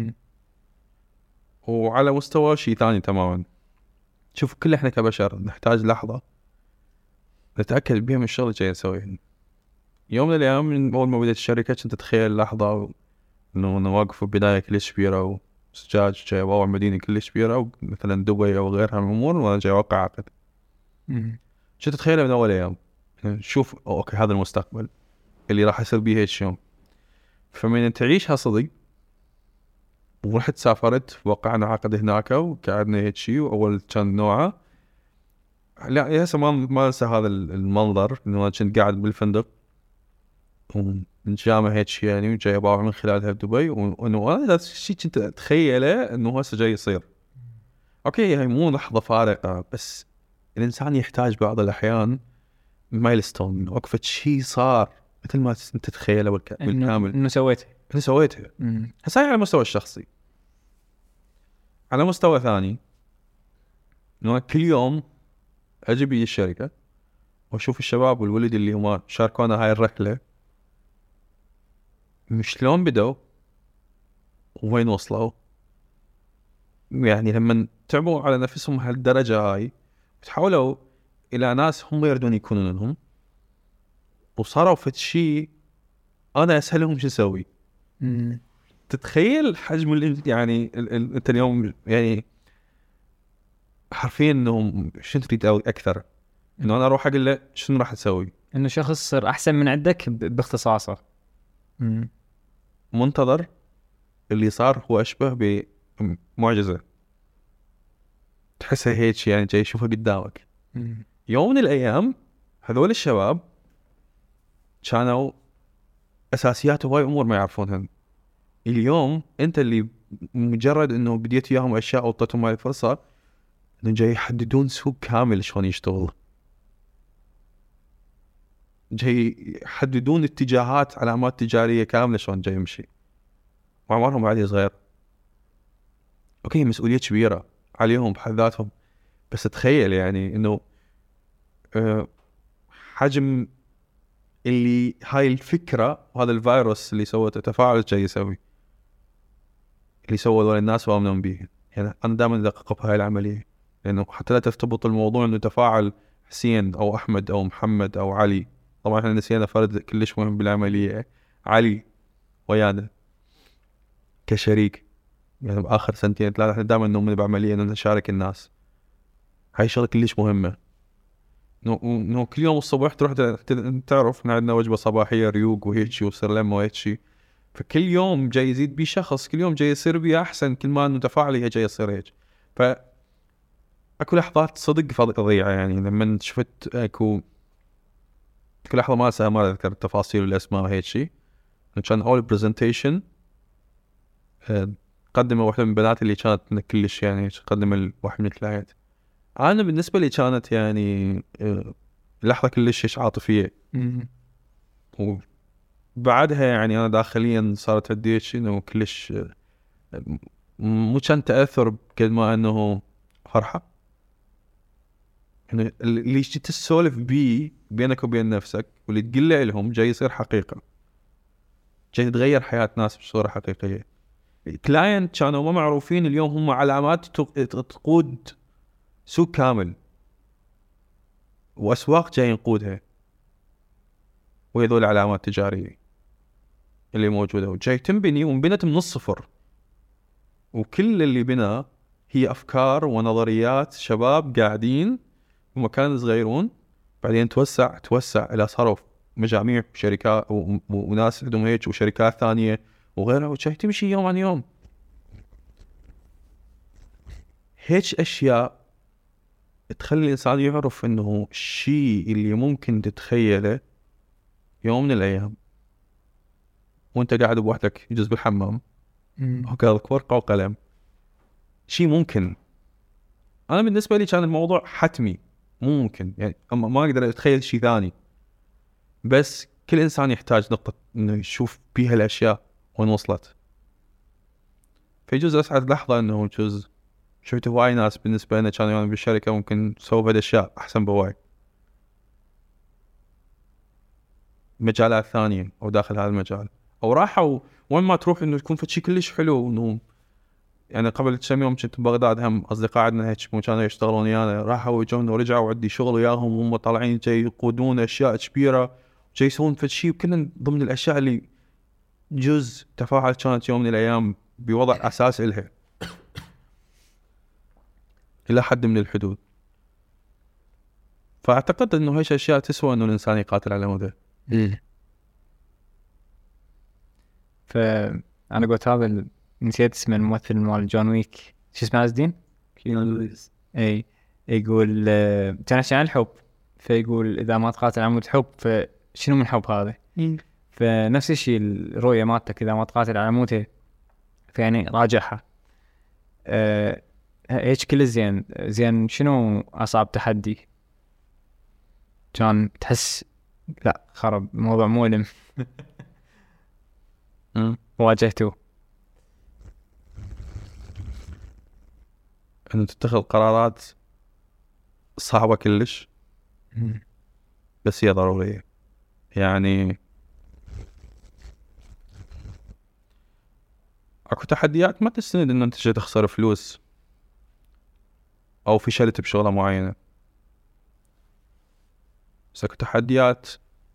Speaker 1: وعلى مستوى شيء ثاني تماما. شوف كل إحنا كبشر نحتاج لحظة نتأكد بها من الشغل اللي جاي نسويه. يوم من الأيام من أول ما بدأت الشركة كنت أتخيل لحظة إنه واقف في بداية كلش كبيرة وسجاج جاي أول مدينة كلش كبيرة مثلا دبي أو غيرها من الأمور وأنا جاي أوقع عقد. كنت أتخيلها من أول أيام، شوف أوكي هذا المستقبل اللي راح يصير بيه هيك يوم. فمن تعيشها صدق ورحت سافرت وقعنا عقد هناك وقعدنا هيك شيء، وأول كان نوعه لا هسه ما أنسى هذا المنظر إنه كنت قاعد بالفندق ونجامة هيك شيء يعني وجاي أباوع من خلالها بدبي، وإنه أنا هذا الشيء كنت أتخيله إنه هسه جاي يصير. أوكي هاي مو لحظة فارقة بس الإنسان يحتاج بعض الأحيان مايلستون، وقفة شيء صار مثل ما أنت تتخيله بالكامل
Speaker 2: إنه سويته.
Speaker 1: هسه على المستوى الشخصي. على مستوى ثاني إنه كل يوم أجي بي الشركة وأشوف الشباب والولد اللي هم شاركونا هاي الرحلة شلون بدوا وين وصلوا. يعني لما تعبوا على نفسهم هالدرجة هاي وتحولوا إلى ناس هم يردون يكونون لهم وصاروا في شيء أنا أسألهم شو أسوي. تتخيل حجم يعني أنت اليوم يعني حرفيا إنهم شنو تريد أكثر إنه أنا أروح أقول له شنو راح تسوي،
Speaker 2: إنه شخص يصير أحسن من عندك باختصاصه.
Speaker 1: منتظر اللي صار هو أشبه بمعجزة تحسها هيك يعني جاي يشوفها قدامك. يوم من الأيام هذول الشباب كانوا أساسيات وهاي أمور ما يعرفونها. اليوم أنت اللي مجرد إنه بديت وياهم أشياء وطتهم هاي الفرصة إنه جاي يحددون سوق كامل شلون يشتغل، جاي يحددون اتجاهات علامات تجارية كاملة شلون جاي يمشي وعمرهم بعد صغير. أوكي مسؤولية كبيرة عليهم بحد ذاتهم، بس تخيل يعني إنه حجم اللي هاي الفكرة وهذا الفيروس اللي سوته تفاعل جاي يسوي اللي سوى ذول الناس وآمنون به. يعني أنا دائما أدقق بهاي العملية لأنه حتى لا ترتبط الموضوع إنه تفاعل حسين أو أحمد أو محمد أو علي. طبعا إحنا نسينا فرد كلش مهم بالعملية، علي ويانا كشريك. يعني باخر سنتين ثلاثه احنا دائما نؤمن بعمليه انه نشارك الناس. هاي شغله كلش مهمه. انه كل يوم الصبح تروح تعرف ان عندنا وجبه صباحيه ريوق وهيك وسرلمه وهيك شيء، فكل يوم جاي يزيد بيه شخص، كل يوم جاي يصير بيه احسن، كل ما انه تفاعلي جاي يصير هيك. ف اكو لحظات صدق فظيعه يعني لما شفت اكو كل لحظه ما اذكر التفاصيل والاسماء وهيك شيء. كان اول برزنتيشن قدمه واحده من البنات اللي كانت كلش يعني قدم واحد من الكلاينت. انا بالنسبه لي كانت يعني لحظه كلش عاطفيه. وبعدها يعني انا داخليا صارت عندي انه كلش مو كان تاثر بقد ما انه فرحه. يعني اللي جيت تسولف بيه بينك وبين نفسك واللي تقول لهم جاي يصير حقيقه، جاي تغير حياه ناس بصوره حقيقيه. الكلاينت كانوا ما معروفين، اليوم هم علامات تقود سوق كامل واسواق جاي نقودها، وهذول علامات تجاريه اللي موجوده وجاي تنبني وانبنت من الصفر. وكل اللي بناه هي افكار ونظريات شباب قاعدين بمكان صغيرون، بعدين توسع الى صاروا مجاميع وشركات وناس عندهم هيك وشركات ثانيه وغيرها، وجاي تمشي يوم عن يوم. هيك اشياء تخلي الانسان يعرف انه الشيء اللي ممكن تتخيله يوم من الايام وانت قاعد بوحدك يجوز بالحمام وقالك ورقه وقلم، شيء ممكن. انا بالنسبه لي كان الموضوع حتمي مو ممكن، يعني ما اقدر اتخيل شيء ثاني، بس كل انسان يحتاج نقطه انه يشوف بيها الاشياء وين وصلت. فيجوز اسعد لحظه انه يجوز شفت هواي ناس بالنسبه لنا كانوا يعني بالشركه ممكن سووا هذه الاشياء احسن بهواي مجالات ثانيه او داخل هذا المجال، او راحوا وين ما تروح انه يكون في شيء كلش حلو. انه يعني قبل كم يوم كنت ببغداد، هم اصدقاء عندنا هيك كانوا يشتغلون ويانا، راحوا وجونا ورجعوا وعندي شغل وياهم وهم طالعين جاي يقودون اشياء كبيره، جاي يسوون في شيء وكلن ضمن الاشياء اللي جزء تفاعل كانت يوم من الايام بوضع اساس إلها الى حد من الحدود. فاعتقد انه هيك اشياء تسوى انه الانسان يقاتل على موده.
Speaker 2: فانا قلت هذا نسيت اسم الممثل مال جون ويك، شو اسمه عزدين؟
Speaker 1: كينو ريفز.
Speaker 2: اي يقول كان عن الحب، فيقول اذا ما تقاتل على مود حب فشنو من حب هذا؟ فنفس الشيء الرؤيه مالتك اذا ما تقاتل على موته فيعني راجعها. هيك كل زين شنو اصعب تحدي كان تحس لا خرب الموضوع مؤلم واجهته؟
Speaker 1: انه تتخذ قرارات صعبة كلش بس هي ضرورية. يعني اكو تحديات ما تستند انه انت تخسر فلوس او فشلت بشغلة معينة، بس اكو تحديات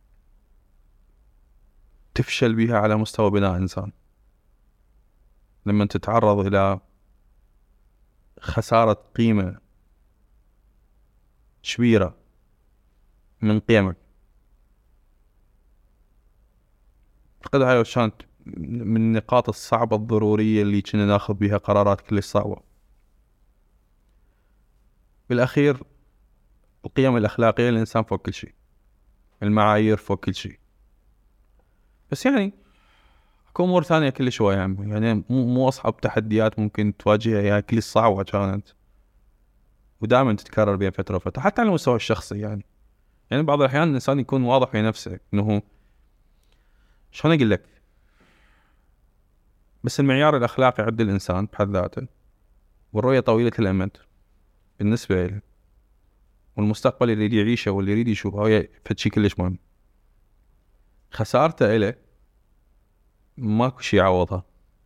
Speaker 1: تفشل بها على مستوى بناء انسان. لما تتعرض الى خسارة قيمة كبيرة من قيمك، أعتقد هاي كانت من النقاط الصعبة الضرورية اللي كنا ناخذ بها قرارات كلش صعبة. بالأخير القيم الأخلاقية للإنسان فوق كل شيء، المعايير فوق كل شيء، بس يعني اكو امور ثانيه كل شويه يعني مو اصعب تحديات ممكن تواجهها، يعني كل صعبه كانت ودائما تتكرر بين فتره وفتره حتى على المستوى الشخصي. يعني بعض الاحيان الانسان يكون واضح في نفسه انه شلون اقول لك، بس المعيار الاخلاقي عند الانسان بحد ذاته والرؤيه طويله الامد بالنسبه له والمستقبل اللي يريد يعيشه واللي يريد يشوفه هي فشي كلش مهم. خسارته له ماكو شيء يعوضها.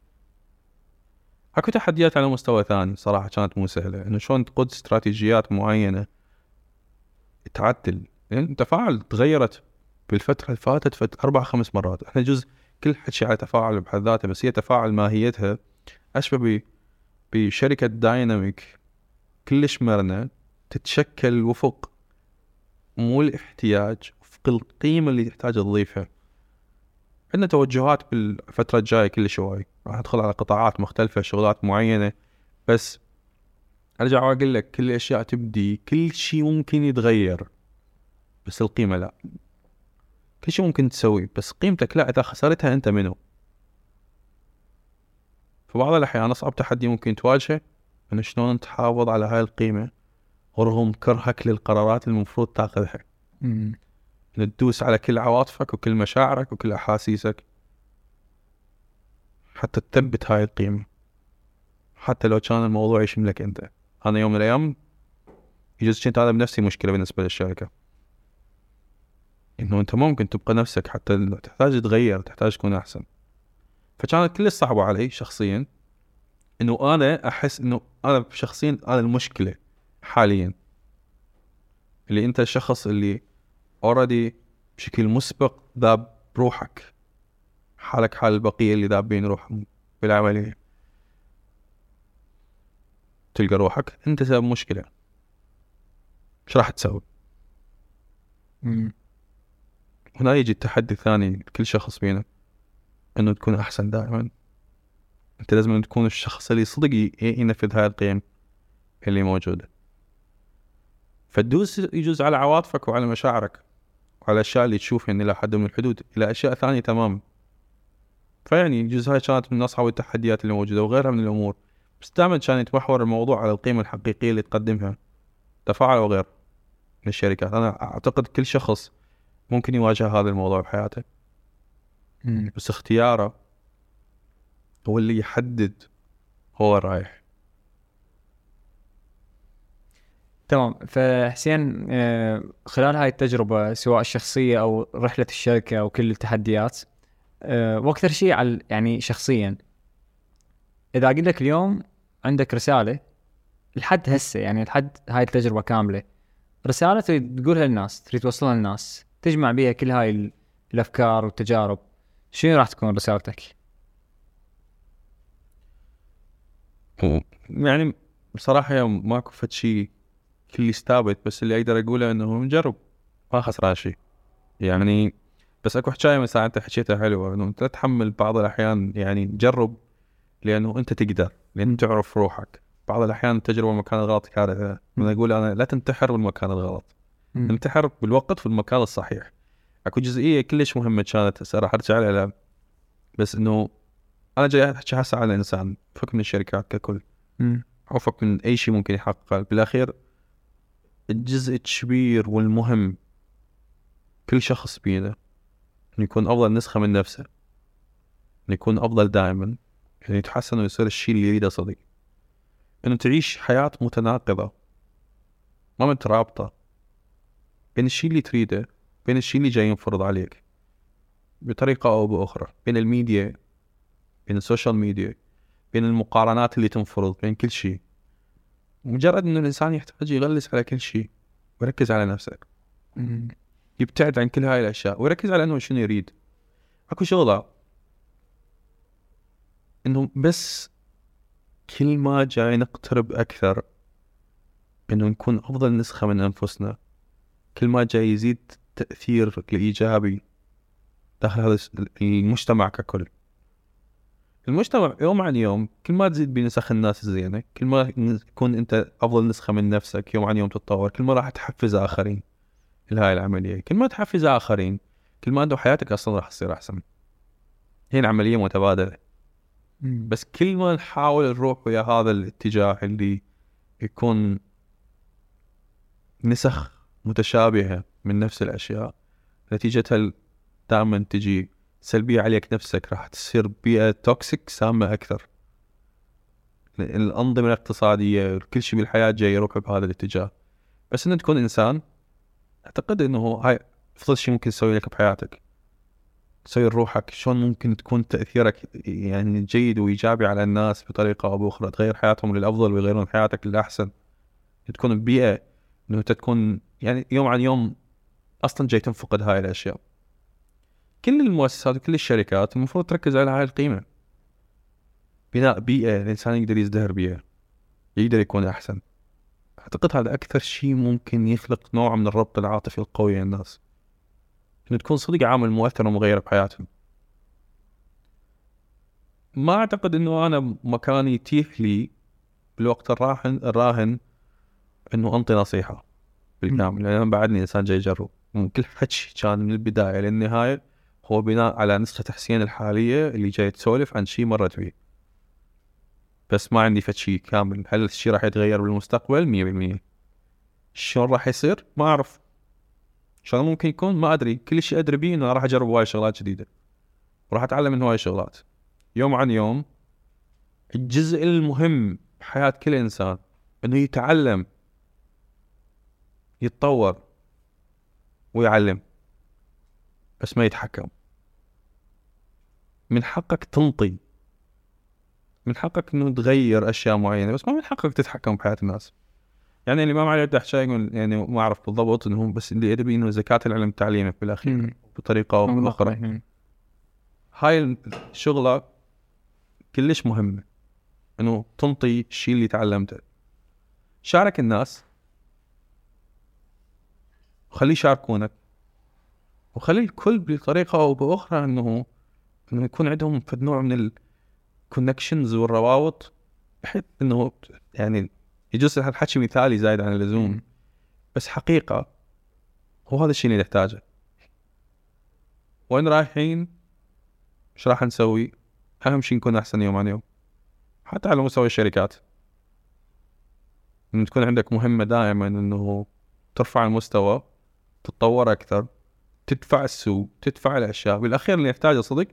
Speaker 1: اكو تحديات على مستوى ثاني صراحه كانت مو سهله، انه شلون تقود استراتيجيات معينه تعدل، يعني التفاعل تغيرت بالفتره اللي فاتت 4-5 مرات. احنا جزء كل حكي على تفاعل بحد ذاته، بس هي تفاعل ماهيتها أشبه بشركة دايناميك كلش مرنة تتشكل وفق مو الاحتياج، وفق القيمة اللي تحتاج تضيفها. عندنا توجهات بالفترة الجاية كلش هواي، راح ندخل على قطاعات مختلفة، شغلات معينة، بس أرجع وأقول لك كل الأشياء تبدي، كل شيء ممكن يتغير بس القيمة لا. كل شيء ممكن تسوي بس قيمتك لا، إذا خسرتها أنت منو؟ فبعض الأحيان أصعب تحدي ممكن تواجهه إنه شلون تحافظ على هاي القيمة ورغم كرهك للقرارات المفروض تاخذها. إنه تدوس على كل عواطفك وكل مشاعرك وكل أحاسيسك حتى تثبت هاي القيمة، حتى لو كان الموضوع يشملك أنت. أنا يوم من الأيام يجوز كنت هذا بنفسي مشكلة بالنسبة للشركة، إنه أنت ممكن تبقى نفسك حتى لو تحتاج تغير، تحتاج تكون أحسن. فكانت كل صعبة علي شخصيا، إنه أنا أحس إنه أنا شخصيا أنا المشكلة حاليا، اللي أنت الشخص اللي already بشكل مسبق ذاب بروحك، حالك حال البقية اللي ذابين روحهم بالعملية، تلقى روحك أنت سبب مشكلة. إيش راح تسوي؟ هنا يجي التحدي الثاني كل شخص فينا، إنه تكون أحسن دائما. أنت لازم تكون الشخص اللي صدق ينفذ هاي القيم اللي موجودة. فتدوس يجوز على عواطفك وعلى مشاعرك وعلى الأشياء اللي تشوفها إلى حد من الحدود إلى أشياء ثانية تماما. فيعني يجوز هاي كانت من أصعب التحديات اللي موجودة وغيرها من الأمور، بس دائما كان يتمحور الموضوع على القيمة الحقيقية اللي تقدمها، تفاعل وغير من الشركات. أنا أعتقد كل شخص ممكن يواجه هذا الموضوع بحياته، بس اختياره هو اللي يحدد هو رايح.
Speaker 2: تمام. فحسين، خلال هاي التجربة سواء الشخصية أو رحلة الشركة أو كل التحديات، وأكثر شيء على يعني شخصيا، إذا أقول لك اليوم عندك رسالة لحد هسه، يعني لحد هاي التجربة كاملة، رسالة تريد تقولها للناس، تريد توصلها للناس، تجمع بيها كل هاي الأفكار والتجارب، شنو راح تكون رسالتك؟
Speaker 1: يعني بصراحة ماكو فد شيء كل يستابت، بس اللي أقدر أقوله إنه نجرب، ما خسران شيء يعني. بس أكو حكاية مثلا أنت حكيتها حلوة، إنه أنت تتحمل بعض الأحيان، يعني جرب لأنه أنت تقدر، لأن تعرف روحك. بعض الأحيان التجربة المكان الغلط كارثة. أنا أقول أنا لا تنتحر بالمكان الغلط، انتحر بالوقت في المكان الصحيح. أكو جزئية كلش مهمة كانت هسه راح أرجع لها، بس إنه أنا جاي أحكي هسه على الإنسان، فك من الشركات ككل، أو فك من أي شيء ممكن يحققه بالأخير. الجزء الكبير والمهم كل شخص بينا إنه يكون أفضل نسخة من نفسه، إنه يكون أفضل دائما، إنه يتحسن ويصير الشيء اللي يريده صديق، إنه تعيش حياة متناقضة ما مترابطة بين الشيء اللي تريده، بين الشيء اللي جاي ينفرض عليك بطريقة أو بأخرى، بين الميديا، بين السوشيال ميديا، بين المقارنات اللي تنفرض، بين كل شيء. مجرد إنه الإنسان يحتاج يغلس على كل شيء ويركز على نفسه، يبتعد عن كل هاي الأشياء ويركز على إنه شنو يريد. أكو شغلة إنه بس كل ما جاي نقترب أكثر إنه نكون أفضل نسخة من أنفسنا، كل ما جاي يزيد تأثير الإيجابي داخل هذا المجتمع ككل. المجتمع يوم عن يوم كل ما تزيد بنسخ الناس الزينة، كل ما تكون أنت أفضل نسخة من نفسك، يوم عن يوم تتطور، كل ما راح تحفز آخرين لهاي العملية. كل ما تحفز آخرين كل ما أنت حياتك أصلا راح تصير أحسن. هي العملية متبادلة. بس كل ما نحاول نروح ويا هذا الاتجاه اللي يكون نسخ متشابهة من نفس الأشياء، نتيجتها دائما تجي سلبية عليك نفسك، راح تصير بيئة توكسيك سامة أكثر. الأنظمة الاقتصادية كل شيء بالحياة جاي يروح بهذا الاتجاه. بس إنه تكون إنسان، أعتقد إنه هاي أفضل شيء ممكن تسوي لك بحياتك، تسوي روحك شلون ممكن تكون تأثيرك يعني جيد وإيجابي على الناس بطريقة أو بأخرى، تغير حياتهم للأفضل ويغيرون حياتك للأحسن. تكون ببيئة إنه تكون يعني يوم عن يوم أصلا جاي تنفقد هاي الأشياء. كل المؤسسات وكل الشركات المفروض تركز على هاي القيمة. بناء بيئة الإنسان يقدر يزدهر بيها، يقدر يكون أحسن. أعتقد هذا أكثر شيء ممكن يخلق نوع من الربط العاطفي القوي عند الناس، إنه تكون صدق عامل مؤثر ومغير بحياتهم. ما أعتقد إنه أنا مكاني يتيح لي بالوقت الراهن إنه أنطي نصيحة بالكامل، لأن أنا بعدني إنسان جاي يجرب. كل حكي كان من البداية للنهاية هو بناء على نسخة حسين الحالية اللي جاي تسولف عن شيء مرت فيه، بس ما عندي شيء كامل. هل الشيء راح يتغير بالمستقبل 100%؟ شلون راح يصير ما أعرف، شلون ممكن يكون ما أدري. كل شيء أدري بيه إنه راح أجرب هواي شغلات جديدة وراح أتعلم من هواي شغلات يوم عن يوم. الجزء المهم بحياة كل إنسان إنه يتعلم، يتطور ويعلم، بس ما يتحكم. من حقك تنطي، من حقك إنه تغير أشياء معينة، بس ما من حقك تتحكم بحياة الناس. يعني الإمام علي عبد الحسين يقول، يعني ما أعرف بالضبط إنه، بس اللي أدري إنه زكاة العلم تعليمه بالأخير بطريقة أو بأخرى. هاي الشغلة كلش مهمة، إنه تنطي الشيء اللي تعلمته. شارك الناس، وخلي يشاركونك، وخلي الكل بطريقة أو بأخرى إنه يكون عندهم فد نوع من الكونكشنز والروابط، بحيث إنه يعني يجوز الحكي مثالي زايد عن اللزوم، بس حقيقة هو هذا الشيء اللي نحتاجه. وين رايحين؟ إيش راح نسوي؟ أهم شيء نكون أحسن يوم عن يوم، حتى على مستوى الشركات. إنه تكون عندك مهمة دائما إنه ترفع المستوى، تتطور أكثر، تدفع السوق، تدفع الأشياء. بالأخير اللي نحتاجه صدق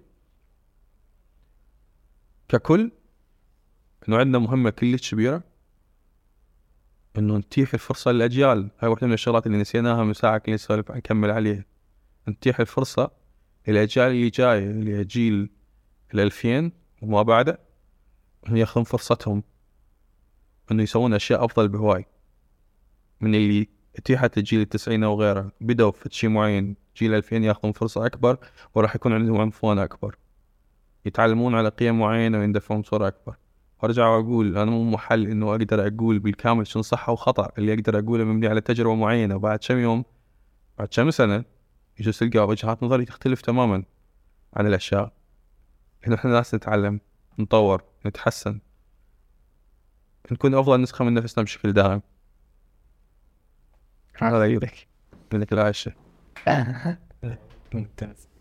Speaker 1: ككل إنه عندنا مهمة كلش كبيرة، إنه نتيح الفرصة للأجيال. هاي واحدة من الشغلات اللي نسيناها من ساعة كنا نسولف نكمل عليها. نتيح الفرصة للأجيال اللي جاية، اللي جيل 2000 وما بعده، إنه ياخذون فرصتهم إنه يسوون أشياء أفضل بهواي من اللي اتيحت للجيل 90 وغيره. بدأوا في شيء معين، جيل 2000 ياخذون فرصة أكبر، وراح يكون عندهم عنفوان أكبر، يتعلمون على قيم معينة ويندفعون بصورة أكبر. وارجع واقول انا مو محل انه اقدر اقول بالكامل شنو صح وخطأ. اللي اقدر اقوله مبني على تجربة معينة، وبعد كم يوم، بعد كم سنة، يجوز تلقى وجهات نظري تختلف تماما عن الاشياء. لانه احنا ناس نتعلم، نطور، نتحسن، نكون افضل نسخة من نفسنا بشكل دائم. هذا يدك منك العيشة.
Speaker 2: ممتاز.